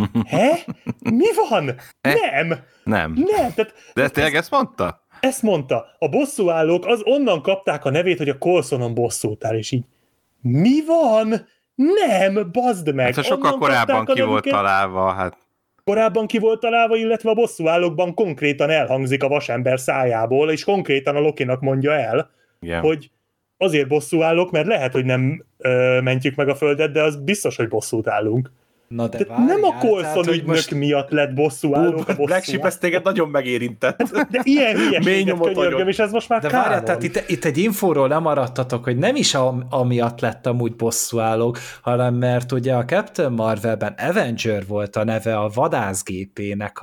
Speaker 2: Mi van? Nem. Tehát,
Speaker 3: de ezt tényleg ezt mondta?
Speaker 2: Ezt mondta. A bosszúállók az onnan kapták a nevét, hogy a Coulsonon bosszút áll, és így mi van? Nem, bazd meg!
Speaker 3: Hát sokkal korábban ki volt találva, hát.
Speaker 2: Korábban ki volt találva, illetve a bosszúállókban konkrétan elhangzik a vasember szájából, és konkrétan a Lokinak mondja el,
Speaker 3: igen.
Speaker 2: hogy azért bosszúállók, mert lehet, hogy nem mentjük meg a földet, de az biztos, hogy bosszút állunk.
Speaker 1: Na de várjál,
Speaker 2: nem a Coulson ügynök
Speaker 1: most...
Speaker 2: miatt lett bosszúállók a
Speaker 4: Black Sheep ezt téged nagyon megérintett.
Speaker 2: De ilyen hülyeséget könyörgöm, és ez most már
Speaker 1: de várjál, tehát itt egy infóról nem maradtatok, hogy nem is amiatt lett amúgy bosszúállók, hanem mert ugye a Captain Marvelben Avenger volt a neve a vadászgépének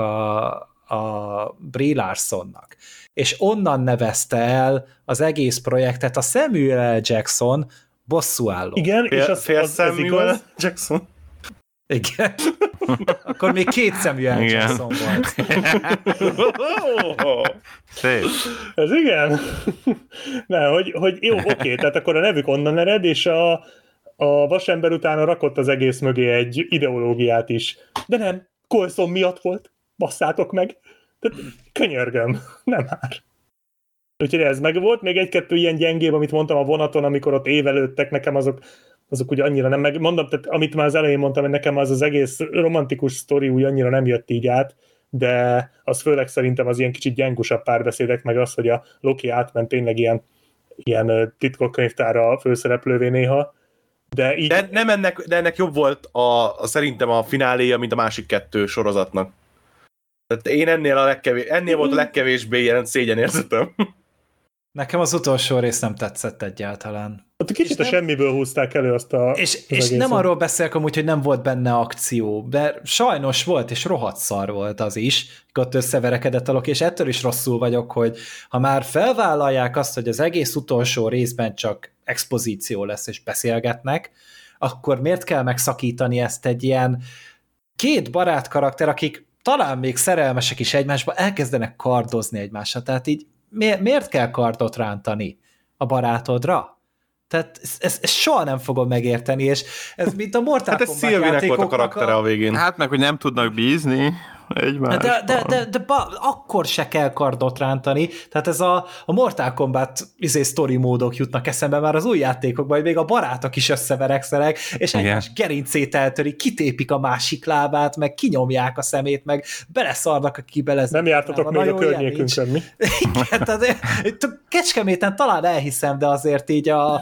Speaker 1: a Brie Larsonnak. És onnan nevezte el az egész projektet a Samuel L. Jackson bosszúállók.
Speaker 2: Igen, és az
Speaker 4: Samuel
Speaker 2: igaz.
Speaker 4: Jackson.
Speaker 1: Igen. Akkor még két Samuel Jackson volt.
Speaker 3: Szép.
Speaker 2: Ez igen. hogy jó, oké, tehát akkor a nevük onnan ered, és a vasember utána rakott az egész mögé egy ideológiát is. De nem, Coulson miatt volt. Basszátok meg. Tehát könyörgöm. Nem már. Úgyhogy ez meg volt. Még egy-kettő ilyen gyengébb, amit mondtam a vonaton, amikor ott évelődtek, nekem azok ugye annyira nem, mondom, tehát amit már az elején mondtam, hogy nekem az egész romantikus sztori úgy annyira nem jött így át, de az főleg szerintem az ilyen kicsit gyengusabb párbeszédek, meg az, hogy a Loki átment tényleg ilyen titkokkönyvtára a főszereplővé néha, de így...
Speaker 4: De ennek jobb volt szerintem a fináléja, mint a másik kettő sorozatnak. Tehát én ennél volt a legkevésbé ilyen szégyenérzetem.
Speaker 1: Nekem az utolsó rész nem tetszett egyáltalán.
Speaker 2: Ott kicsit a semmiből húzták elő azt
Speaker 1: és nem arról beszélek amúgy, hogy nem volt benne akció, de sajnos volt, és rohadt szar volt az is, ott összeverekedett a Loki, és ettől is rosszul vagyok, hogy ha már felvállalják azt, hogy az egész utolsó részben csak expozíció lesz, és beszélgetnek, akkor miért kell megszakítani ezt egy ilyen két barát karakter, akik talán még szerelmesek is egymásba, elkezdenek kardozni egymásra, tehát így miért kell kardot rántani a barátodra? Tehát ezt soha nem fogom megérteni, és ez mint a Mortal Kombat játékoknak.
Speaker 4: Hát ez Sylvie-nek volt a karaktere a végén.
Speaker 3: Hát meg, hogy nem tudnak bízni egymásban.
Speaker 1: De akkor se kell kardot rántani, tehát ez a Mortal Kombat story módok jutnak eszembe már az új játékokban, hogy még a barátok is összeverekszenek, és egymás gerincét eltörik, kitépik a másik lábát, meg kinyomják a szemét, meg beleszarnak a kibelezőt.
Speaker 2: Nem jártatok még a környékünkön, mi?
Speaker 1: Igen, tehát Kecskeméten talán elhiszem, de azért így a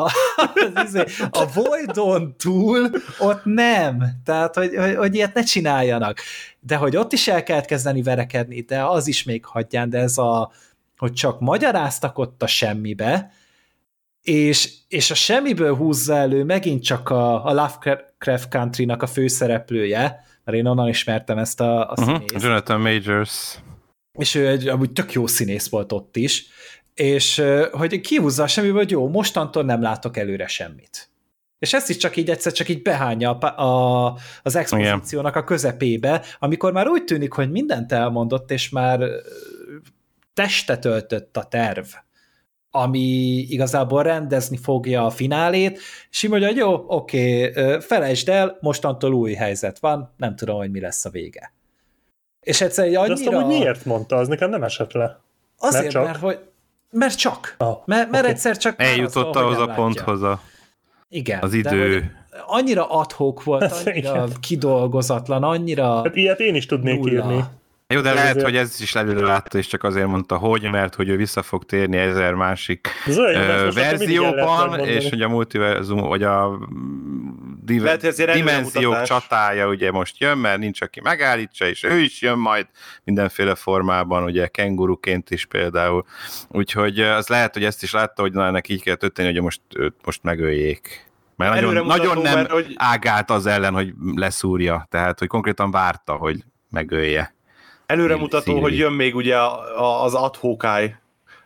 Speaker 1: Voidon túl ott nem. Tehát, hogy ilyet ne csináljanak. De hogy ott is el kellett kezdeni verekedni, de az is még hagyján, de ez hogy csak magyaráztak ott a semmibe, és a semmiből húzza elő megint csak a Lovecraft Country-nak a főszereplője, mert én onnan ismertem ezt a színészt.
Speaker 3: Jonathan Majors.
Speaker 1: És ő amúgy tök jó színész volt ott is, és hogy kihúzza a semmiből, hogy jó, mostantól nem látok előre semmit. És ezt is csak így egyszer csak így behányja az expozíciónak a közepébe, amikor már úgy tűnik, hogy mindent elmondott, és már testet öltött a terv. ami igazából rendezni fogja a finálét, és így mondja, hogy jó, oké, felejtsd el, mostantól új helyzet van, nem tudom, hogy mi lesz a vége. És egyszerűen annyira...
Speaker 2: De azt amúgy miért mondta? Az nekem nem esett le.
Speaker 1: Azért, mert csak. Mert okay. Egyszer csak...
Speaker 3: Eljutott ahhoz a ponthoz
Speaker 1: igen,
Speaker 3: az idő.
Speaker 1: De annyira ad-hoc volt, annyira kidolgozatlan, annyira...
Speaker 2: Hát ilyet én is tudnék írni.
Speaker 3: Jó, de lehet, hogy ez is előre látta, és csak azért mondta, mert hogy ő vissza fog térni 1000 másik verzióban, és hogy a multiverzum, vagy a dimenziók csatája ugye most jön, mert nincs, aki megállítsa, és ő is jön majd mindenféle formában, ugye kenguruként is például. Úgyhogy az lehet, hogy ezt is látta, hogy ennek így kell történni, hogy most megöljék. Mert nagyon nem ágált az ellen, hogy leszúrja, tehát hogy konkrétan várta, hogy megölje.
Speaker 4: Előremutató, hogy jön még ugye az Ad-Hawkeye.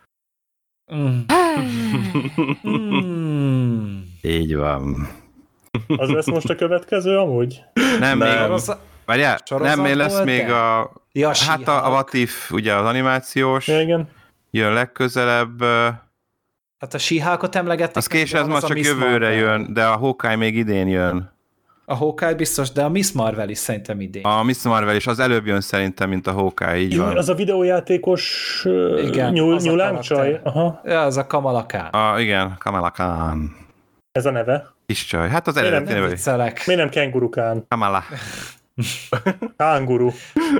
Speaker 3: Így van.
Speaker 2: Az lesz most a következő amúgy?
Speaker 3: Nem, még várjál, nem, még lesz még a What If, ugye az animációs.
Speaker 2: Ja, igen.
Speaker 3: Jön legközelebb.
Speaker 1: Hát a She-Hulkot emlegették.
Speaker 3: Az később, az már csak jövőre jön, de a Hawkeye még idén jön.
Speaker 1: A Hawkeye biztos, de a Miss Marvel is szerintem idén.
Speaker 3: A Miss Marvel is, az előbb jön szerintem, mint a Hawkeye, így van.
Speaker 2: Az a videójátékos nyúlánkcsaj? Aha.
Speaker 1: Ja, az a Kamala Khan.
Speaker 3: Igen, Kamala Khan.
Speaker 2: Ez a neve?
Speaker 3: Kis csaj. Hát az eredeti neve.
Speaker 1: Miért
Speaker 2: nem Kenguru Khan?
Speaker 3: Kamala.
Speaker 2: Kánguru.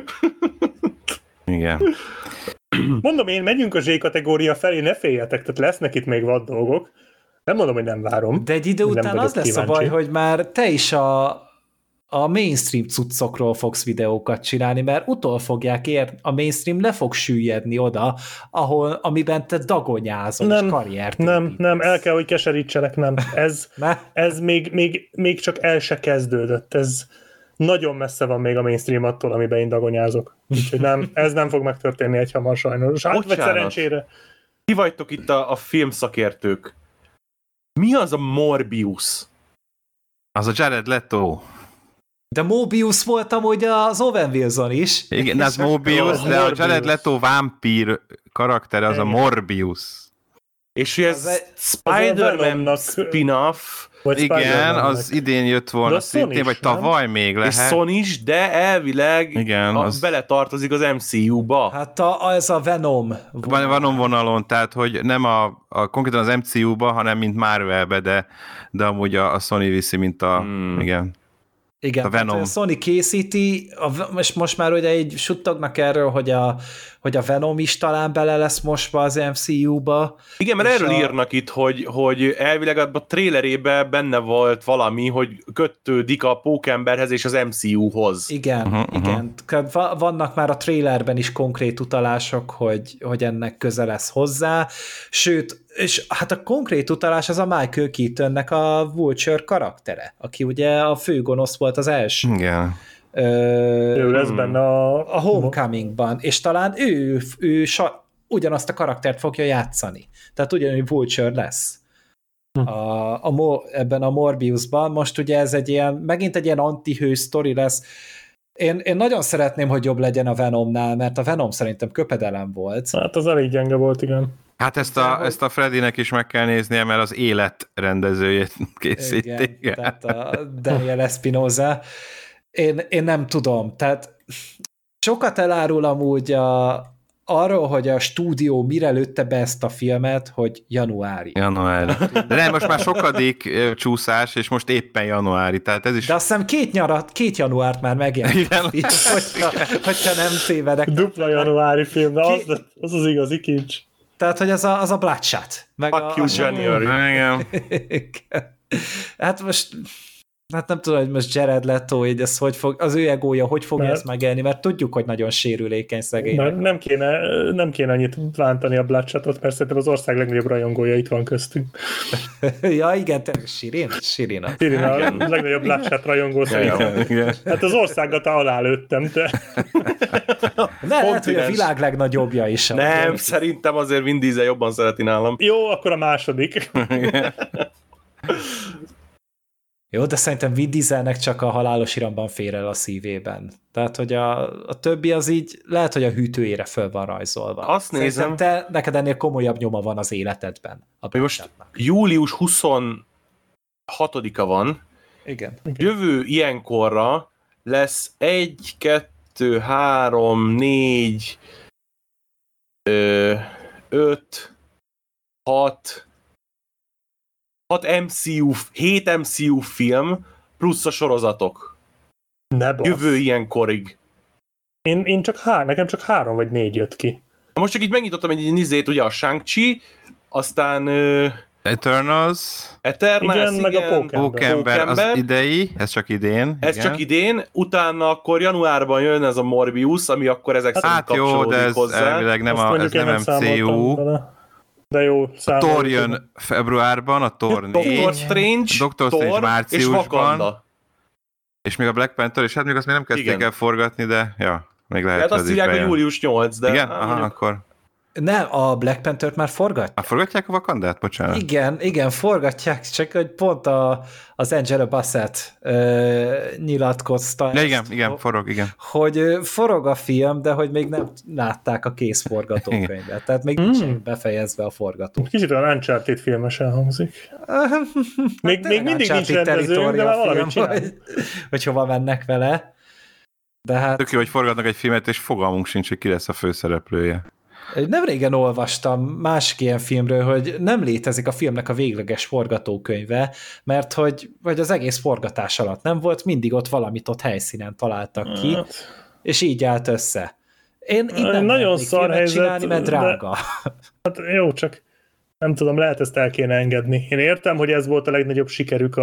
Speaker 3: Igen.
Speaker 2: Mondom én, megyünk a Z-kategória felé, ne féljetek, tehát lesznek itt még vad dolgok. Nem mondom, hogy nem várom.
Speaker 1: De egy idő után az lesz kíváncsi. A baj, hogy már te is a mainstream cuccokról fogsz videókat csinálni, mert utol fogják érni, a mainstream le fog süllyedni oda, amiben te dagonyázol, és karriert.
Speaker 2: Nem, el kell, hogy keserítsenek, nem. Ez még csak el se kezdődött. Ez nagyon messze van még a mainstream attól, amiben én dagonyázok. Úgyhogy nem, ez nem fog megtörténni egyhamar sajnos. Hát vagy szerencsére.
Speaker 4: Ki vagytok itt a filmszakértők? Mi az a Morbius?
Speaker 3: Az a Jared Leto.
Speaker 1: De Mobius volt amúgy az Owen Wilson is.
Speaker 3: Igen, az Mobius, de a Jared Leto vámpír karaktere az a Morbius.
Speaker 4: És ez Spider-Man spin-off.
Speaker 3: Igen, az idén jött volna szintén, vagy tavaly még lehet.
Speaker 4: És Sony is, de elvileg beletartozik az MCU-ba.
Speaker 1: Hát ez a Venom
Speaker 3: vonalon. Venom vonalon, tehát hogy nem konkrétan az MCU-ba, hanem mint Marvelbe, de amúgy a Sony viszi, mint igen.
Speaker 1: Igen, a Sony készíti, most már ugye így suttognak erről, hogy a Venom is talán bele lesz mosva az MCU-ba.
Speaker 4: Igen, mert erről írnak itt, hogy elvileg a trailerében benne volt valami, hogy kötődik a Pókemberhez és az MCU-hoz.
Speaker 1: Igen, igen. Vannak már a trailerben is konkrét utalások, hogy ennek köze lesz hozzá, sőt, és hát a konkrét utalás az a Michael Keatonnek a Vulture karaktere, aki ugye a főgonosz volt az első.
Speaker 3: Igen.
Speaker 2: Ő lesz benne
Speaker 1: a Homecomingban, és talán ő ugyanazt a karaktert fogja játszani. Tehát ugyanúgy Vulture lesz. Ebben a Morbiusban. Most ugye ez megint egy ilyen antihős sztori lesz. Én nagyon szeretném, hogy jobb legyen a Venomnál, mert a Venom szerintem köpedelem volt.
Speaker 2: Hát az elég gyenge volt, igen.
Speaker 3: Hát ezt a Freddynek is meg kell néznie, mert az élet rendezőjét készítik.
Speaker 1: Igen, tehát a Daniel Espinosa. Én nem tudom, tehát sokat elárul amúgy arról, hogy a stúdió mire lőtte be ezt a filmet, hogy januári.
Speaker 3: De nem, most már sokadik csúszás, és most éppen januári, tehát ez is...
Speaker 1: De azt hiszem két januárt már megjelent. Hogyha nem tévedek.
Speaker 2: Dupla januári film, de az az igazi kincs.
Speaker 1: Tehát, hogy az a Bloodshot.
Speaker 4: Fuck you, January.
Speaker 1: Hát most... Hát nem tudom, hogy most Jared Leto, így ez az ő egója hogy fogja ezt megélni, mert tudjuk, hogy nagyon sérülékeny szegény.
Speaker 2: Nem kéne annyit bántani a Bloodshotot, mert szerintem az ország legnagyobb rajongója itt van köztünk.
Speaker 1: Ja, igen, Sirin
Speaker 2: a legnagyobb Bloodshot rajongó szerintem. Hát az országot alálőttem, te.
Speaker 1: Lehet, hogy a világ legnagyobbja is.
Speaker 4: Nem, szerintem azért Vin Diesel jobban szereti nálam.
Speaker 2: Jó, akkor a második.
Speaker 1: Jó, de szerintem Vin Dieselnek csak a Halálos Iramban fér el a szívében. Tehát, hogy a többi az így lehet, hogy a hűtőjére föl van rajzolva.
Speaker 4: Azt
Speaker 1: szerintem
Speaker 4: nézem.
Speaker 1: neked ennél komolyabb nyoma van az életedben.
Speaker 4: Most július 26-a van.
Speaker 1: Igen.
Speaker 4: Jövő ilyenkorra lesz 1, 2, 3, 4, 5, 6 MCU, 7 MCU film, plusz a sorozatok.
Speaker 2: Ne bassz.
Speaker 4: Jövő ilyenkorig.
Speaker 2: Nekem csak 3 vagy 4 jött ki.
Speaker 4: Most csak így megnyitottam egy nizét, ugye a Shang-Chi, aztán
Speaker 3: Eternals,
Speaker 2: Igen, meg a
Speaker 3: Pókember az idei, ez csak idén.
Speaker 4: Ez
Speaker 3: igen.
Speaker 4: csak idén, utána akkor januárban jön ez a Morbius, ami akkor ezek szerint
Speaker 3: Hát jó,
Speaker 4: kapcsolódik
Speaker 3: de ez
Speaker 4: hozzá.
Speaker 3: elvileg nem,
Speaker 2: Azt
Speaker 3: ez
Speaker 2: mondjuk
Speaker 3: nem
Speaker 2: én számoltam
Speaker 3: MCU.
Speaker 2: vele. De jó,
Speaker 3: A Thor jön februárban, a Thor 4,
Speaker 4: Doctor Strange,
Speaker 3: Doctor Strange
Speaker 4: Thor és
Speaker 3: márciusban.
Speaker 4: Wakanda.
Speaker 3: és még a Black Panther, és hát még azt még nem kezdték
Speaker 4: Igen.
Speaker 3: el forgatni, de ja, még lehet,
Speaker 4: Hát
Speaker 3: hogy
Speaker 4: azt
Speaker 3: az is
Speaker 4: írják, hogy
Speaker 3: bejön.
Speaker 4: július 8, de...
Speaker 3: Igen? Aha, akkor.
Speaker 1: Nem, a Black Panther-t már forgatják.
Speaker 3: Forgatják a Wakandát? Bocsánat.
Speaker 1: Igen, forgatják, csak hogy pont az Angela Bassett nyilatkozta
Speaker 3: Ja,
Speaker 1: ezt,
Speaker 3: igen, forog, igen.
Speaker 1: hogy forog a film, de hogy még nem látták a kész forgatókönyvet. Tehát még nincs befejezve a forgató.
Speaker 2: Kicsit olyan Uncharted filmesen hangzik. Még
Speaker 1: Tényleg
Speaker 2: mindig nincs
Speaker 1: Uncharted
Speaker 2: rendezőnk, de már
Speaker 1: Territory a
Speaker 2: valamit
Speaker 1: film,
Speaker 2: csinál.
Speaker 1: hogy hova mennek vele. De hát
Speaker 3: Tök jó, hogy forgatnak egy filmet, és fogalmunk sincs, hogy ki lesz a főszereplője.
Speaker 1: nem régen olvastam másik ilyen filmről, hogy nem létezik a filmnek a végleges forgatókönyve, mert hogy az egész forgatás alatt nem volt, mindig ott valamit ott helyszínen találtak ki, és így állt össze. Én itt nem
Speaker 2: Nagyon
Speaker 1: mernék
Speaker 2: szar
Speaker 1: filmet
Speaker 2: helyzet,
Speaker 1: csinálni, mert drága.
Speaker 2: Hát jó, csak nem tudom, lehet ezt el kéne engedni. Én értem, hogy ez volt a legnagyobb sikerük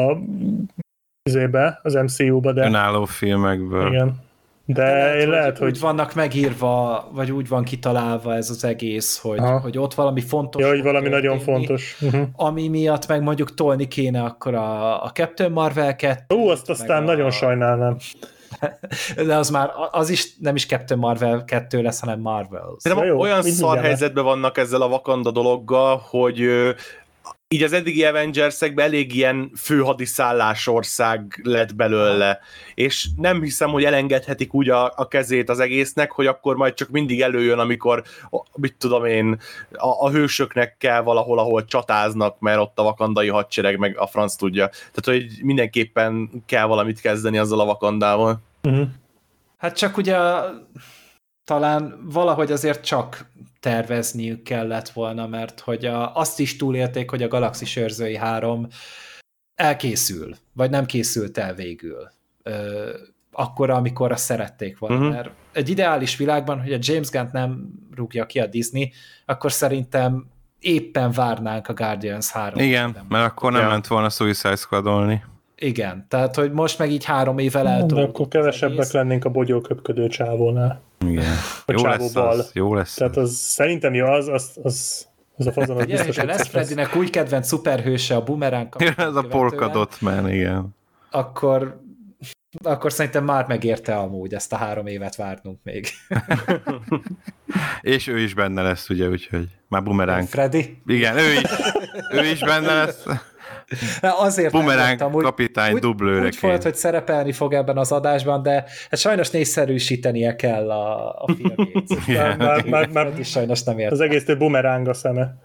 Speaker 2: az MCU-ba, de
Speaker 3: Önálló filmekből.
Speaker 2: igen. De én lehet,
Speaker 1: úgy
Speaker 2: hogy
Speaker 1: vannak megírva, vagy úgy van kitalálva ez az egész, hogy ott valami fontos.
Speaker 2: ja, hogy valami nagyon
Speaker 1: történni,
Speaker 2: fontos.
Speaker 1: ami miatt meg mondjuk tolni kéne akkor a Captain Marvel 2.
Speaker 2: Azt aztán nagyon sajnálnám.
Speaker 1: De az is nem is Captain Marvel 2 lesz, hanem Marvels.
Speaker 4: De
Speaker 2: Ja, jó,
Speaker 4: olyan
Speaker 2: így
Speaker 4: szar
Speaker 2: mindjárt.
Speaker 4: helyzetben vannak ezzel a Wakanda dologgal, hogy így az eddigi Avengers-ekben elég ilyen főhadiszállásország lett belőle, és nem hiszem, hogy elengedhetik úgy a kezét az egésznek, hogy akkor majd csak mindig előjön, amikor, mit tudom én, a hősöknek kell valahol, ahol csatáznak, mert ott a wakandai hadsereg, meg a franc tudja. Tehát, hogy mindenképpen kell valamit kezdeni azzal a Wakandával.
Speaker 1: Hát csak ugye talán valahogy azért csak tervezniük kellett volna, mert hogy azt is túlélték, hogy a Galaxis őrzői 3 elkészül, vagy nem készült el végül. Akkor, amikor azt szerették volna. Mert egy ideális világban, hogy a James Gunn nem rúgja ki a Disney, akkor szerintem éppen várnánk a Guardians 3.
Speaker 3: Igen, mert akkor nem ment volna Suicide Squadolni.
Speaker 1: Igen, tehát hogy most meg így 3 évvel
Speaker 2: De
Speaker 1: eltolódott
Speaker 2: akkor kevesebbek lennénk a bogyóköpködő csávónál.
Speaker 3: Igen.
Speaker 2: Jó lesz
Speaker 3: az, jó lesz.
Speaker 2: Tehát az szerintem jó, az a fazon, az biztos,
Speaker 1: Ha
Speaker 2: hogy
Speaker 1: lesz
Speaker 2: szép lesz.
Speaker 1: Freddynek új kedvenc szuperhőse a Boomerang
Speaker 3: Ez a Polka Dot Man, igen.
Speaker 1: akkor szerintem már megérte amúgy ezt a 3 évet várnunk még.
Speaker 3: És ő is benne lesz, ugye, úgyhogy már Boomerang.
Speaker 1: Freddy?
Speaker 3: Igen, ő is benne lesz.
Speaker 1: Azért
Speaker 3: Boomerang
Speaker 1: nem
Speaker 3: kapitány dublőre
Speaker 1: úgy volt, hogy szerepelni fog ebben az adásban, de hát sajnos nézszerűsítenie kell a filmjét.
Speaker 2: Már
Speaker 1: is sajnos nem ért.
Speaker 2: az egész több bumeráng a szeme.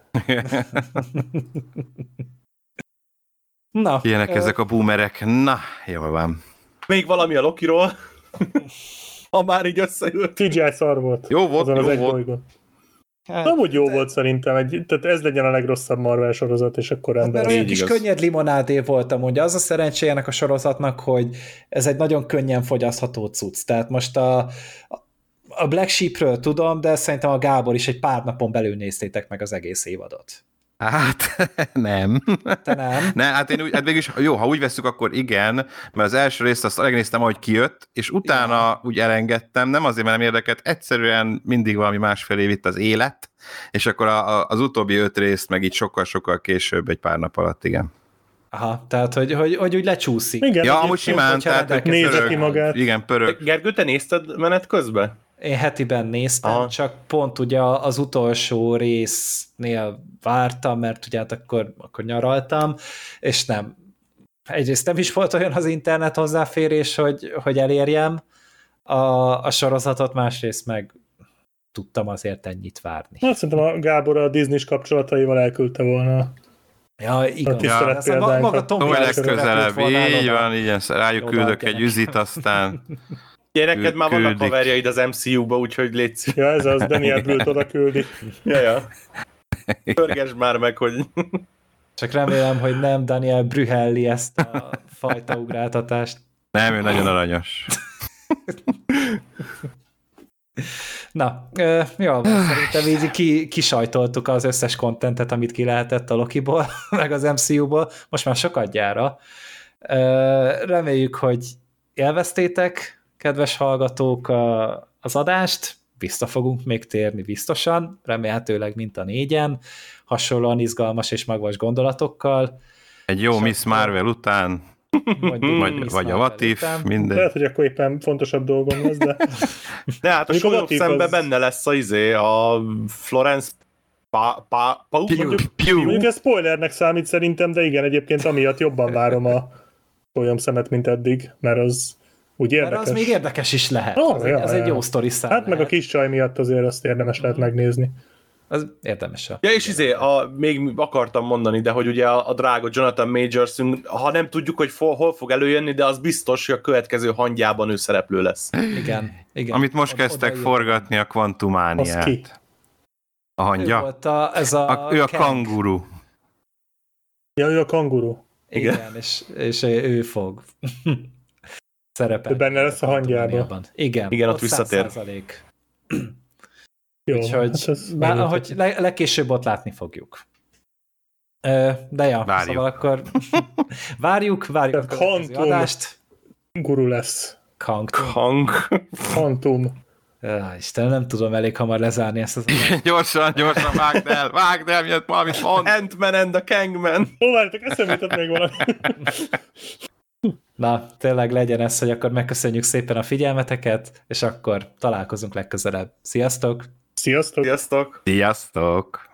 Speaker 1: Na,
Speaker 3: Ilyenek ezek a boomerek. Na, jól van.
Speaker 4: Még valami a Lokiról, ha már így összejött.
Speaker 2: CGI szar volt.
Speaker 3: Jó volt,
Speaker 2: azon az
Speaker 3: jó
Speaker 2: egy
Speaker 3: volt.
Speaker 2: bolygón.
Speaker 1: hát,
Speaker 2: Amúgy jó volt szerintem, tehát ez legyen a legrosszabb Marvel sorozat, és akkor
Speaker 1: mert
Speaker 2: rendben.
Speaker 1: olyan
Speaker 4: Így
Speaker 1: kis
Speaker 4: igaz.
Speaker 1: könnyed limonádé volt amúgy. Az a szerencséjének a sorozatnak, hogy ez egy nagyon könnyen fogyasztható cucc. Tehát most a Black Sheepről tudom, de szerintem a Gábor is egy pár napon belül néztétek meg az egész évadot.
Speaker 3: Hát, nem.
Speaker 1: Te nem?
Speaker 3: Ne, hát én úgy, hát végülis, jó, ha úgy veszük, akkor igen, mert az első részt azt megnéztem, ahogy kijött, és utána úgy elengedtem, nem azért, mert nem érdekelt, egyszerűen mindig valami másfél év itt az élet, és akkor az utóbbi 5 részt meg így sokkal-sokkal később, egy pár nap alatt, igen.
Speaker 1: Aha, tehát hogy úgy lecsúszik.
Speaker 2: Igen,
Speaker 3: Ja, amúgy
Speaker 2: egyébként,
Speaker 3: simán,
Speaker 1: hogyha
Speaker 3: tehát hogy
Speaker 1: rendelkezik-
Speaker 2: nézze ki magát.
Speaker 3: Igen, pörög.
Speaker 4: Gergő, te nézted menet közben?
Speaker 1: Én hetiben néztem,
Speaker 4: Aha.
Speaker 1: csak pont ugye az utolsó résznél vártam, mert ugye hát akkor nyaraltam, és nem. egyrészt nem is volt olyan az internet hozzáférés, hogy elérjem a sorozatot, másrészt meg tudtam azért ennyit várni.
Speaker 2: Hát szerintem a Gábor a Disney-s kapcsolataival elküldte volna
Speaker 1: Ja, igen.
Speaker 2: a tisztelet példánkat.
Speaker 1: Maga Tom
Speaker 3: Szóval
Speaker 1: Hanks
Speaker 3: legközelebb, így van, igen, rájuk
Speaker 1: Oda
Speaker 3: küldök
Speaker 1: adjanak.
Speaker 3: egy üzit, aztán
Speaker 4: Neked már vannak
Speaker 3: küldik.
Speaker 4: haverjaid az MCU-ba, úgyhogy légy
Speaker 2: Ja, ez az, Daniel Brühl-t oda küldi.
Speaker 4: ja. Pörgesd már meg, hogy...
Speaker 1: Csak remélem, hogy nem Daniel Brühelli ezt a fajta ugráltatást.
Speaker 3: nem, ő nagyon aranyos.
Speaker 1: Na, jó, szerintem így kisajtoltuk az összes kontentet, amit ki lehetett a Lokiból, meg az MCU-ból, most már sokat gyára. Reméljük, hogy élveztétek, kedves hallgatók, az adást, vissza fogunk még térni biztosan, remélhetőleg mint a 4-en, hasonlóan izgalmas és magvas gondolatokkal.
Speaker 3: Egy jó Miss Marvel után, vagy a What If, minden.
Speaker 2: Lehet, hogy akkor éppen fontosabb dolgom lesz, de...
Speaker 4: De hát a
Speaker 2: Mondjuk a
Speaker 4: súlyok
Speaker 2: What If
Speaker 4: szemben
Speaker 2: az-
Speaker 4: benne lesz a Florence
Speaker 2: Mondjuk ez spoilernek számít szerintem, de igen, egyébként amiatt jobban várom a szemet, mint eddig, mert az úgy érdekes.
Speaker 1: Mert az még érdekes is lehet. Az egy jó sztori szám
Speaker 2: Hát meg a
Speaker 1: lehet.
Speaker 2: kis csaj miatt azért azt érdemes lehet megnézni.
Speaker 1: Az érdemes.
Speaker 4: Ja, és még akartam mondani, de hogy ugye a drága Jonathan Majorsünk, ha nem tudjuk, hogy hol fog előjönni, de az biztos, hogy a következő hangyában ő szereplő lesz.
Speaker 1: Igen.
Speaker 3: Amit most kezdtek
Speaker 1: Oda
Speaker 3: forgatni, a
Speaker 2: Az ki?
Speaker 3: Quantumaniát. A
Speaker 1: Ő
Speaker 3: hangya?
Speaker 1: volt ez a
Speaker 3: Ő a
Speaker 1: Kang.
Speaker 3: kanguru.
Speaker 2: Ja, ő a kanguru.
Speaker 1: Igen, és ő fog szerepelni.
Speaker 2: Ő benne lesz a hangyában.
Speaker 1: Igen,
Speaker 4: ott visszatér.
Speaker 1: 100%.
Speaker 2: Jó,
Speaker 1: Úgyhogy
Speaker 2: hát ez
Speaker 1: már,
Speaker 2: megérthető.
Speaker 1: ahogy legkésőbb ott látni fogjuk. De ja,
Speaker 3: Várjuk.
Speaker 1: szóval akkor várjuk a következő
Speaker 2: Quantum.
Speaker 1: adást.
Speaker 2: Guru lesz.
Speaker 1: Kang.
Speaker 2: Phantom.
Speaker 1: Istenem, nem tudom elég hamar lezárni ezt az adást.
Speaker 3: Gyorsan, vágd el, miatt valamit mond.
Speaker 4: Ant-Man and the Kangman.
Speaker 2: Ó, várjátok, eszembe jutott még valami.
Speaker 1: Na, tényleg legyen ez, hogy akkor megköszönjük szépen a figyelmeteket, és akkor találkozunk legközelebb. Sziasztok!
Speaker 2: Sziasztok!
Speaker 4: Sziasztok!
Speaker 3: Sziasztok!